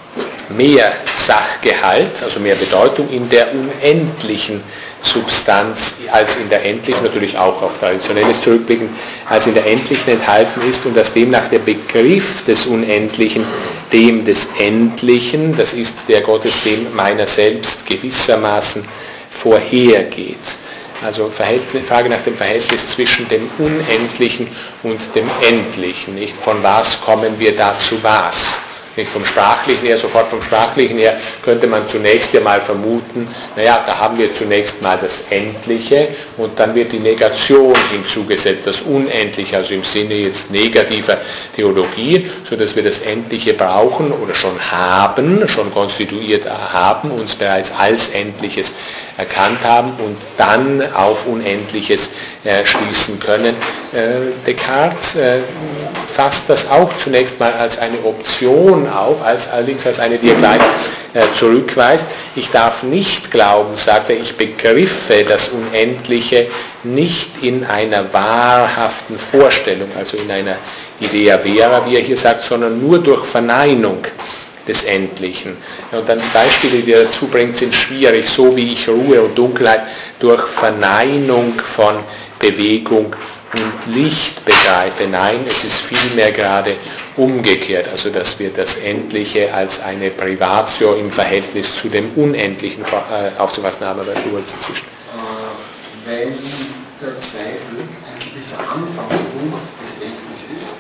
mehr Sachgehalt, also mehr Bedeutung in der unendlichen Substanz als in der endlichen, natürlich auch auf Traditionelles zurückblicken, als in der endlichen enthalten ist und dass demnach der Begriff des Unendlichen dem des Endlichen, das ist der Gottes, dem meiner selbst gewissermaßen vorhergeht. Also Frage nach dem Verhältnis zwischen dem Unendlichen und dem Endlichen. Nicht? Von was kommen wir da zu was? Nicht vom Sprachlichen her, sofort vom Sprachlichen her könnte man zunächst ja mal vermuten, naja, da haben wir zunächst mal das Endliche und dann wird die Negation hinzugesetzt, das Unendliche, also im Sinne jetzt negativer Theologie, sodass wir das Endliche brauchen oder schon haben, schon konstituiert haben, uns bereits als Endliches erkannt haben und dann auf Unendliches äh, schließen können. Äh, Descartes äh, fasst das auch zunächst mal als eine Option auf, als allerdings als eine, die er gleich äh, zurückweist. Ich darf nicht glauben, sagt er, ich begriffe das Unendliche nicht in einer wahrhaften Vorstellung, also in einer Idea vera, wie er hier sagt, sondern nur durch Verneinung des Endlichen. Und dann Beispiele, die er dazu bringt, sind schwierig, so wie ich Ruhe und Dunkelheit durch Verneinung von Bewegung und Licht begreife. Nein, es ist vielmehr gerade umgekehrt, also dass wir das Endliche als eine Privatio im Verhältnis zu dem Unendlichen äh, aufzufassen haben, aber du hast inzwischen. Äh, weil der Zweifel ein gewisser Anfangspunkt des Denkens ist,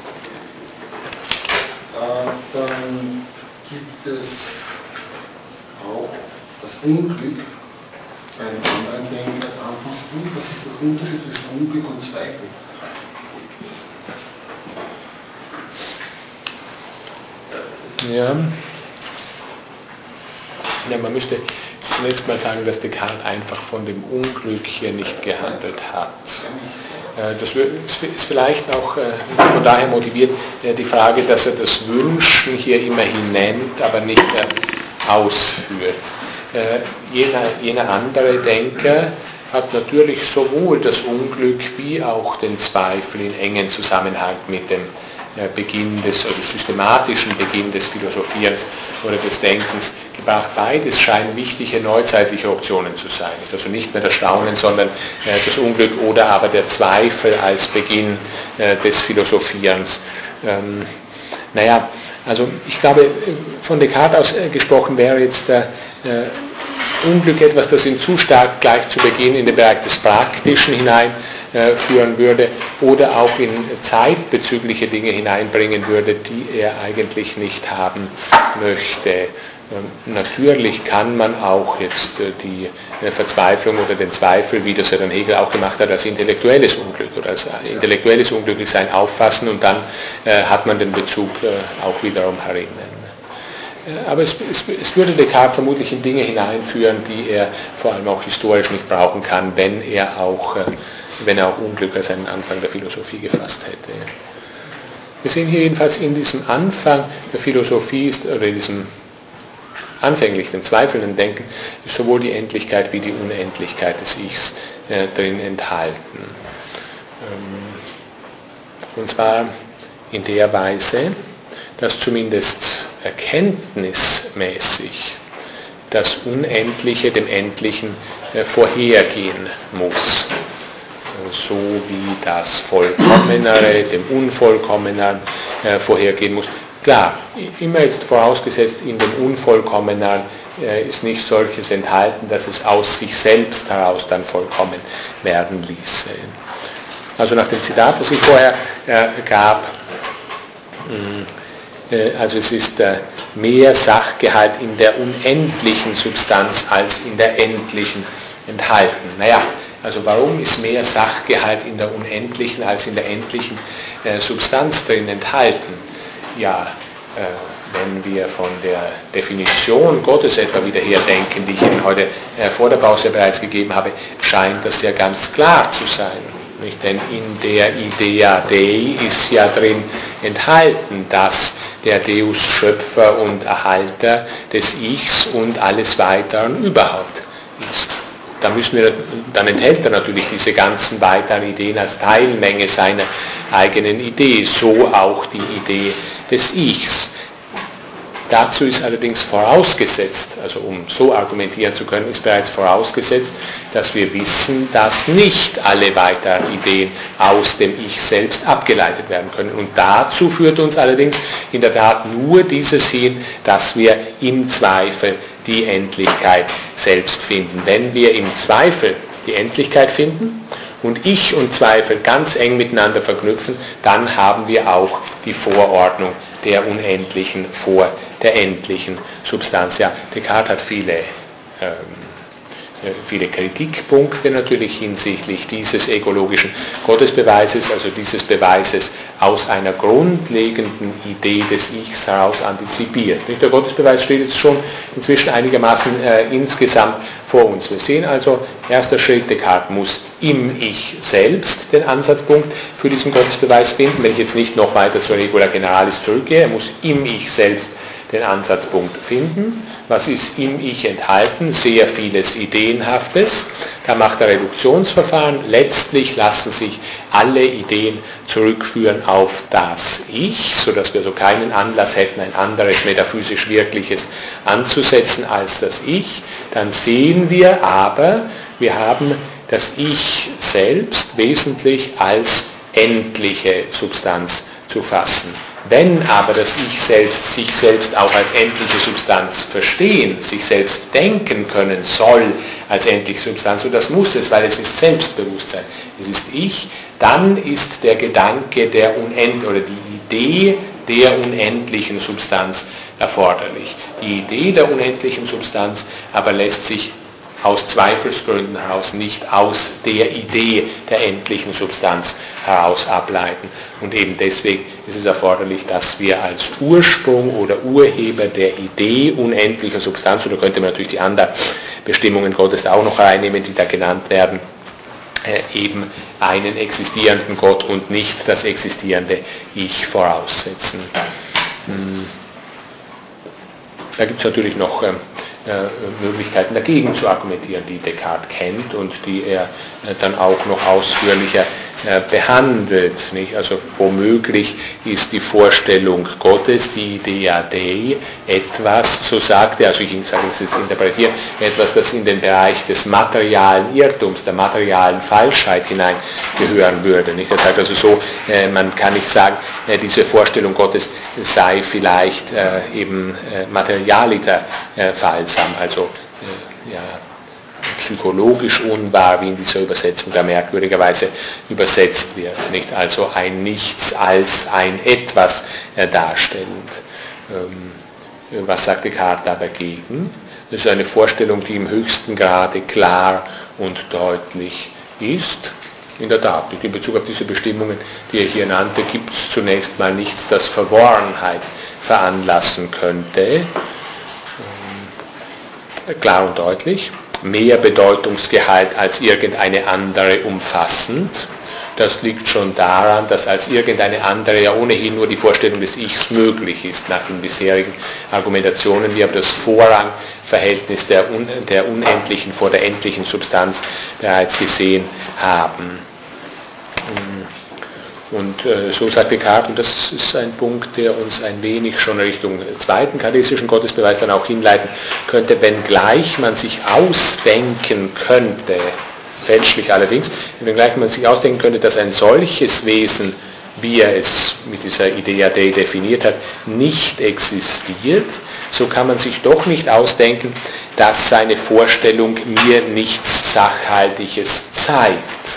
äh, dann gibt es auch das Unglück beim anderen Denken als Anfangspunkt. Was ist das Unterschied zwischen Unglück und Zweifel? Ja. ja, man müsste zunächst mal sagen, dass Descartes einfach von dem Unglück hier nicht gehandelt hat. Das ist vielleicht auch von daher motiviert, die Frage, dass er das Wünschen hier immerhin nennt, aber nicht ausführt. Jener, jener andere Denker hat natürlich sowohl das Unglück wie auch den Zweifel in engen Zusammenhang mit dem Beginn des, also systematischen Beginn des Philosophierens oder des Denkens gebracht. Beides scheinen wichtige neuzeitliche Optionen zu sein. Also nicht mehr das Staunen, sondern äh, das Unglück oder aber der Zweifel als Beginn äh, des Philosophierens. Ähm, naja, also ich glaube, von Descartes aus äh, gesprochen wäre jetzt der äh, Unglück etwas, das ihn zu stark gleich zu Beginn in den Bereich des Praktischen hinein führen würde oder auch in zeitbezügliche Dinge hineinbringen würde, die er eigentlich nicht haben möchte. Natürlich kann man auch jetzt die Verzweiflung oder den Zweifel, wie das ja dann Hegel auch gemacht hat, als intellektuelles Unglück oder als intellektuelles Unglück ist ein Auffassen und dann hat man den Bezug auch wiederum herinnen. Aber es, es, es würde Descartes vermutlich in Dinge hineinführen, die er vor allem auch historisch nicht brauchen kann, wenn er auch wenn er auch Unglück als einen Anfang der Philosophie gefasst hätte. Wir sehen hier jedenfalls in diesem Anfang der Philosophie ist, oder in diesem anfänglich dem zweifelnden Denken, ist sowohl die Endlichkeit wie die Unendlichkeit des Ichs äh, drin enthalten. Ähm, und zwar in der Weise, dass zumindest erkenntnismäßig das Unendliche dem Endlichen äh, vorhergehen muss. So wie das Vollkommenere dem Unvollkommeneren äh, vorhergehen muss. Klar, immer vorausgesetzt, in dem Unvollkommeneren äh, ist nicht solches enthalten, dass es aus sich selbst heraus dann vollkommen werden ließe. Also nach dem Zitat, das ich vorher äh, gab, mh, äh, also es ist äh, mehr Sachgehalt in der unendlichen Substanz als in der endlichen enthalten. Naja, also warum ist mehr Sachgehalt in der unendlichen als in der endlichen äh, Substanz drin enthalten? Ja, äh, wenn wir von der Definition Gottes etwa wieder her denken, die ich Ihnen heute äh, vor der Pause bereits gegeben habe, scheint das ja ganz klar zu sein. Nicht? Denn in der Idea Dei ist ja drin enthalten, dass der Deus Schöpfer und Erhalter des Ichs und alles Weiteren überhaupt ist. Da müssen wir, dann enthält er natürlich diese ganzen weiteren Ideen als Teilmenge seiner eigenen Idee, so auch die Idee des Ichs. Dazu ist allerdings vorausgesetzt, also um so argumentieren zu können, ist bereits vorausgesetzt, dass wir wissen, dass nicht alle weiteren Ideen aus dem Ich selbst abgeleitet werden können. Und dazu führt uns allerdings in der Tat nur dieses hin, dass wir im Zweifel die Endlichkeit selbst finden. Wenn wir im Zweifel die Endlichkeit finden und Ich und Zweifel ganz eng miteinander verknüpfen, dann haben wir auch die Vorordnung der Unendlichen vor der endlichen Substanz. Ja, Descartes hat viele, ähm, viele Kritikpunkte natürlich hinsichtlich dieses egologischen Gottesbeweises, also dieses Beweises aus einer grundlegenden Idee des Ichs heraus antizipiert. Der Gottesbeweis steht jetzt schon inzwischen einigermaßen äh, insgesamt vor uns. Wir sehen also, erster Schritt, Descartes muss im Ich selbst den Ansatzpunkt für diesen Gottesbeweis finden. Wenn ich jetzt nicht noch weiter zur Regula Generalis zurückgehe, er muss im Ich selbst den Ansatzpunkt finden. Was ist im Ich enthalten? Sehr vieles Ideenhaftes. Da macht er Reduktionsverfahren. Letztlich lassen sich alle Ideen zurückführen auf das Ich, sodass wir so keinen Anlass hätten, ein anderes metaphysisch Wirkliches anzusetzen als das Ich. Dann sehen wir aber, wir haben das Ich selbst wesentlich als endliche Substanz zu fassen. Wenn aber das Ich selbst sich selbst auch als endliche Substanz verstehen, sich selbst denken können soll als endliche Substanz, und das muss es, weil es ist Selbstbewusstsein, es ist Ich, dann ist der Gedanke der Unend oder die Idee der unendlichen Substanz erforderlich. Die Idee der unendlichen Substanz aber lässt sich aus Zweifelsgründen heraus nicht aus der Idee der endlichen Substanz heraus ableiten. Und eben deswegen ist es erforderlich, dass wir als Ursprung oder Urheber der Idee unendlicher Substanz, oder könnte man natürlich die anderen Bestimmungen Gottes da auch noch reinnehmen, die da genannt werden, äh, eben einen existierenden Gott und nicht das existierende Ich voraussetzen. Hm. Da gibt es natürlich noch ähm, Äh, Möglichkeiten dagegen zu argumentieren, die Descartes kennt und die er äh, dann auch noch ausführlicher äh, behandelt. Nicht? Also womöglich ist die Vorstellung Gottes, die Idea Dei, etwas, so sagt er, also ich sage es jetzt interpretieren, etwas, das in den Bereich des materialen Irrtums, der materialen Falschheit hineingehören würde. Nicht? Das heißt also so, äh, man kann nicht sagen, äh, diese Vorstellung Gottes sei vielleicht äh, eben äh, materialiter äh, falsam, also äh, ja, psychologisch unwahr, wie in dieser Übersetzung da merkwürdigerweise übersetzt wird. Nicht? Also ein Nichts als ein Etwas äh, darstellend. Ähm, was sagt Descartes da dagegen? Das ist eine Vorstellung, die im höchsten Grade klar und deutlich ist. In der Tat, in Bezug auf diese Bestimmungen, die er hier nannte, gibt es zunächst mal nichts, das Verworrenheit veranlassen könnte. Ähm, klar und deutlich. Mehr Bedeutungsgehalt als irgendeine andere umfassend. das liegt schon daran, dass als irgendeine andere ja ohnehin nur die Vorstellung des Ichs möglich ist, nach den bisherigen Argumentationen. Wir haben das Vorrangverhältnis der, Un der unendlichen vor der endlichen Substanz bereits gesehen haben. Und äh, so sagt Descartes, und das ist ein Punkt, der uns ein wenig schon Richtung zweiten kartesischen Gottesbeweis dann auch hinleiten könnte, wenngleich man sich ausdenken könnte, fälschlich allerdings, wenngleich man sich ausdenken könnte, dass ein solches Wesen, wie er es mit dieser Idea Dei definiert hat, nicht existiert, so kann man sich doch nicht ausdenken, dass seine Vorstellung mir nichts Sachhaltiges zeigt.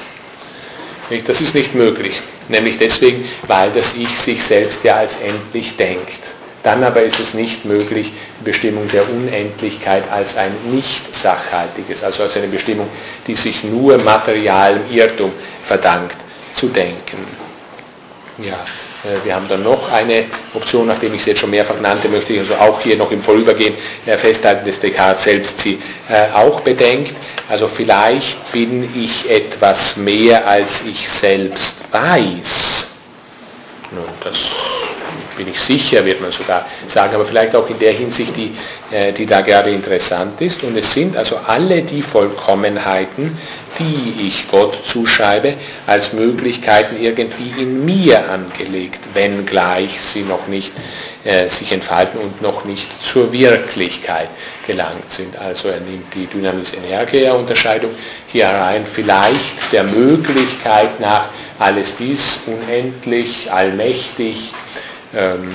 Das ist nicht möglich. Nämlich deswegen, weil das Ich sich selbst ja als endlich denkt. Dann aber ist es nicht möglich, die Bestimmung der Unendlichkeit als ein nicht-sachhaltiges, also als eine Bestimmung, die sich nur materialem Irrtum verdankt, zu denken. Ja, wir haben dann noch eine Option, nachdem ich sie jetzt schon mehrfach nannte, möchte ich also auch hier noch im Vorübergehen festhalten, dass Descartes selbst sie auch bedenkt. Also vielleicht bin ich etwas mehr, als ich selbst weiß. Nun, das bin ich sicher, wird man sogar sagen, aber vielleicht auch in der Hinsicht, die, die da gerade interessant ist. Und es sind also alle die Vollkommenheiten, die ich Gott zuschreibe, als Möglichkeiten irgendwie in mir angelegt, wenngleich sie noch nicht äh, sich entfalten und noch nicht zur Wirklichkeit gelangt sind. Also er nimmt die Dynamis-Energia-Unterscheidung hier rein, vielleicht der Möglichkeit nach alles dies unendlich, allmächtig, ähm,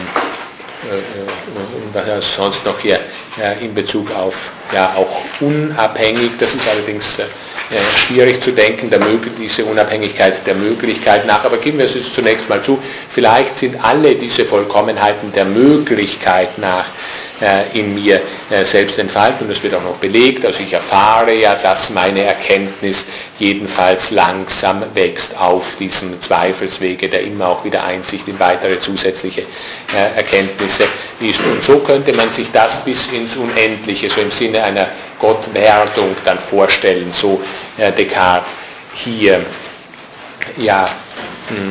und was er sonst noch hier äh, in Bezug auf ja auch unabhängig, das ist allerdings äh, schwierig zu denken, der Möglich diese Unabhängigkeit der Möglichkeit nach, aber geben wir es jetzt zunächst mal zu, vielleicht sind alle diese Vollkommenheiten der Möglichkeit nach äh, in mir äh, selbst entfalten, und das wird auch noch belegt, also ich erfahre ja, dass meine Erkenntnis jedenfalls langsam wächst auf diesem Zweifelswege, der immer auch wieder Einsicht in weitere zusätzliche äh, Erkenntnisse ist. Und so könnte man sich das bis ins Unendliche, so im Sinne einer Gottwerdung dann vorstellen, so äh, Descartes hier. Ja, mh.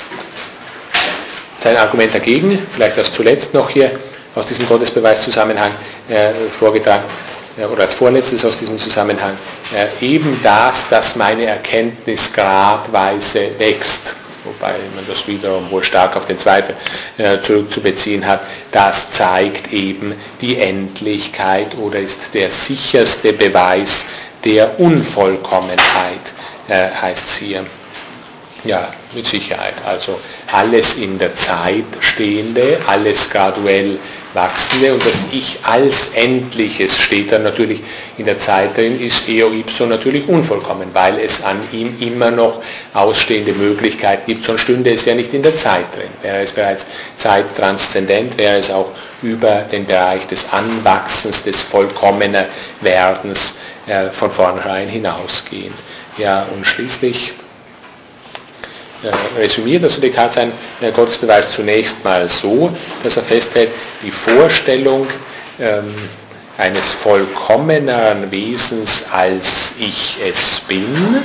sein Argument dagegen, vielleicht das zuletzt noch hier aus diesem Gottesbeweiszusammenhang äh, vorgetragen, oder als vorletztes aus diesem Zusammenhang, äh, eben das, dass meine Erkenntnis gradweise wächst, wobei man das wiederum wohl stark auf den Zweifel äh, zurückzubeziehen hat, das zeigt eben die Endlichkeit oder ist der sicherste Beweis der Unvollkommenheit, äh, heißt es hier. Ja, mit Sicherheit. Also alles in der Zeit Stehende, alles graduell Wachsende, und das Ich als Endliches steht dann natürlich in der Zeit drin, ist eo ipso natürlich unvollkommen, weil es an ihm immer noch ausstehende Möglichkeiten gibt, sonst stünde es ja nicht in der Zeit drin. Wäre es bereits zeittranszendent, wäre es auch über den Bereich des Anwachsens, des vollkommener Werdens äh, von vornherein hinausgehen. Ja, und schließlich resümiert also Descartes seinen Gottesbeweis zunächst mal so, dass er festhält, die Vorstellung ähm, eines vollkommeneren Wesens, als ich es bin, und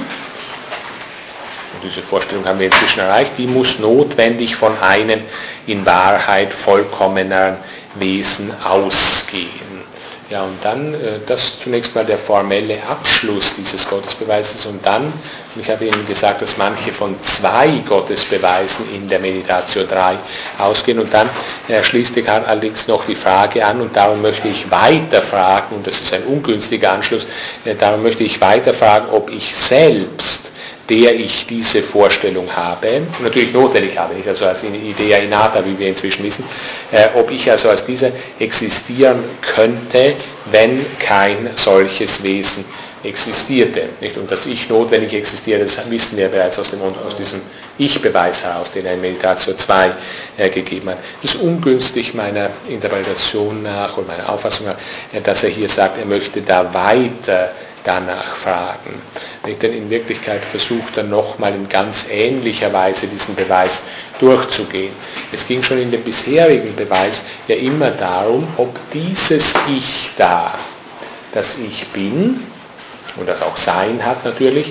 diese Vorstellung haben wir inzwischen erreicht, die muss notwendig von einem in Wahrheit vollkommeneren Wesen ausgehen. Ja, und dann, das zunächst mal der formelle Abschluss dieses Gottesbeweises, und dann, ich habe Ihnen gesagt, dass manche von zwei Gottesbeweisen in der Meditatio drei ausgehen, und dann schließt Descartes allerdings noch die Frage an, und darum möchte ich weiter fragen, und das ist ein ungünstiger Anschluss, darum möchte ich weiter fragen, ob ich selbst, der ich diese Vorstellung habe, natürlich notwendig habe, nicht also als Idea innata, wie wir inzwischen wissen, äh, ob ich also als dieser existieren könnte, wenn kein solches Wesen existierte. Nicht? Und dass ich notwendig existiere, das wissen wir bereits aus, dem, aus diesem Ich-Beweis heraus, den er in Meditatio zwei äh, gegeben hat. Es ist ungünstig meiner Interpretation nach und meiner Auffassung nach, äh, dass er hier sagt, er möchte da weiter danach fragen. Denn in Wirklichkeit versucht er nochmal in ganz ähnlicher Weise diesen Beweis durchzugehen. Es ging schon in dem bisherigen Beweis ja immer darum, ob dieses Ich da, das ich bin, und das auch Sein hat natürlich,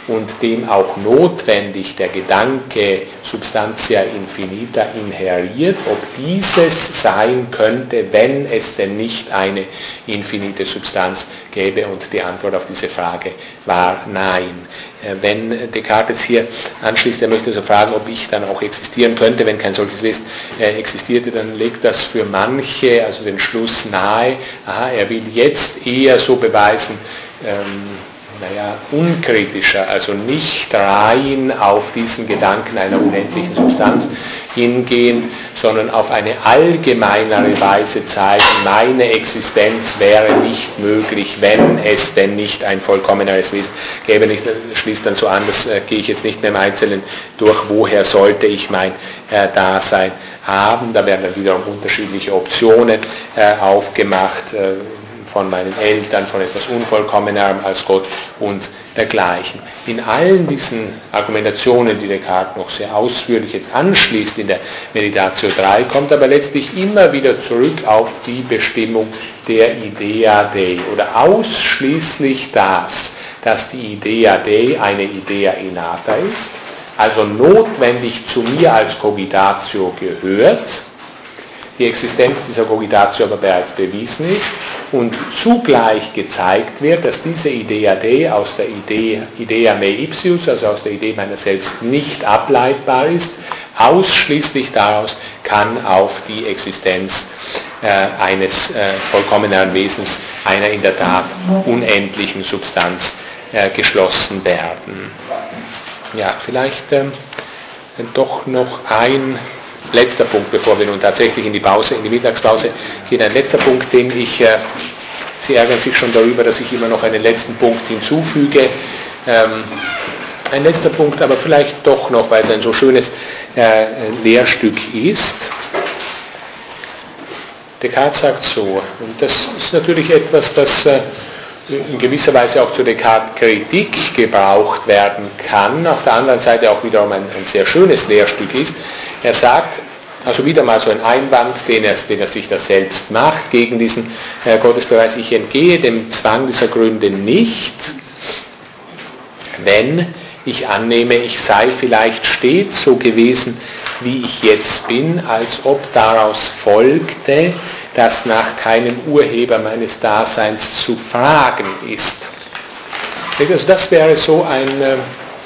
und dem auch notwendig der Gedanke Substantia infinita inheriert, ob dieses sein könnte, wenn es denn nicht eine infinite Substanz gäbe, und die Antwort auf diese Frage war nein. Wenn Descartes jetzt hier anschließt, er möchte so fragen, ob ich dann auch existieren könnte, wenn kein solches Wesen äh, existierte, dann legt das für manche also den Schluss nahe, aha, er will jetzt eher so beweisen, ähm, naja, unkritischer, also nicht rein auf diesen Gedanken einer unendlichen Substanz hingehen, sondern auf eine allgemeinere Weise zeigen, meine Existenz wäre nicht möglich, wenn es denn nicht ein vollkommeneres Wesen gäbe. Nicht, schließt dann so an, das äh, gehe ich jetzt nicht mehr im Einzelnen durch, woher sollte ich mein äh, Dasein haben. Da werden dann wiederum unterschiedliche Optionen äh, aufgemacht, äh, von meinen Eltern, von etwas Unvollkommenerem als Gott und dergleichen. In allen diesen Argumentationen, die Descartes noch sehr ausführlich jetzt anschließt in der Meditatio drei, kommt aber letztlich immer wieder zurück auf die Bestimmung der Idea Dei oder ausschließlich das, dass die Idea Dei eine Idea innata ist, also notwendig zu mir als Cogitatio gehört, die Existenz dieser Cogitatio aber bereits bewiesen ist und zugleich gezeigt wird, dass diese Idea Dei aus der Idee, Idea me ipsius, also aus der Idee meiner selbst nicht ableitbar ist, ausschließlich daraus kann auf die Existenz äh, eines äh, vollkommeneren Wesens, einer in der Tat unendlichen Substanz äh, geschlossen werden. Ja, vielleicht äh, doch noch ein letzter Punkt, bevor wir nun tatsächlich in die Pause, in die Mittagspause gehen. Ein letzter Punkt, den ich, äh, Sie ärgern sich schon darüber, dass ich immer noch einen letzten Punkt hinzufüge. Ähm, ein letzter Punkt, aber vielleicht doch noch, weil es ein so schönes äh, Lehrstück ist. Descartes sagt so, und das ist natürlich etwas, das äh, in gewisser Weise auch zur Descartes-Kritik gebraucht werden kann, auf der anderen Seite auch wiederum ein, ein sehr schönes Lehrstück ist. Er sagt, also wieder mal so ein Einwand, den er, den er sich da selbst macht, gegen diesen äh, Gottesbeweis, ich entgehe dem Zwang dieser Gründe nicht, wenn ich annehme, ich sei vielleicht stets so gewesen, wie ich jetzt bin, als ob daraus folgte, dass nach keinem Urheber meines Daseins zu fragen ist. Also das wäre so ein, äh,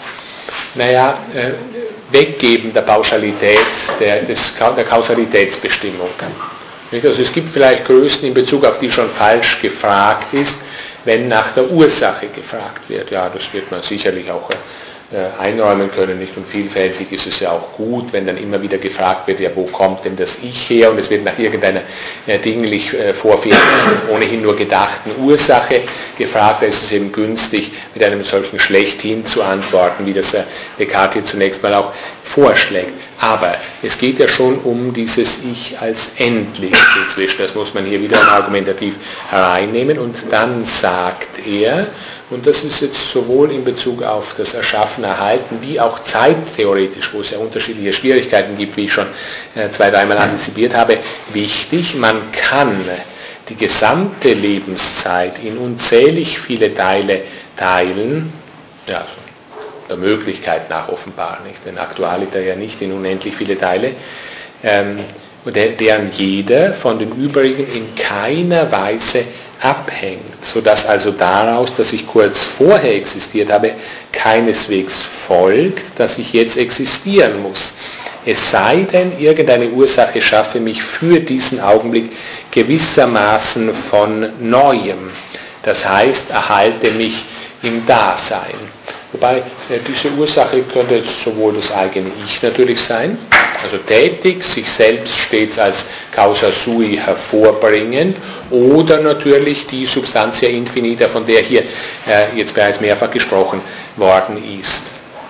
naja, äh, Weggeben der Pauschalität, der, des, der Kausalitätsbestimmung. Also es gibt vielleicht Größen in Bezug auf die schon falsch gefragt ist, wenn nach der Ursache gefragt wird. Ja, das wird man sicherlich auch äh, einräumen können, nicht? Und vielfältig ist es ja auch gut, wenn dann immer wieder gefragt wird, ja, wo kommt denn das Ich her? Und es wird nach irgendeiner äh, dinglich äh, vorfindlichen, ohnehin nur gedachten Ursache gefragt. Da ist es eben günstig, mit einem solchen Schlechthin zu antworten, wie das äh, Descartes hier zunächst mal auch vorschlägt. Aber es geht ja schon um dieses Ich als Endliches inzwischen. Das muss man hier wieder argumentativ hereinnehmen. Und dann sagt er, und das ist jetzt sowohl in Bezug auf das Erschaffen, Erhalten, wie auch zeittheoretisch, wo es ja unterschiedliche Schwierigkeiten gibt, wie ich schon äh, zwei, dreimal antizipiert habe, wichtig, man kann die gesamte Lebenszeit in unzählig viele Teile teilen, ja, also der Möglichkeit nach offenbar, nicht? Denn Aktualiter ja nicht in unendlich viele Teile, ähm, deren jeder von den übrigen in keiner Weise abhängt, sodass also daraus, dass ich kurz vorher existiert habe, keineswegs folgt, dass ich jetzt existieren muss. Es sei denn, irgendeine Ursache schaffe mich für diesen Augenblick gewissermaßen von Neuem. Das heißt, erhalte mich im Dasein. Wobei diese Ursache könnte jetzt sowohl das eigene Ich natürlich sein, also tätig, sich selbst stets als causa sui hervorbringend, oder natürlich die Substantia infinita, von der hier äh, jetzt bereits mehrfach gesprochen worden ist.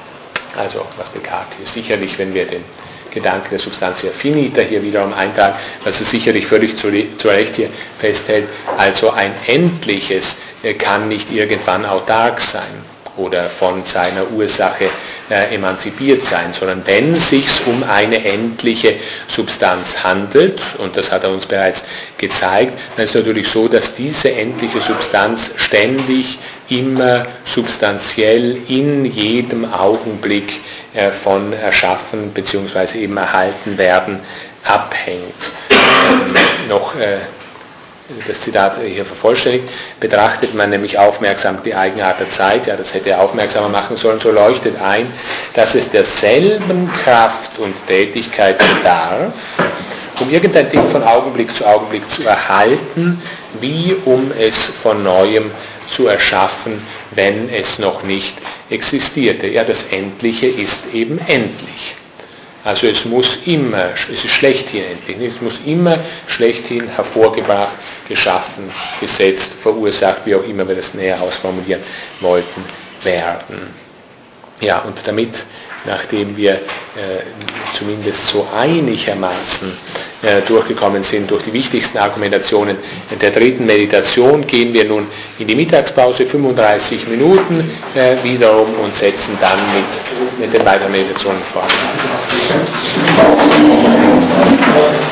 Also was Descartes hier sicherlich, wenn wir den Gedanken der Substantia finita hier wiederum eintragen, was er sicherlich völlig zu, zu Recht hier festhält, also ein Endliches äh, kann nicht irgendwann autark sein oder von seiner Ursache äh, emanzipiert sein, sondern wenn es sich um eine endliche Substanz handelt, und das hat er uns bereits gezeigt, dann ist es natürlich so, dass diese endliche Substanz ständig, immer substanziell in jedem Augenblick äh, von Erschaffen bzw. eben erhalten werden abhängt. Ähm, noch äh, das Zitat hier vervollständigt, betrachtet man nämlich aufmerksam die Eigenart der Zeit, ja, das hätte er aufmerksamer machen sollen, so leuchtet ein, dass es derselben Kraft und Tätigkeit bedarf, um irgendein Ding von Augenblick zu Augenblick zu erhalten, wie um es von Neuem zu erschaffen, wenn es noch nicht existierte. Ja, das Endliche ist eben endlich. Also es muss immer, es ist schlechthin endlich, es muss immer schlechthin hervorgebracht, geschaffen, gesetzt, verursacht, wie auch immer wir das näher ausformulieren wollten, werden. Ja, und damit, nachdem wir äh, zumindest so einigermaßen äh, durchgekommen sind durch die wichtigsten Argumentationen der dritten Meditation, gehen wir nun in die Mittagspause, fünfunddreißig Minuten äh, wiederum und setzen dann mit, mit den weiteren Meditationen fort.